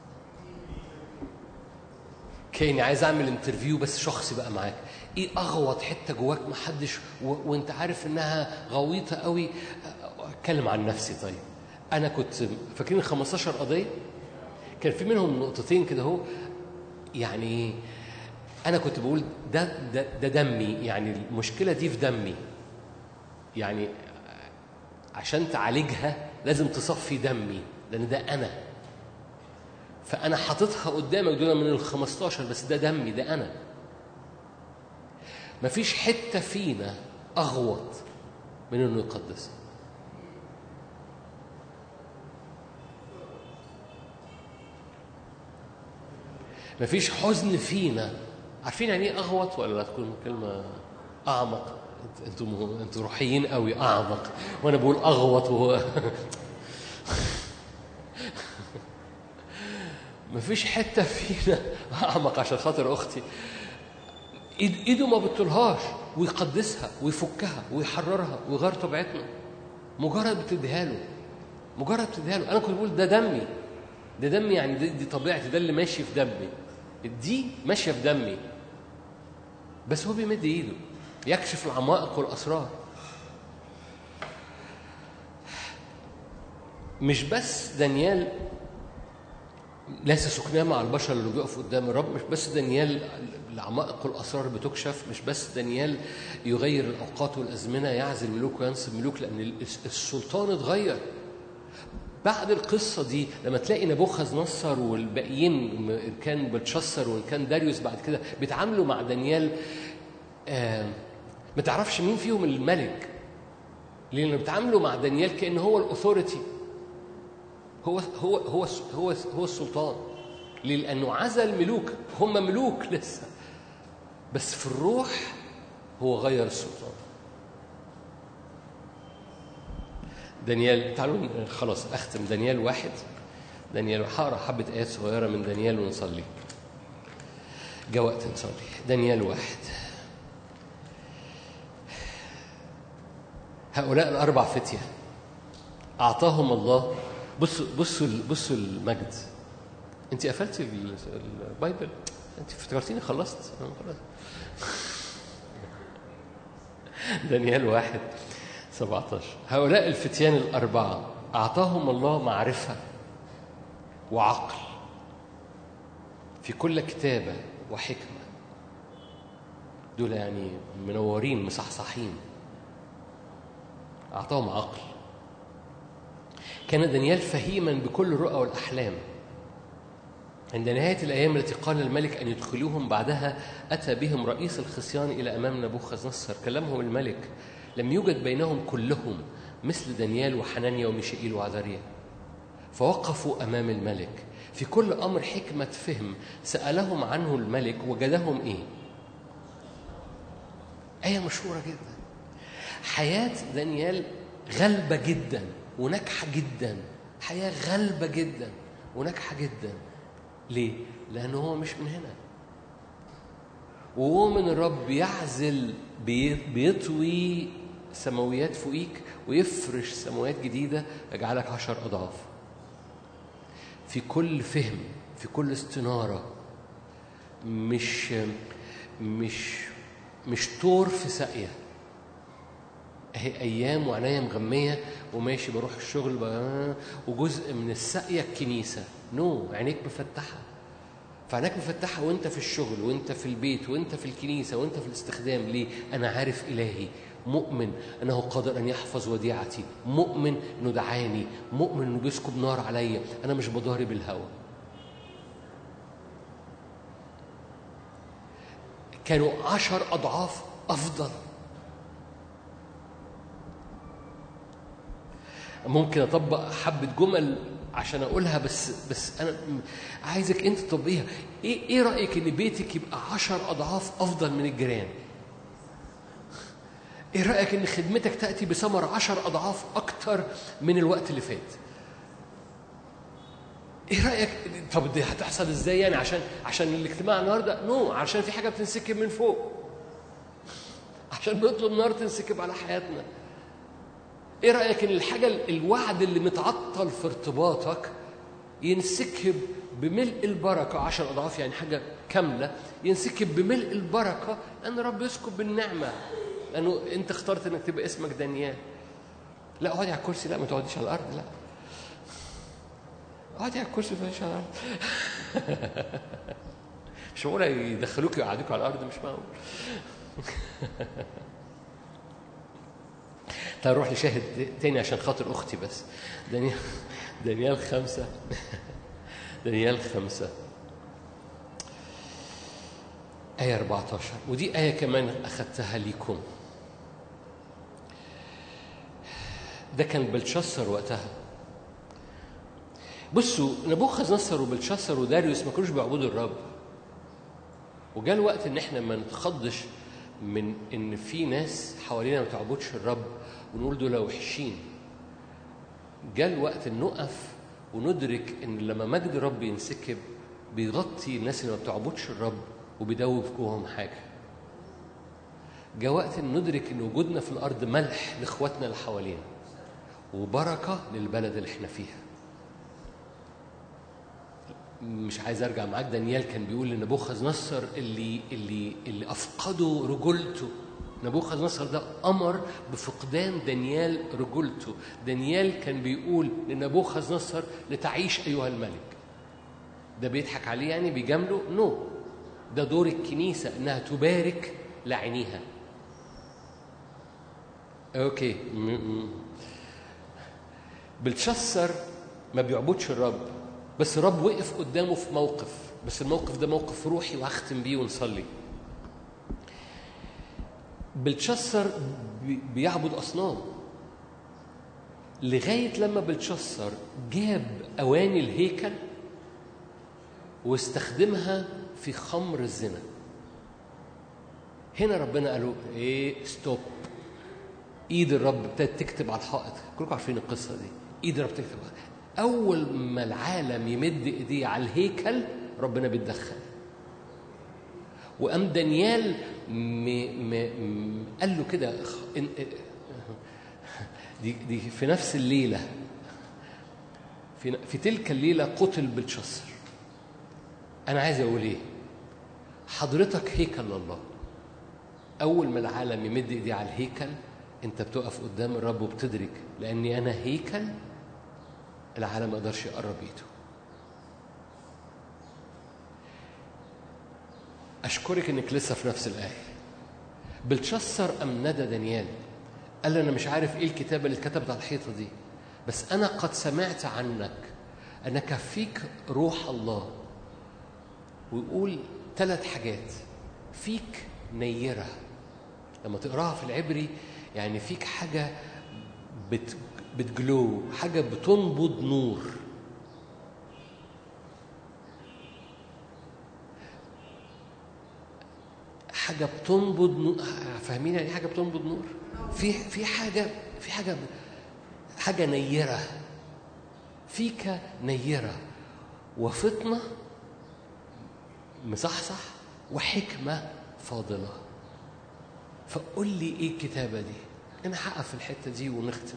كأني عايز أعمل انترفيو بس شخصي بقى معاك. إيه أغوط حتة جواك محدش وإنت عارف إنها غويطة قوي؟ أتكلم عن نفسي. طيب أنا كنت فاكرين 15 قضية، كان في منهم نقطتين كده هو، يعني أنا كنت بقول ده دمي، يعني المشكلة دي في دمي، يعني عشان تعالجها لازم تصفي دمي، لأن ده أنا. فأنا حاططها قدامك دول من 15، بس ده دمي، ده أنا. مفيش حتة فينا أغوط من إنه يقدس. مفيش حزن فينا. عارفين يعني إيه أغوط ولا لا تكون كلمة أعمق؟ انتوا روحيين قوي، اعمق، وانا بقول اغوط وهو مفيش حته فينا اعمق عشان خاطر اختي. ايده ما بتطولهاش، ويقدسها ويفكها ويحررها ويغير طبيعتنا مجرد بتديها له، مجرد بتديها له. انا كنت بقول ده دمي، ده دمي، يعني دي طبيعتي، ده اللي ماشي في دمي، دي ماشيه في دمي. بس هو بيمد ايده يكشف العمائق والاسرار. مش بس دانيال ليس سكناه مع البشر اللي بيقفوا قدام الرب، مش بس دانيال العمائق والاسرار بتكشف، مش بس دانيال يغير الاوقات والازمنه، يعزل ملوك وينصب ملوك، لان السلطان اتغير. بعد القصه دي لما تلاقي نبوخذ نصر والباقيين، ان كان بلشسر وان كان داريوس، بعد كده بيتعاملوا مع دانيال ما تعرفش مين فيهم الملك، لأنه بيتعاملوا مع دانيال كأنه هو الأثوريتي، هو السلطان، لأنه عزل ملوك، هم ملوك لسه، بس في الروح هو غير السلطان. دانيال، تعالوا خلاص أختم. دانيال 1. دانيال هقرا حبة آيات صغيرة من دانيال ونصلي، جاء وقت نصلي. دانيال 1. هؤلاء الأربع فتية أعطاهم الله. بصوا المجد. أنت قفلتي البايبل؟ أنت افتكرتيني خلصت؟ خلاص. دانيال 1:17. هؤلاء الفتيان الأربعة أعطاهم الله معرفة وعقل في كل كتابة وحكمة. دول يعني منورين مصحصحين. أعطاهم عقل. كان دانيال فهيما بكل الرؤى والأحلام. عند نهاية الأيام التي قال الملك أن يدخلوهم، بعدها أتى بهم رئيس الخصيان إلى أمام نبوخذ نصر. كلمهم الملك، لم يوجد بينهم كلهم مثل دانيال وحنانيا وميشائيل وعزريا، فوقفوا أمام الملك في كل أمر حكمة فهم سألهم عنه الملك، وجدهم إيه؟ آية مشهورة جدا. حياة دانيال غلبة جدا وناجحة جدا، حياة غلبة جدا وناجحة جدا. ليه؟ لأنه هو مش من هنا، وهو من الرب يعزل، بيطوي سماويات فوقيك ويفرش سماوات جديدة يجعلك 10 أضعاف في كل فهم، في كل استنارة. مش طور في ساقية. هي أيام وعناية مغمية وماشي بروح الشغل وجزء من الساقية الكنيسة. عينيك مفتحة، فعينيك مفتحة وانت في الشغل وانت في البيت وانت في الكنيسة وانت في الاستخدام. ليه؟ أنا عارف إلهي، مؤمن أنه قادر أن يحفظ وديعتي، مؤمن أنه دعاني، مؤمن أنه بيسكب نار عليا، أنا مش بضارب الهوى. كانوا 10 أضعاف أفضل. ممكن أطبق حبة جمل عشان أقولها، بس أنا عايزك أنت تطبقيها. إيه رأيك إن بيتك يبقى 10 أضعاف أفضل من الجيران؟ إيه رأيك إن خدمتك تأتي بثمر 10 أضعاف أكتر من الوقت اللي فات؟ إيه رأيك؟ طب دي هتحصل إزاي يعني؟ عشان الاجتماع النهاردة؟ عشان في حاجة بتنسكب من فوق، عشان بيطلب نار تنسكب على حياتنا. ايه رأيك ان الحاجة الوعد اللي متعطل في ارتباطك ينسكب بملء البركة 10 أضعاف، يعني حاجة كاملة ينسكب بملء البركة، لأن رب يسكب بالنعمة، لأنه أنت اخترت أنك تبقى اسمك دانيال. لا اقعدي على الكرسي، لا ما تقعديش على الأرض، لا اقعدي على الكرسي ما تقعديش على الأرض. مش معقول يدخلوك يقعدوك على الأرض، مش معقول. تعال نروح لشاهد تاني عشان خاطر أختي بس. دانيال 5. دانيال 5 آية 14، ودي آية كمان أخذتها ليكم. ده كان بلشسر وقتها. بصوا، نبوخذ نصر وبلشسر وداريوس ما كانوش بيعبدوا الرب، وجاء الوقت إن إحنا ما نتخضش من إن في ناس حوالينا ما تعبدش الرب ونقول دول وحشين. جاء الوقت إن نقف وندرك إن لما مجد الرب ينسكب بيغطي الناس اللي ما بتعبدش الرب وبيدوب جواهم حاجة. جاء وقت إن ندرك إن وجودنا في الأرض ملح لإخواتنا اللي حوالينا وبركة للبلد اللي إحنا فيها. مش عايز أرجع معاك، دانيال كان بيقول لنبوخذ نصر اللي أفقده رجولته. نبوخذ نصر ده أمر بفقدان دانيال رجولته. دانيال كان بيقول لنبوخذ نصر لتعيش أيها الملك. ده بيضحك عليه يعني بيجامله؟ نو، ده دور الكنيسة إنها تبارك لعينيها. أوكي. بلشسر ما بيعبدش الرب، بس الرب وقف قدامه في موقف، بس الموقف ده موقف روحي وهختم بيه ونصلي. بلشسر بيعبد أصنام لغاية لما بلشسر جاب أواني الهيكل واستخدمها في خمر الزنا. هنا ربنا قالوا ايه؟ ستوب. ايد الرب ابتدت تكتب على الحائط. كلكم عارفين القصة دي. ايد الرب تكتب. أول ما العالم يمد إيديه على الهيكل ربنا بيتدخل. وقام دانيال قال له كده دي في نفس الليلة، في تلك الليلة قتل بلشسر. أنا عايز أقول إيه؟ حضرتك هيكل الله. أول ما العالم يمد إيديه على الهيكل أنت بتقف قدام الرب وبتدرك لأني أنا هيكل العالم ما يقدرش يقرب ايده. أشكرك إنك لسه في نفس الآية. بلشسر أم ندى دانيال قال أنا مش عارف إيه الكتابة اللي اتكتبت على الحيطة دي، بس أنا قد سمعت عنك أنك فيك روح الله. ويقول 3 حاجات. فيك نيرة، لما تقراها في العبري يعني فيك حاجة بتجلو، حاجة بتنبض نور. حاجة بتنبض نور. فاهمين يعني حاجة بتنبض نور؟ في حاجة نيرة. فيك نيرة وفطنة مصحصح وحكمة فاضلة. فقول لي ايه الكتابة دي؟ انا هقف في الحتة دي ونختم.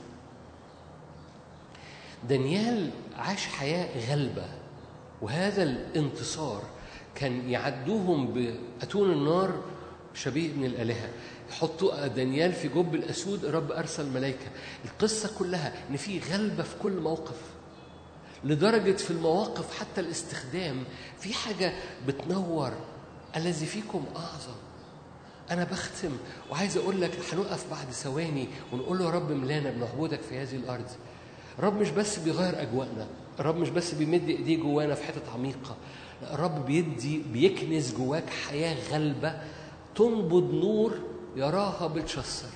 دانيال عاش حياة غلبة، وهذا الانتصار كان يعدوهم بأتون النار شبيه من الآلهة، يحطوا دانيال في جب الأسود. الرب أرسل ملائكة. القصة كلها إن في غلبة في كل موقف، لدرجة في المواقف حتى الاستخدام في حاجة بتنور. الذي فيكم أعظم. أنا بختم وعايز أقول لك هنقف بعد ثواني ونقول له يا رب ملانا بنعبدك في هذه الأرض. الرب مش بس بيغير أجواءنا، الرب مش بس بيمد إيديه جوانا في حتة عميقة، لا، الرب بيكنز جواك حياة غلبة تنبض نور يراها بلشسر.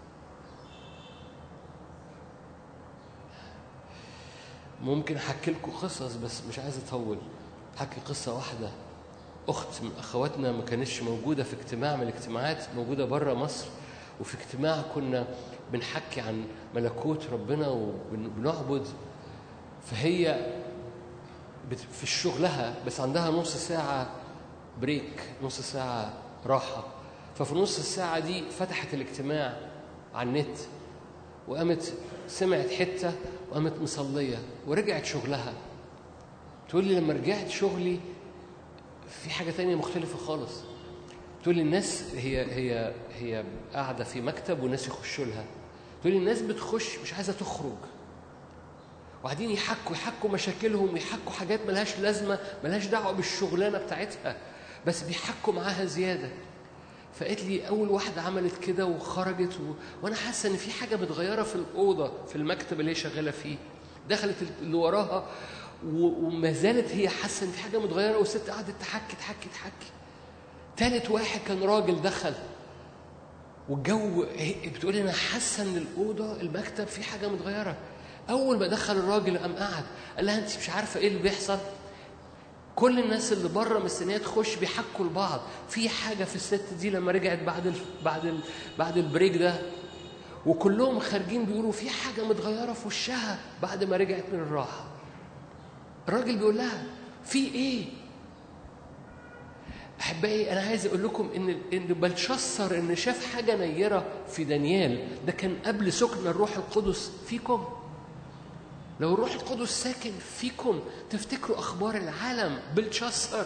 ممكن أحكي لكم قصص بس مش عايز أطول. أحكي قصة واحدة. أخت من أخواتنا ما كانتش موجودة في اجتماع من الاجتماعات، موجودة برا مصر، وفي اجتماع كنا بنحكي عن ملكوت ربنا وبنعبد. فهي في شغلها بس عندها نص ساعة بريك، نص ساعة راحة. ففي نص الساعة دي فتحت الاجتماع على النت وقامت سمعت حتة وقامت مصلية ورجعت شغلها. تقول لي لما رجعت شغلي في حاجة تانية مختلفة خالص. تقول لي الناس هي قاعدة في مكتب والناس يخشوا لها. تقول لي الناس بتخش مش عايزة تخرج، وقاعدين يحكوا مشاكلهم، يحكوا حاجات ملهاش لازمة، ملهاش دعوة بالشغلانة بتاعتها، بس بيحكوا معاها زيادة. فقالت لي أول واحدة عملت كده وخرجت وأنا حاسة إن في حاجة متغيرة في الأوضة في المكتب اللي هي شغالة فيه. دخلت اللي وراها وما زالت هي حاسة إن في حاجة متغيرة، والست قعدت تحكي. ثالث واحد كان راجل دخل والجو بتقولي أنا حاسة إن الأوضة المكتب في حاجة متغيرة. أول ما دخل الراجل قام قعد قال لها أنت مش عارفة إيه اللي بيحصل؟ كل الناس اللي بره مستنيه تخش بيحكوا لبعض في حاجه في الست دي لما رجعت بعد البريك ده، وكلهم خارجين بيقولوا في حاجه متغيره في وشها بعد ما رجعت من الراحه. الراجل بيقول لها في ايه؟ احبائي، انا عايز اقول لكم ان بلشسر ان شاف حاجه نيره في دانيال ده كان قبل سكن الروح القدس فيكم. لو الروح القدس ساكن فيكم تفتكروا اخبار العالم. بلشسر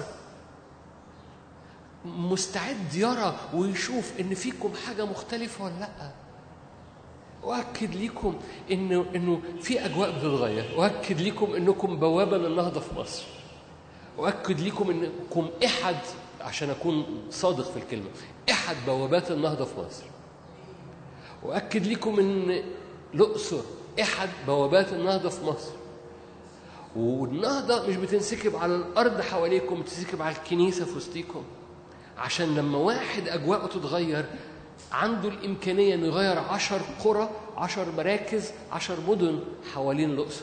مستعد يرى ويشوف ان فيكم حاجه مختلفه ولا لا. واكد لكم انه في اجواء بتتغير، واكد لكم انكم بوابه للنهضه في مصر، واكد لكم انكم احد، عشان اكون صادق في الكلمه، احد بوابات النهضه في مصر. واكد لكم ان الاقصر احد بوابات النهضه في مصر. والنهضه مش بتنسكب على الارض حواليكم، بتنسكب على الكنيسه في وسطيكم. عشان لما واحد اجواءه تتغير عنده الامكانيه انه يغير 10 قرى، 10 مراكز، 10 مدن حوالين الاقصر.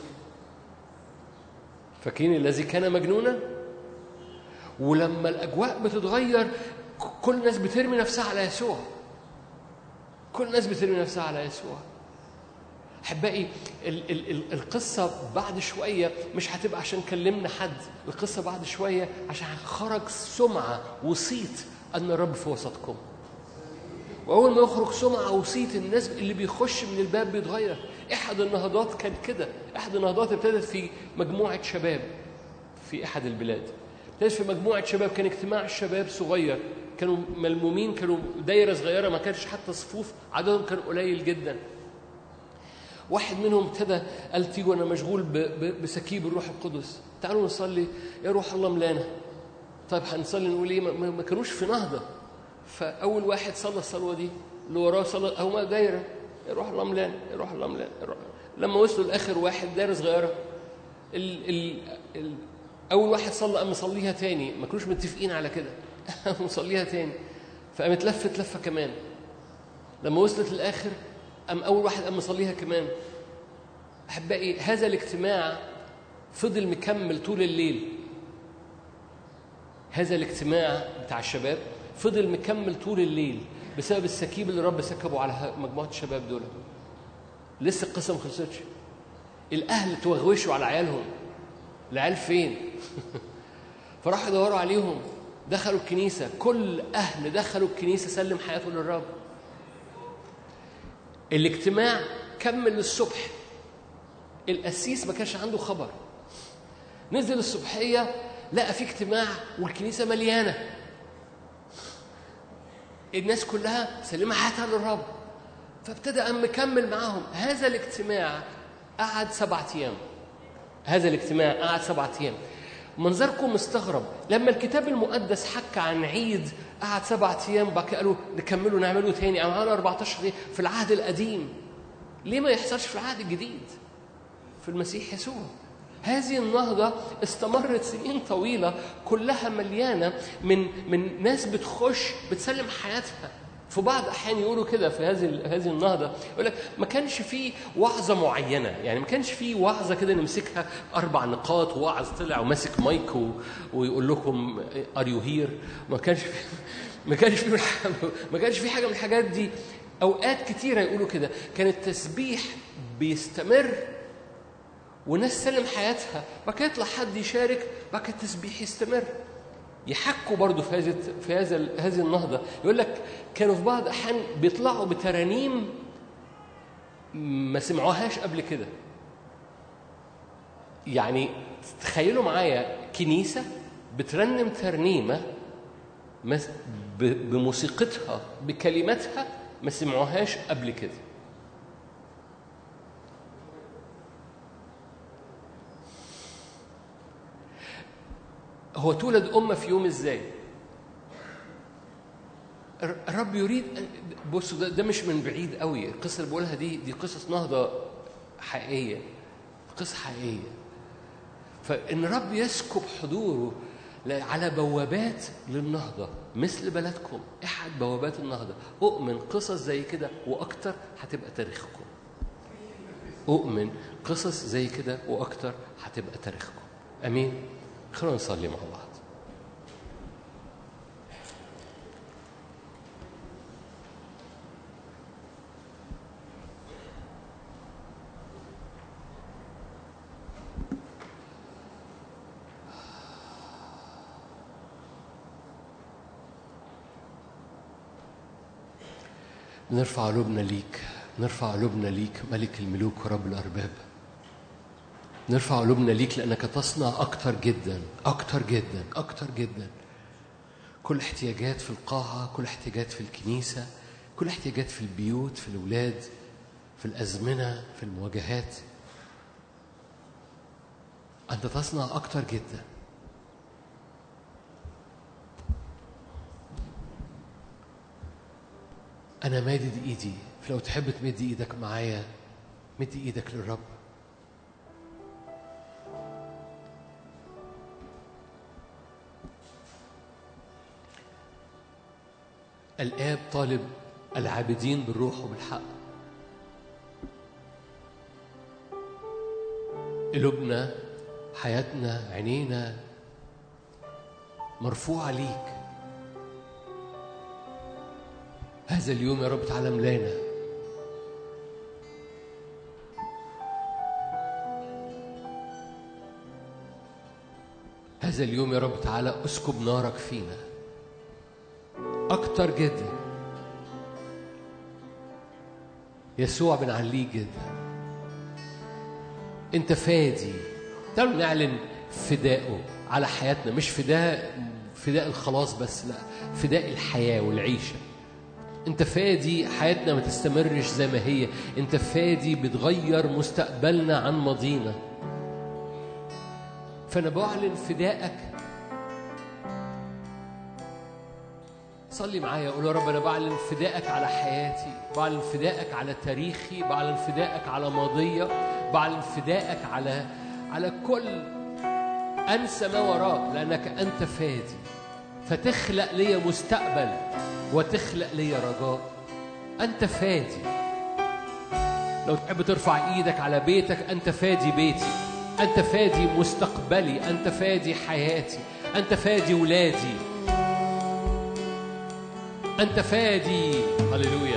فاكرين الذي كان مجنونا؟ ولما الاجواء بتتغير كل الناس بترمي نفسها على يسوع. كل الناس بترمي نفسها على يسوع. احبائي، القصه بعد شويه مش هتبقى عشان كلمنا حد، القصه بعد شويه عشان خرج سمعه وصيت ان الرب في وسطكم. واول ما يخرج سمعه وصيت الناس اللي بيخش من الباب بيتغير. احد النهضات كان كده، احد النهضات ابتدت في مجموعه شباب في احد البلاد. ابتدت في مجموعه شباب، كان اجتماع الشباب صغير، كانوا ملمومين، كانوا دايره صغيره، ما كانش حتى صفوف، عددهم كان قليل جدا. واحد منهم ابتدى قال تيجوا انا مشغول بسكيب الروح القدس، تعالوا نصلي يا روح الله ملانا. طيب هنصلي نقول ايه؟ ما كانوش في نهضه. فاول واحد صلى الصلوه دي، اللي وراه صلى، هما دايره يا روح الله ملانا يا روح الله ملانا. لما وصلوا لاخر واحد دايره صغيره، اول واحد صلى قام مصليها تاني، ما كانوش متفقين على كده. مصليها تاني، فقامت لفت لفه كمان. لما وصلت للاخر قام اول واحد قام مصليها كمان. احبائي، هذا الاجتماع فضل مكمل طول الليل. هذا الاجتماع بتاع الشباب فضل مكمل طول الليل بسبب السكيب اللي الرب سكبه على مجموعه الشباب دول. لسه القصه ما خلصتش. الاهل توغوشوا على عيالهم، العيال فين؟ فراحوا يدوروا عليهم، دخلوا الكنيسه، كل اهل دخلوا الكنيسه سلم حياته للرب. الاجتماع كمل للصبح. القسيس ما كانش عنده خبر، نزل الصبحيه لقى في اجتماع والكنيسه مليانه، الناس كلها سلمها حياتها للرب. فابتدى أن مكمل معاهم. هذا الاجتماع قعد 7 أيام. هذا الاجتماع قعد 7 أيام. منظركم مستغرب لما الكتاب المقدس حكى عن عيد قعد 7 أيام، بقى قالوا نكمله نعمله تاني. عملنا 14 في العهد القديم. ليه ما يحصلش في العهد الجديد في المسيح يسوع؟ هذه النهضة استمرت سنين طويلة، كلها مليانة من ناس بتخش بتسلم حياتها. في بعض أحيان يقولوا كده في هذه النهضة، يقول لك ما كانش فيه وعظة معينة، يعني ما كانش فيه وعظة كده نمسكها 4 نقاط، وواعظ طلع وماسك مايك ويقول لكم are you here. ما كانش فيه حاجة من الحاجات دي. أوقات كتيرة يقولوا كده كان التسبيح بيستمر وناس سلم حياتها، بعد كده يطلع حد يشارك، بعد كده التسبيح يستمر. يحكوا برضو في هذه النهضة، يقول لك كانوا في بعض الأحيان بيطلعوا بترانيم ما سمعوهاش قبل كده. يعني تخيلوا معايا كنيسة بترنم ترنيمة بموسيقتها بكلماتها ما سمعوهاش قبل كده. هو تولد أمة في يوم إزاي؟ الرب يريد. بصوا ده مش من بعيد قوي. القصة اللي بقولها دي قصص نهضة حقيقية، قصة حقيقية. فإن الرب يسكب حضوره على بوابات للنهضة مثل بلدكم، أحد بوابات النهضة. أؤمن قصص زي كده وأكتر هتبقى تاريخكم. أؤمن قصص زي كده وأكتر هتبقى تاريخكم. أمين. خلونا نصلي مع بعض. نرفع قلوبنا ليك، نرفع قلوبنا ليك ملك الملوك ورب الأرباب. نرفع قلوبنا ليك لأنك تصنع أكتر جدا أكتر جدا أكتر جدا. كل احتياجات في القاعة، كل احتياجات في الكنيسة، كل احتياجات في البيوت، في الأولاد، في الأزمنة، في المواجهات. أنت تصنع أكتر جدا. أنا مادد إيدي، فلو تحب تمد إيدك معايا مد إيدك للرب. الآب طالب العابدين بالروح وبالحق. قلوبنا، حياتنا، عينينا مرفوعة ليك. هذا اليوم يا رب تعالى ملانا. هذا اليوم يا رب تعالى اسكب نارك فينا أكتر جدا. يسوع بنعليه جدا. أنت فادي. تعالوا نعلن فدائه على حياتنا، مش فداء الخلاص بس، لا، فداء الحياة والعيشة. أنت فادي حياتنا ما تستمرش زي ما هي. أنت فادي بتغير مستقبلنا عن ماضينا. فأنا بعلن فدائك. صلي معايا، قول يا رب أنا بعلن فدائك على حياتي، بعلن فدائك على تاريخي، بعلن فدائك على ماضية، بعلن فدائك على كل أنسى ما وراك، لأنك أنت فادي. فتخلق لي مستقبل وتخلق لي رجاء. أنت فادي. لو تحب ترفع إيدك على بيتك، أنت فادي بيتي، أنت فادي مستقبلي، أنت فادي حياتي، أنت فادي ولادي، أنت فادي. هللويا.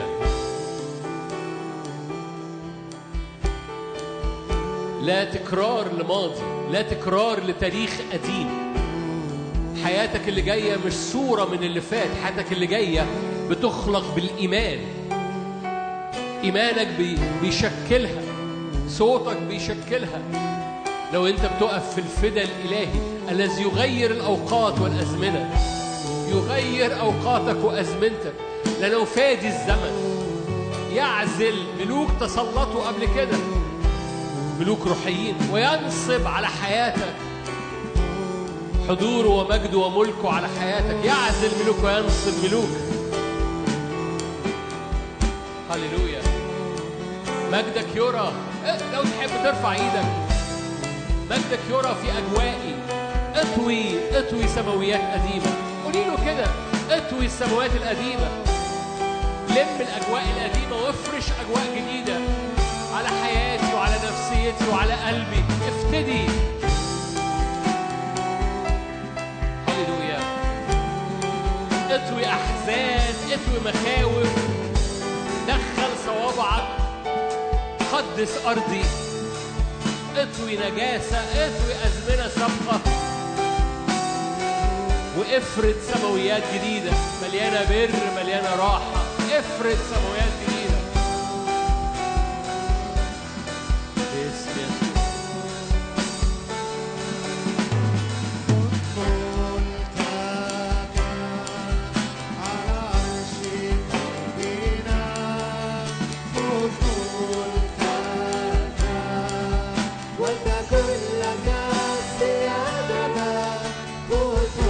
لا تكرار لماضي، لا تكرار لتاريخ قديم. حياتك اللي جاية مش صورة من اللي فات. حياتك اللي جاية بتخلق بالإيمان. إيمانك بيشكلها، صوتك بيشكلها. لو أنت بتقف في الفدا الإلهي الذي يغير الأوقات والأزمنة، يغير أوقاتك وأزمنتك، لأنه فادي الزمن. يعزل ملوك تسلطوا قبل كده، ملوك روحيين، وينصب على حياتك حضوره ومجده وملكه على حياتك. يعزل ملوك وينصب ملوك. هللويا. مجدك يرى. لو تحب ترفع ايدك، مجدك يرى في أجوائي. اطوي سماويات قديمة. قولي له كده، اطوي السماوات القديمة. لم الأجواء القديمة وافرش أجواء جديدة على حياتي وعلى نفسيتي وعلى قلبي. افتدي. هللويا. اطوي أحزان، اطوي مخاوف. دخل صوابعك. قدس أرضي. اطوي نجاسة، اطوي أزمنة سابقة، وافرد سماويات جديدة مليانة بر، مليانة راحة. افرد سماويات جديدة باسم يسوع.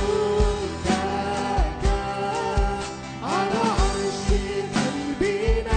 على عرش قلبنا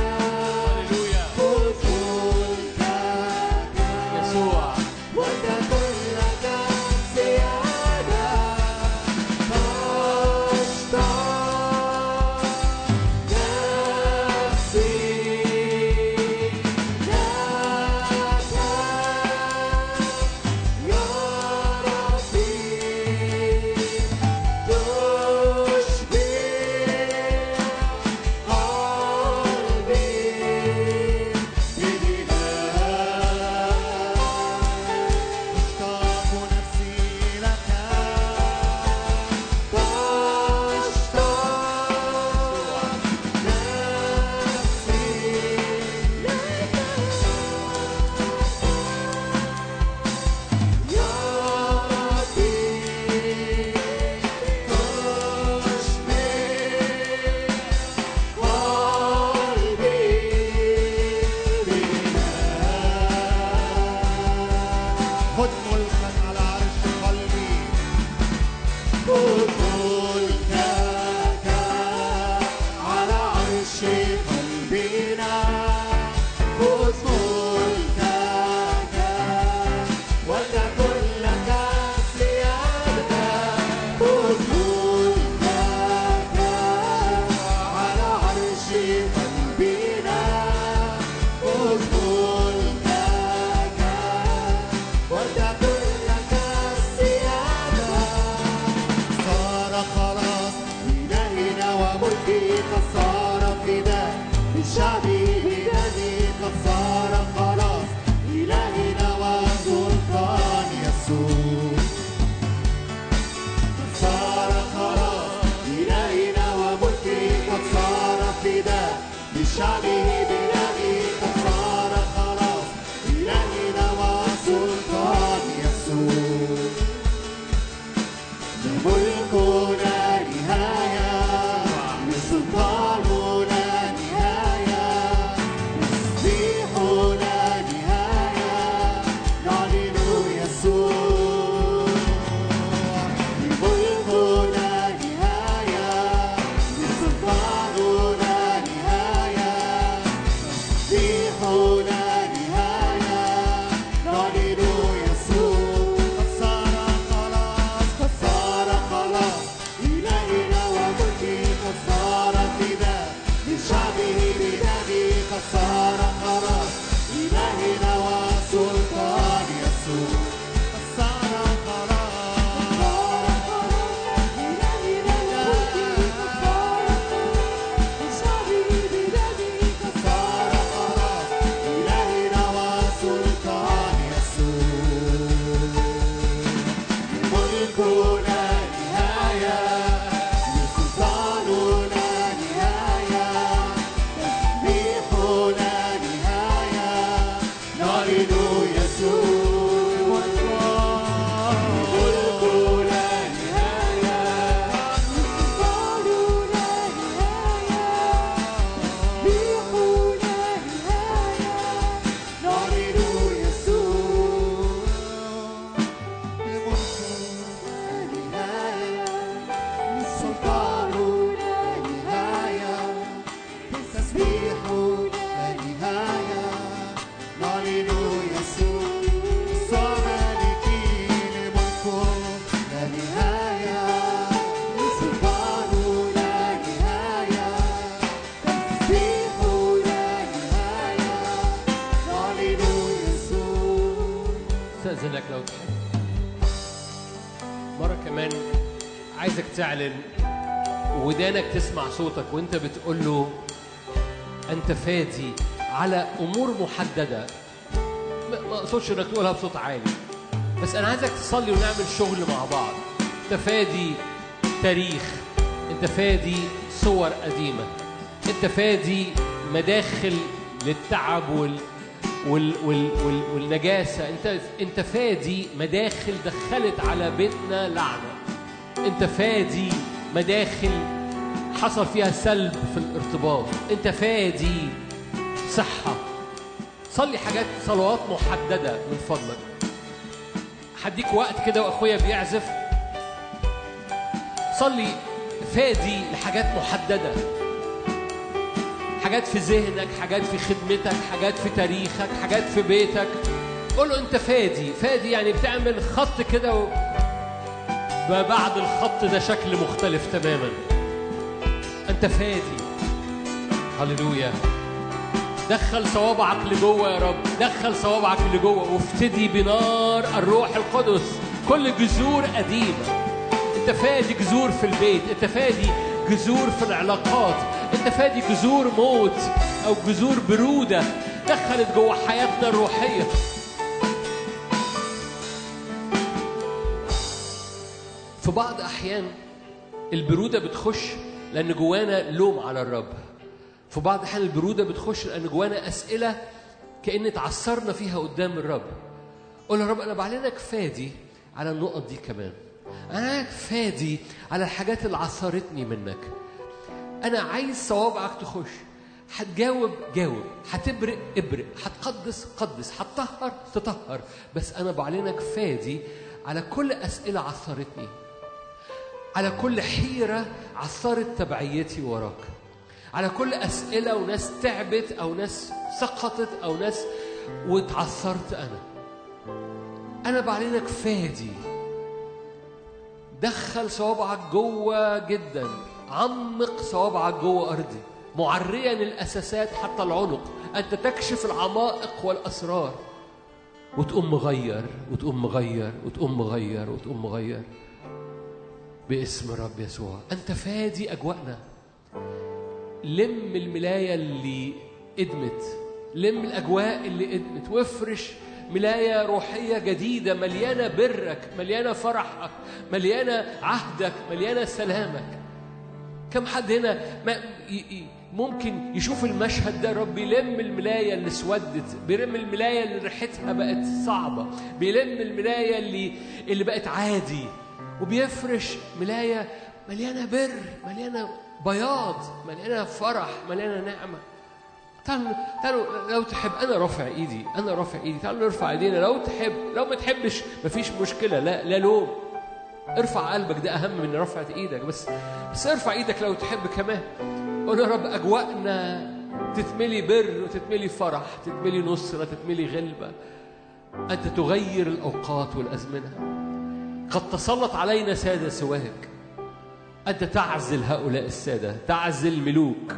خد ملكا على عرش قلبي. خد ملكك على عرش قلبنا. خد ملكك ولتكن لك السيادة. خد ملكك على عرش قلبنا. خد ملكك ولتكن لك السيادة. صار خلاص إلهنا وملكه قد صار فداء لشعبه بدمه. قد صار خلاص إلهنا وسلطان يسوع. قد صار خلاص إلهنا وملكه قد صار فداء لشعبه بدمه. قد صار خلاص إلهنا وسلطان يسوع. لملكنا نهاية لسلطاننا نهاية تسبيحنا نهاية نعلن يسوع. لملكنا نهاية لسلطاننا نهاية تسبيحنا نهاية نعلن يسوع. قد صار خلاص قد صار خلاص إلهنا وملكه قد صار فداء لشعبه بدمه. قد صار خلاص إلهنا وسلطان يسوع. قد صار خلاص إلهنا وملكه قد صار لشعبه بدمه. قد صار خلاص إلهنا وسلطان يسوع. ملكنا نهاية لسلطاننا نهاية تسبيحنا نهاية نعلن يسوع. ملكنا نهاية لسلطاننا نهاية تسبيحنا نهاية نعلن يسوع. سلطاننا نهاية تسبيحنا نهاية نعلن يسوع. صاملكين ملكنا نهاية سلطاننا نهاية تسبيحنا نهاية نعلن يسوع. استأذنك لو تحب مرة كمان عايزك تعلن ودانك تسمع صوتك وانت بتقول له انت فادي على امور محددة. ما اقصدش انك تقولها بصوت عالي، بس انا عايزك تصلي ونعمل شغل مع بعض. انت فادي تاريخ، انت فادي صور قديمة، انت فادي مداخل للتعب والنجاسة. انت فادي مداخل دخلت على بيتنا لعنة. انت فادي مداخل حصل فيها سلب في الارتباط. انت فادي صحة. صلي حاجات صلوات محددة من فضلك. هديك وقت كده واخويا بيعزف. صلي فادي لحاجات محددة، حاجات في ذهنك، حاجات في خدمتك، حاجات في تاريخك، حاجات في بيتك. قول له انت فادي. فادي يعني بتعمل خط كده ما بعد الخط ده شكل مختلف تماما. انت فادي. هللويا. دخل صوابعك لجوه يا رب، دخل صوابعك لجوه وافتدي بنار الروح القدس كل جذور قديمة. انت فادي جذور في البيت، انت فادي جذور في العلاقات، انت فادي جذور موت او جذور برودة دخلت جوه حياتنا الروحية. في بعض أحيان البرودة بتخش لأن جوانا لوم على الرب. في بعض الأحيان البرودة بتخش لأن جوانا أسئلة كأن تعثرنا فيها قدام الرب. قول يا رب أنا بعلنك فادي على النقط دي كمان. أنا فادي على الحاجات اللي عثرتني منك. أنا عايز صوابعك تخش. هتجاوب جاوب، هتبرق ابرق، هتقدس قدس، هتطهر تطهر. بس أنا بعلنك فادي على كل أسئلة عثرتني، على كل حيرة عثرت تبعيتي وراك، على كل أسئلة وناس تعبت أو ناس سقطت أو ناس واتعثرت. أنا بعلنك فادي. دخل صوابعك جوه جدا، عمق صوابعك جوه أرضي، معريا الأساسات حتى العنق. أنت تكشف العمائق والأسرار وتقوم مغير وتقوم مغير وتقوم مغير وتقوم مغير باسم الرب يسوع. أنت فادي أجواءنا. لم الملاية اللي قدمت، لم الأجواء اللي قدمت، وافرش ملاية روحية جديدة مليانة برك، مليانة فرحك، مليانة عهدك، مليانة سلامك. كم حد هنا ممكن يشوف المشهد ده؟ رب يلم الملاية اللي اسودت، بيلم الملاية اللي ريحتها بقت صعبة، بيلم الملاية اللي بقت عادي، وبيفرش ملاية مليانة بر، مليانة بياض، مليانة فرح، مليانة نعمة. تعالوا لو تحب، أنا رافع إيدي، أنا رافع إيدي، تعالوا نرفع إيدينا. لو تحب، لو ما تحبش مفيش مشكلة، لا لوم. ارفع قلبك، ده أهم من رفعت إيدك. بس ارفع إيدك لو تحب كمان. قول يا رب أجواءنا تتملي بر وتتملي فرح، تتملي نصرة، تتملي غلبة. أنت تغير الأوقات والأزمنة. قد تسلط علينا سادة سواك. أنت تعزل هؤلاء السادة، تعزل ملوك،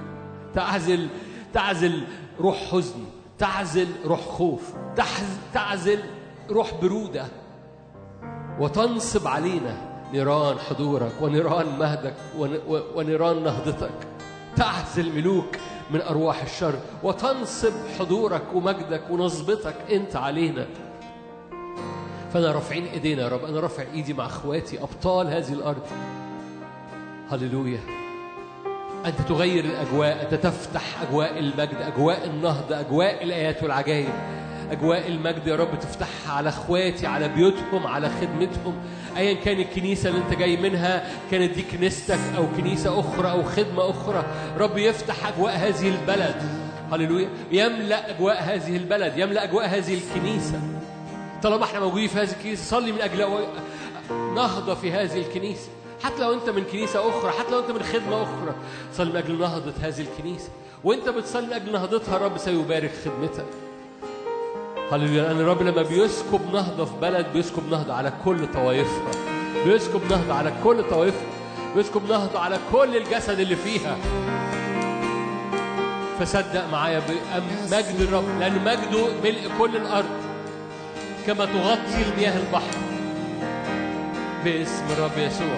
تعزل روح حزن، تعزل روح خوف، تعزل روح برودة، وتنصب علينا نيران حضورك ونيران مهدك ونيران نهضتك. تعزل ملوك من أرواح الشر وتنصب حضورك ومجدك ونصبتك أنت علينا. فأنا رافعين إيدينا يا رب، أنا رافع إيدي مع أخواتي أبطال هذه الأرض. هللويا. أنت تغير الأجواء، أنت تفتح أجواء المجد، أجواء النهضة، أجواء الآيات والعجائب، أجواء المجد يا رب تفتحها على أخواتي، على بيوتهم، على خدمتهم. أيا كان الكنيسة اللي أنت جاي منها، كانت دي كنيستك أو كنيسة أخرى أو خدمة أخرى، رب يفتح أجواء هذه البلد. هللويا. يملأ أجواء هذه البلد، يملأ أجواء هذه الكنيسة. طالما احنا موجودين في هذه الكنيسة، صلي من أجل نهضة في هذه الكنيسة. حتى لو أنت من كنيسة أخرى، حتى لو أنت من خدمة أخرى، صلي من أجل نهضة هذه الكنيسة. وأنت بتصلي من أجل نهضتها رب سيبارك خدمتك. هللويا. لأن الرب لما بيسكب نهضة في بلد بيسكب نهضة على كل طوائفها، بيسكب نهضة على كل طوائفها، بيسكب نهضة على كل الجسد اللي فيها. فصدق معايا مجد الرب، لأن مجده ملء كل الأرض كما تغطي المياه البحر. باسم الرب يسوع.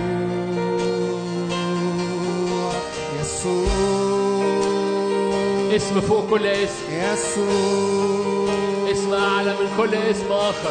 اسم فوق كل اسم، اسم أعلى من كل اسم آخر.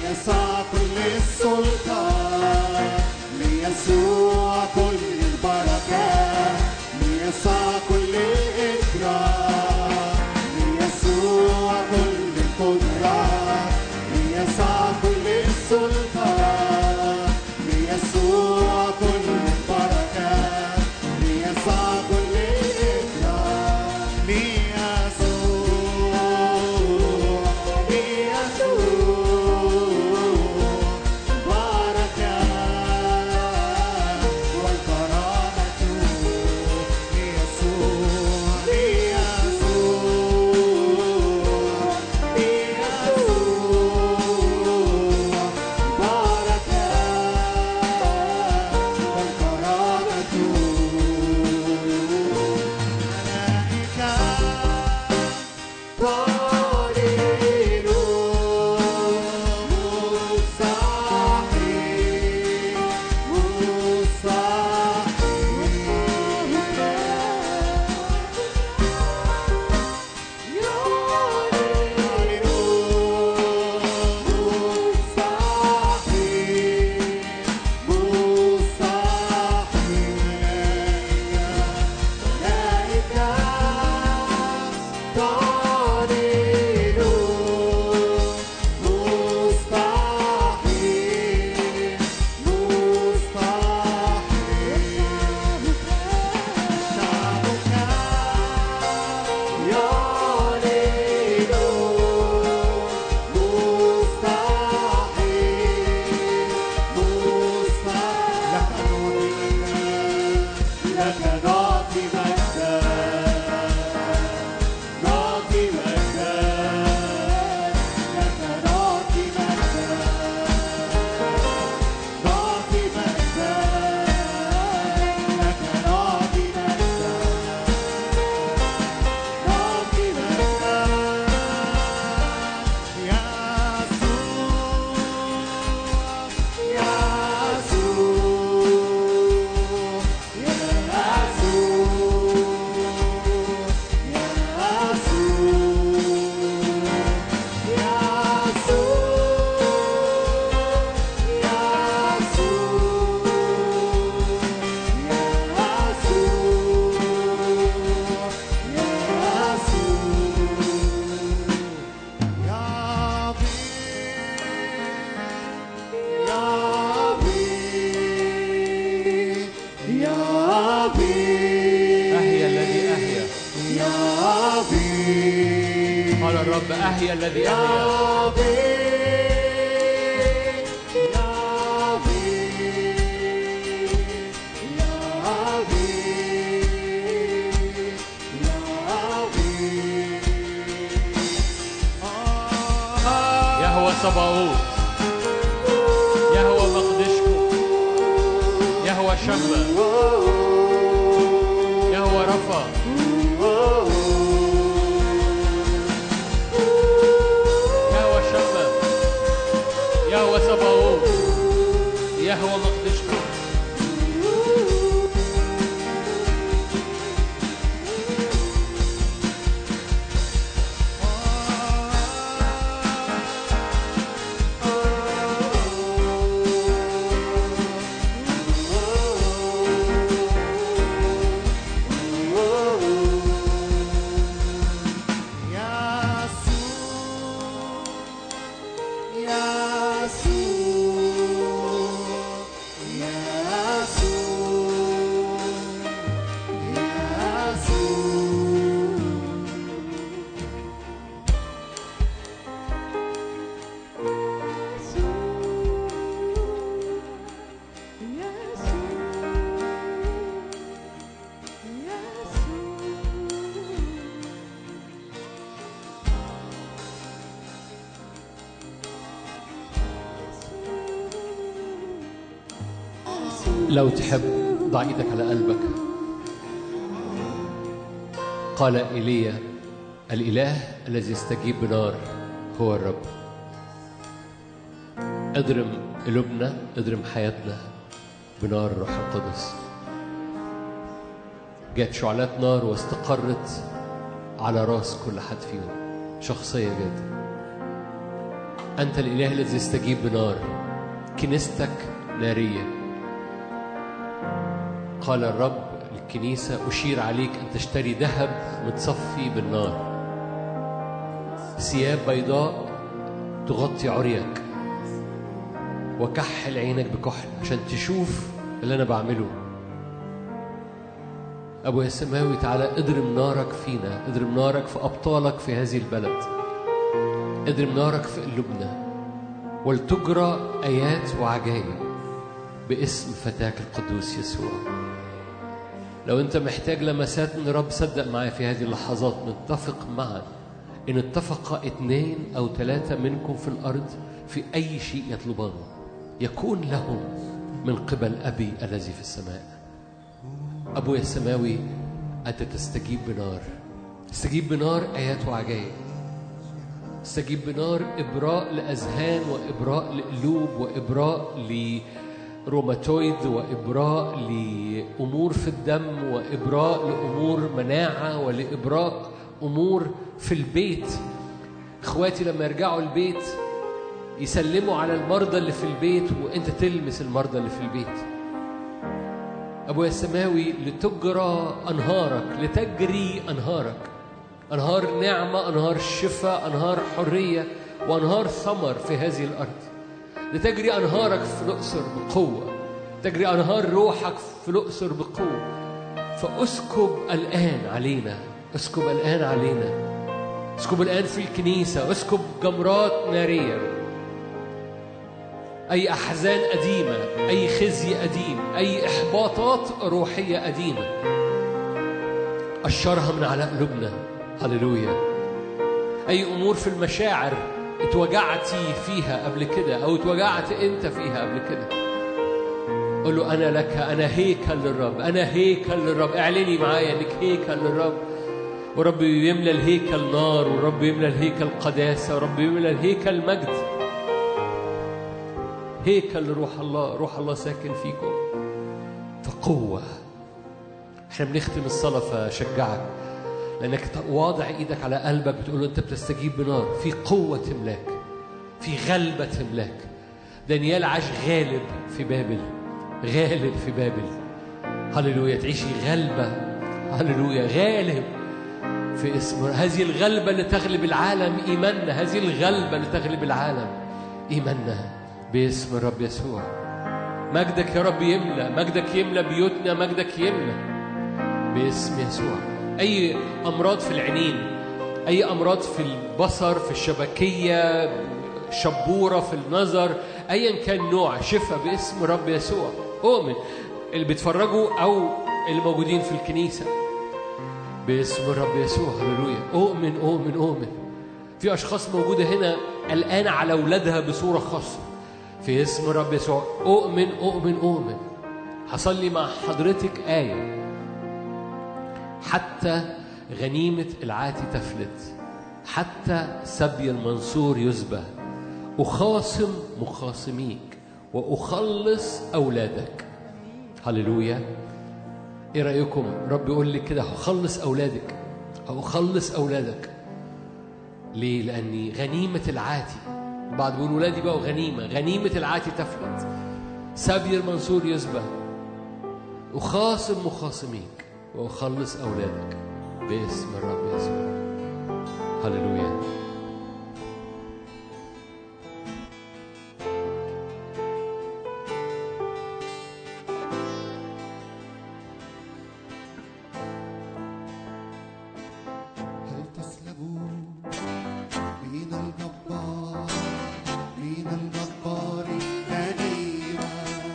ليسوع كل السلطان، ليسوع كل البركات، ليسوع كل الإكرام، ليسوع كل القدرات، ليسوع كل السلطان، ليسوع كل البركات، ليسوع كل الإكرام، ليسوع بركات والكرامة، الرب أحيا الذي أحيا. يهوى صباؤوت، يهوى مقدشكم، يهوى شمة، يهوى رفا، يهوى شمة، يهوى صباؤوت، يهوى مقدشكم. لو تحب ضع ايدك على قلبك. قال إيليا: الإله الذي يستجيب بنار هو الرب. اضرم قلوبنا، اضرم حياتنا بنار الروح القدس. جت شعلات نار واستقرت على راس كل حد فيهم، شخصية جدا. أنت الإله الذي يستجيب بنار، كنيستك نارية. قال الرب للكنيسة أشير عليك أن تشتري ذهب متصفي بالنار، ثياب بيضاء تغطي عريك، وكحل عينك بكحل عشان تشوف اللي أنا بعمله. أبويا السماوي تعالى اضرب نارك فينا، اضرب نارك في أبطالك في هذه البلد، اضرب نارك في قلوبنا، ولتجرى آيات وعجائب باسم فتاك القدوس يسوع. لو أنت محتاج لمسات من رب صدق معايا في هذه اللحظات، نتفق معا إن اتفق 2 أو 3 منكم في الأرض في أي شيء يطلبانه يكون لهم من قبل أبي الذي في السماء. أبويا السماوي أنت تستجيب بنار، تستجيب بنار آيات وعجائب، تستجيب بنار إبراء لأذهان وإبراء لقلوب وإبراء لروماتويد وإبراء لأمور في الدم وإبراء لأمور مناعة ولإبراء أمور في البيت. إخواتي لما يرجعوا البيت يسلموا على المرضى اللي في البيت وأنت تلمس المرضى اللي في البيت. أبويا السماوي لتجرى أنهارك، لتجري أنهارك، أنهار نعمة، أنهار شفاء، أنهار حرية، وأنهار ثمر في هذه الأرض. لتجري أنهارك في الأقصر بقوة، تجري أنهار روحك في الأقصر بقوة. فأسكب الآن علينا، اسكب الآن علينا، اسكب الآن في الكنيسة، اسكب جمرات نارية. أي أحزان قديمة، أي خزي قديم، أي إحباطات روحية قديمة أشرها من على قلوبنا. هللويا. أي أمور في المشاعر اتوجعتي فيها قبل كده أو اتوجعت أنت فيها قبل كده، قل له أنا لك، أنا هيكل للرب، أنا هيكل للرب. اعلني معايا إنك هيكل للرب، ورب يملى الهيكل نار، ورب يملى الهيكل قداسة، ورب يملى الهيكل مجد. هيكل لروح الله، روح الله ساكن فيكم فقوة. احنا بنختم الصلاة فشجعك لأنك واضع إيدك على قلبك بتقول له أنت بتستجيب بنار، في قوة تملاك، في غلبة تملاك. دانيال عاش غالب في بابل، غالب في بابل. هللويا. تعيشي غلبة، هللويا، غالب في اسم. هذه الغلبة اللي تغلب العالم إيماننا، هذه الغلبة اللي تغلب العالم إيماننا باسم الرب يسوع. مجدك يا رب يملى، مجدك يملى بيوتنا، مجدك يملى باسم يسوع. أي أمراض في العينين، أي أمراض في البصر، في الشبكية، شبورة في النظر، أيا كان نوع، شفاء باسم رب يسوع. أؤمن اللي بيتفرجوا أو اللي موجودين في الكنيسة باسم الرب يسوع. هللويا. أؤمن أؤمن أؤمن. في أشخاص موجودة هنا الآن على أولادها بصورة خاصة في اسم الرب يسوع. أؤمن أؤمن أؤمن. هصلي مع حضرتك آية: حتى غنيمة العاتي تفلت، حتى سبي المنصور يذبح، أخاصم مخاصميك وأخلص أولادك. هللويا. إيه رأيكم؟ رب يقول لي كده: هخلص أولادك، هخلص أولادك. ليه؟ لأني غنيمة العاتي، بعد بيقول ولادي بقوا غنيمة، غنيمة العاتي تفلت، سبي المنصور يذبح، أخاصم مخاصميك وأخلص أولادك باسم الرب يسوع. هللويا. هل تسلبوا من الجبار، من الجبار غنيمة؟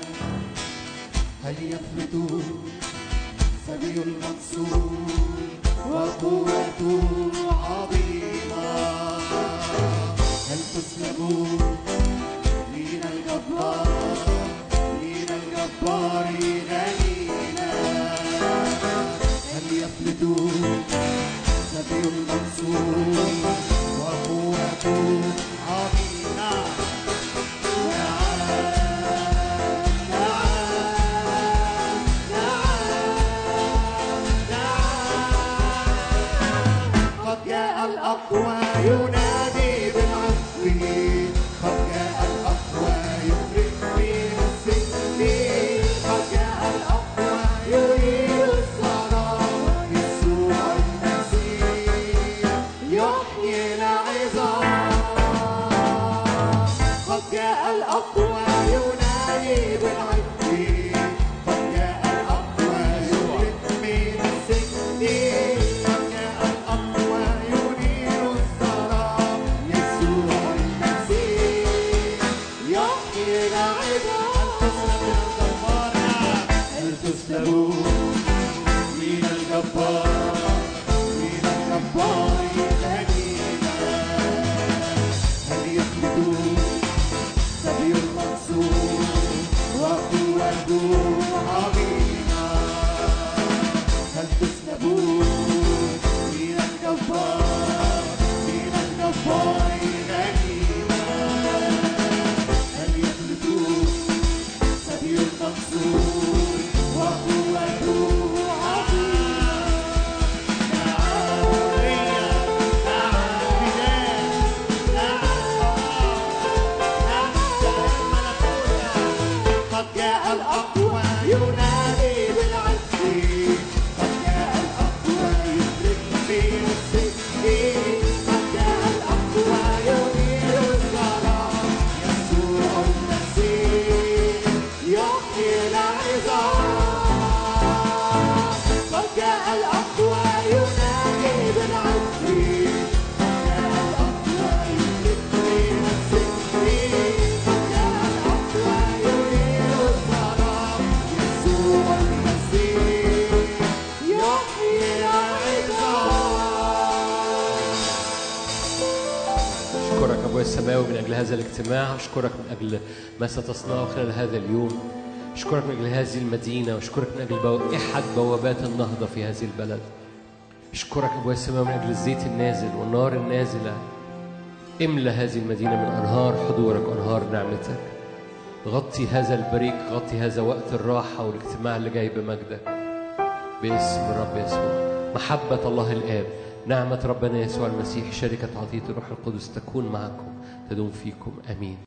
هل يفلتوا سبي المنصور وقوته عظيمة؟ هل تسلبوا من الجبار، من الجبار غنيمة؟ هل يفلتوا سبي المنصور وقوته عظيمة؟ الأقوى ينادي بالعفو، جاء الأقوى ينادي بالعز قد جاء الأقوى يخرج من السجن قد جاء الأقوى ينير الظلام يسوع المسيح يحيي العظام هل تسلبوا من الجبار من الجبار الهدينا هل يخلدوا سبي المنصور وقوته عظيمة هل تسلبوا من الجبار الغنيمة هل يخلدوا سبي المنصور وقوته عظيمة قد جاء الأقوى ينادي بالعز قد جاء الأقوى يخرج من السجن قد جاء الأقوى ينير الظلام يسوع المسيح يحيي العظام قد جاء الأقوى ينادي بالعز قد جاء الأقوى يخرج من السجن قد جاء الأقوى ينير الظلام يسوع المسيح يحيي العظام. أشكرك أبويا السماوي من أجل هذا الاجتماع، أشكرك من أجل ما ستصنعه خلال هذا اليوم، أشكرك من أجل هذه المدينة، وأشكرك من أجل أحد بوابات النهضة في هذه البلد. أشكرك أبويا السماوي من أجل الزيت النازل والنار النازلة. املأ هذه المدينة من أنهار حضورك وأنهار نعمتك. غطي هذا البريك، غطي هذا وقت الراحة والاجتماع اللي جاي بمجدك باسم الرب يسوع. محبة الله الآب، نعمة ربنا يسوع المسيح، شركة عطية الروح القدس تكون معكم، تدوم فيكم. آمين.